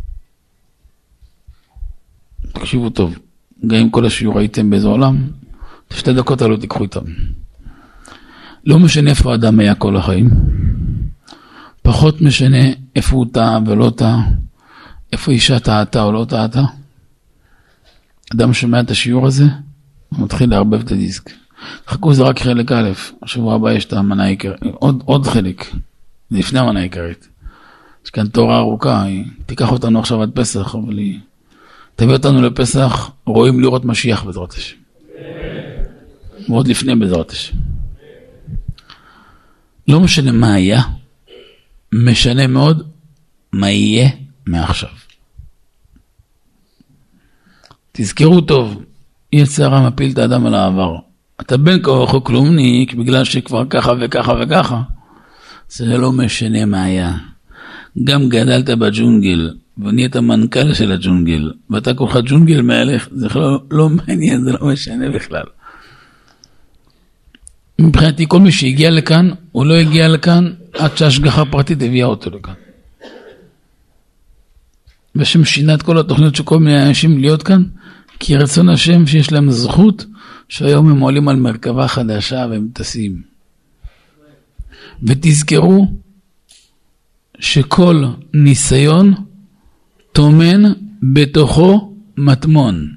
תקשיבו טוב, גם אם כל השיעור הייתם באיזה עולם, שתי דקות עלו תיקחו איתם. לא משנה איפה האדם היה כל החיים, פחות משנה איפה הוא טעה ולא טעה, איפה אישה טעתה או לא טעתה. אדם שומע את השיעור הזה, הוא מתחיל להרבב את הדיסק. חכו, זה רק חלק א', השבוע הבא יש את המנה העיקרית, עוד, עוד חלק, זה לפני המנה העיקרית. יש כאן תורה ארוכה, היא תיקח אותנו עכשיו עד פסח, אבל היא תביא אותנו לפסח, רואים לראות משיח בעזרת השם. ועוד לפני בעזרת השם. לא משנה מה היה, משנה מאוד מה יהיה מעכשיו. תזכרו טוב, יצר הרע מפיל את האדם על העבר. אתה בן כוח או כלומניק, בגלל שכבר ככה וככה וככה, זה לא משנה מה היה. גם גדלת בג'ונגל, ונהיית מנכ"ל של הג'ונגל, ואתה כולך ג'ונגל מהלך, זה לא, לא מעניין, זה לא משנה בכלל. מבחינתי, כל מי שהגיע לכאן, הוא לא הגיע לכאן, עד שהשגחה פרטית הביאה אותו לכאן. ושם שינה את כל התוכניות של כל מיני אנשים להיות כאן, כי רצון השם שיש להם זכות, שהיום הם עולים על מרכבה חדשה והם טסים. ותזכרו, שכל ניסיון תומן בתוכו מטמון.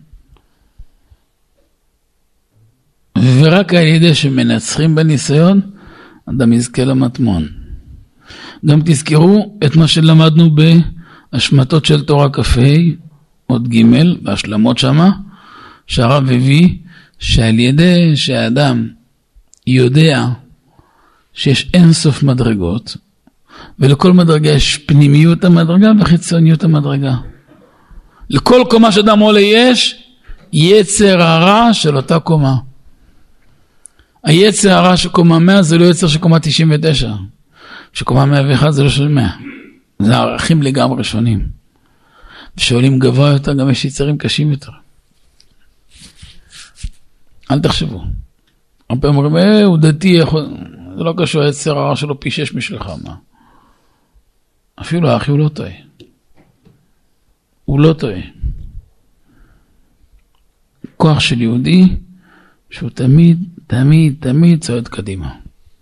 ורק על ידי שמנצחים בניסיון, אדם יזכה למטמון. גם תזכרו את מה שלמדנו בהשמטות של תורה כ"ה, עוד ג' בהשלמות שמה, שהרב הביא שעל ידי שהאדם יודע שיש אין סוף מדרגות, ולכל מדרגה יש פנימיות המדרגה וחיצוניות המדרגה. לכל קומה שאדם עולה יש יצר הרע של אותה קומה. היצר הרע של קומה מאה זה לא יצר של קומה תשעים ותשע. שקומה מאה ואחת זה לא של מאה. זה ערכים לגמרי שונים. כשעולים גבוה יותר גם יש יצרים קשים יותר. אל תחשבו. הרבה אומרים, אה, הוא דתי, זה לא קשור, היצר הרע שלו פי שש משלך, מה? אפילו האחי הוא לא טועה. הוא לא טועה. כוח של יהודי שהוא תמיד, תמיד, תמיד צועד קדימה.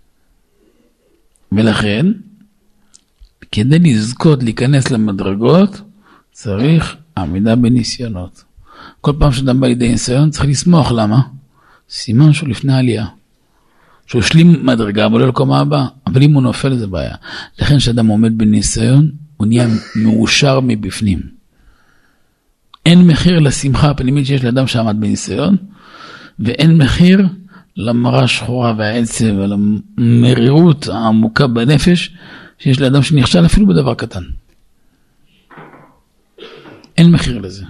ולכן, כדי לזכות להיכנס למדרגות, צריך עמידה בניסיונות. כל פעם שאדם בא לידי ניסיון, צריך לסמוך. למה? סימן שהוא לפני העלייה. שהוא השלים מדרגה, אבל לא לקומה הבאה. אבל אם הוא נופל, זה בעיה. לכן שאדם עומד בניסיון, הוא נהיה מאושר מבפנים. אין מחיר לשמחה הפנימית שיש לאדם שעמד בניסיון, ואין מחיר למראה השחורה והעצב ולמרירות העמוקה בנפש שיש לאדם שנכשל אפילו בדבר קטן. אין מחיר לזה.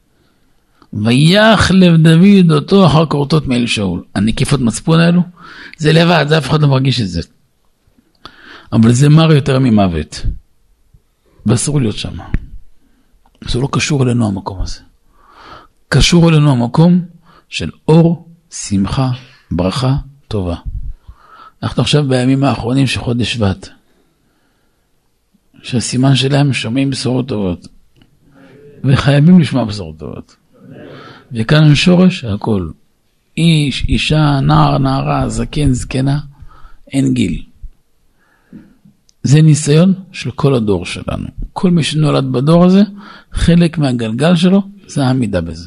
ויח לב דוד אותו אחר קורטות מאל שאול. הנקיפות מצפון האלו, זה לבד, זה אף אחד לא מרגיש את זה. אבל זה מר יותר ממוות. ואסור להיות שם. זה לא קשור אלינו המקום הזה. קשור אלינו המקום של אור, שמחה, ברכה, טובה. אנחנו עכשיו בימים האחרונים של חודש שבט. שהסימן שלהם שומעים בשורות טובות. וחייבים לשמוע בשורות טובות. וכאן שורש הכל. איש, אישה, נער, נערה, זקן, זקנה, אין גיל. זה ניסיון של כל הדור שלנו. כל מי שנולד בדור הזה, חלק מהגלגל שלו, זה העמידה בזה.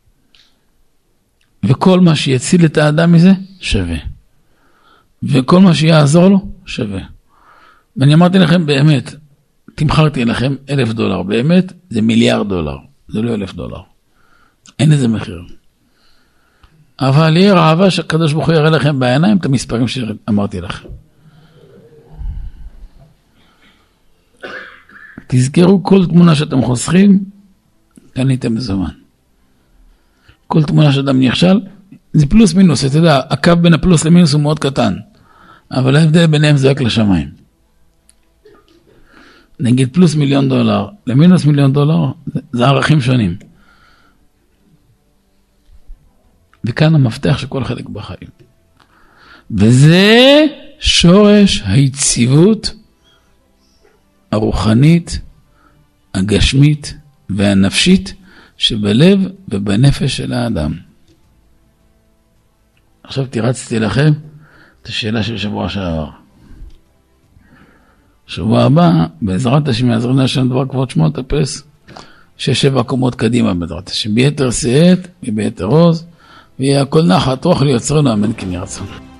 וכל מה שיציל את האדם מזה, שווה. וכל מה שיעזור לו, שווה. ואני אמרתי לכם באמת, תמחרתי לכם אלף דולר, באמת זה מיליארד דולר, זה לא אלף דולר. אין איזה מחיר. אבל יהיה רעבה שהקדוש ברוך הוא יראה לכם בעיניים את המספרים שאמרתי לכם. תזכרו כל תמונה שאתם חוסכים, קניתם בזמן. כל תמונה שאדם נכשל, זה פלוס מינוס, אתה יודע, הקו בין הפלוס למינוס הוא מאוד קטן, אבל ההבדל ביניהם זה רק לשמיים. נגיד פלוס מיליון דולר, למינוס מיליון דולר, זה ערכים שונים. וכאן המפתח של כל חלק בחיים. וזה שורש היציבות הרוחנית, הגשמית והנפשית שבלב ובנפש של האדם. עכשיו תירצתי לכם את השאלה של שבוע שעבר. שבוע הבא, בעזרת השם יעזרנו השם דבר כבוד שמו תפס שש שבע קומות קדימה בעזרת השם, ביתר שאת וביתר עוז, ויהיה הכל נחת רוח ליוצרנו, אמן כן ירצון.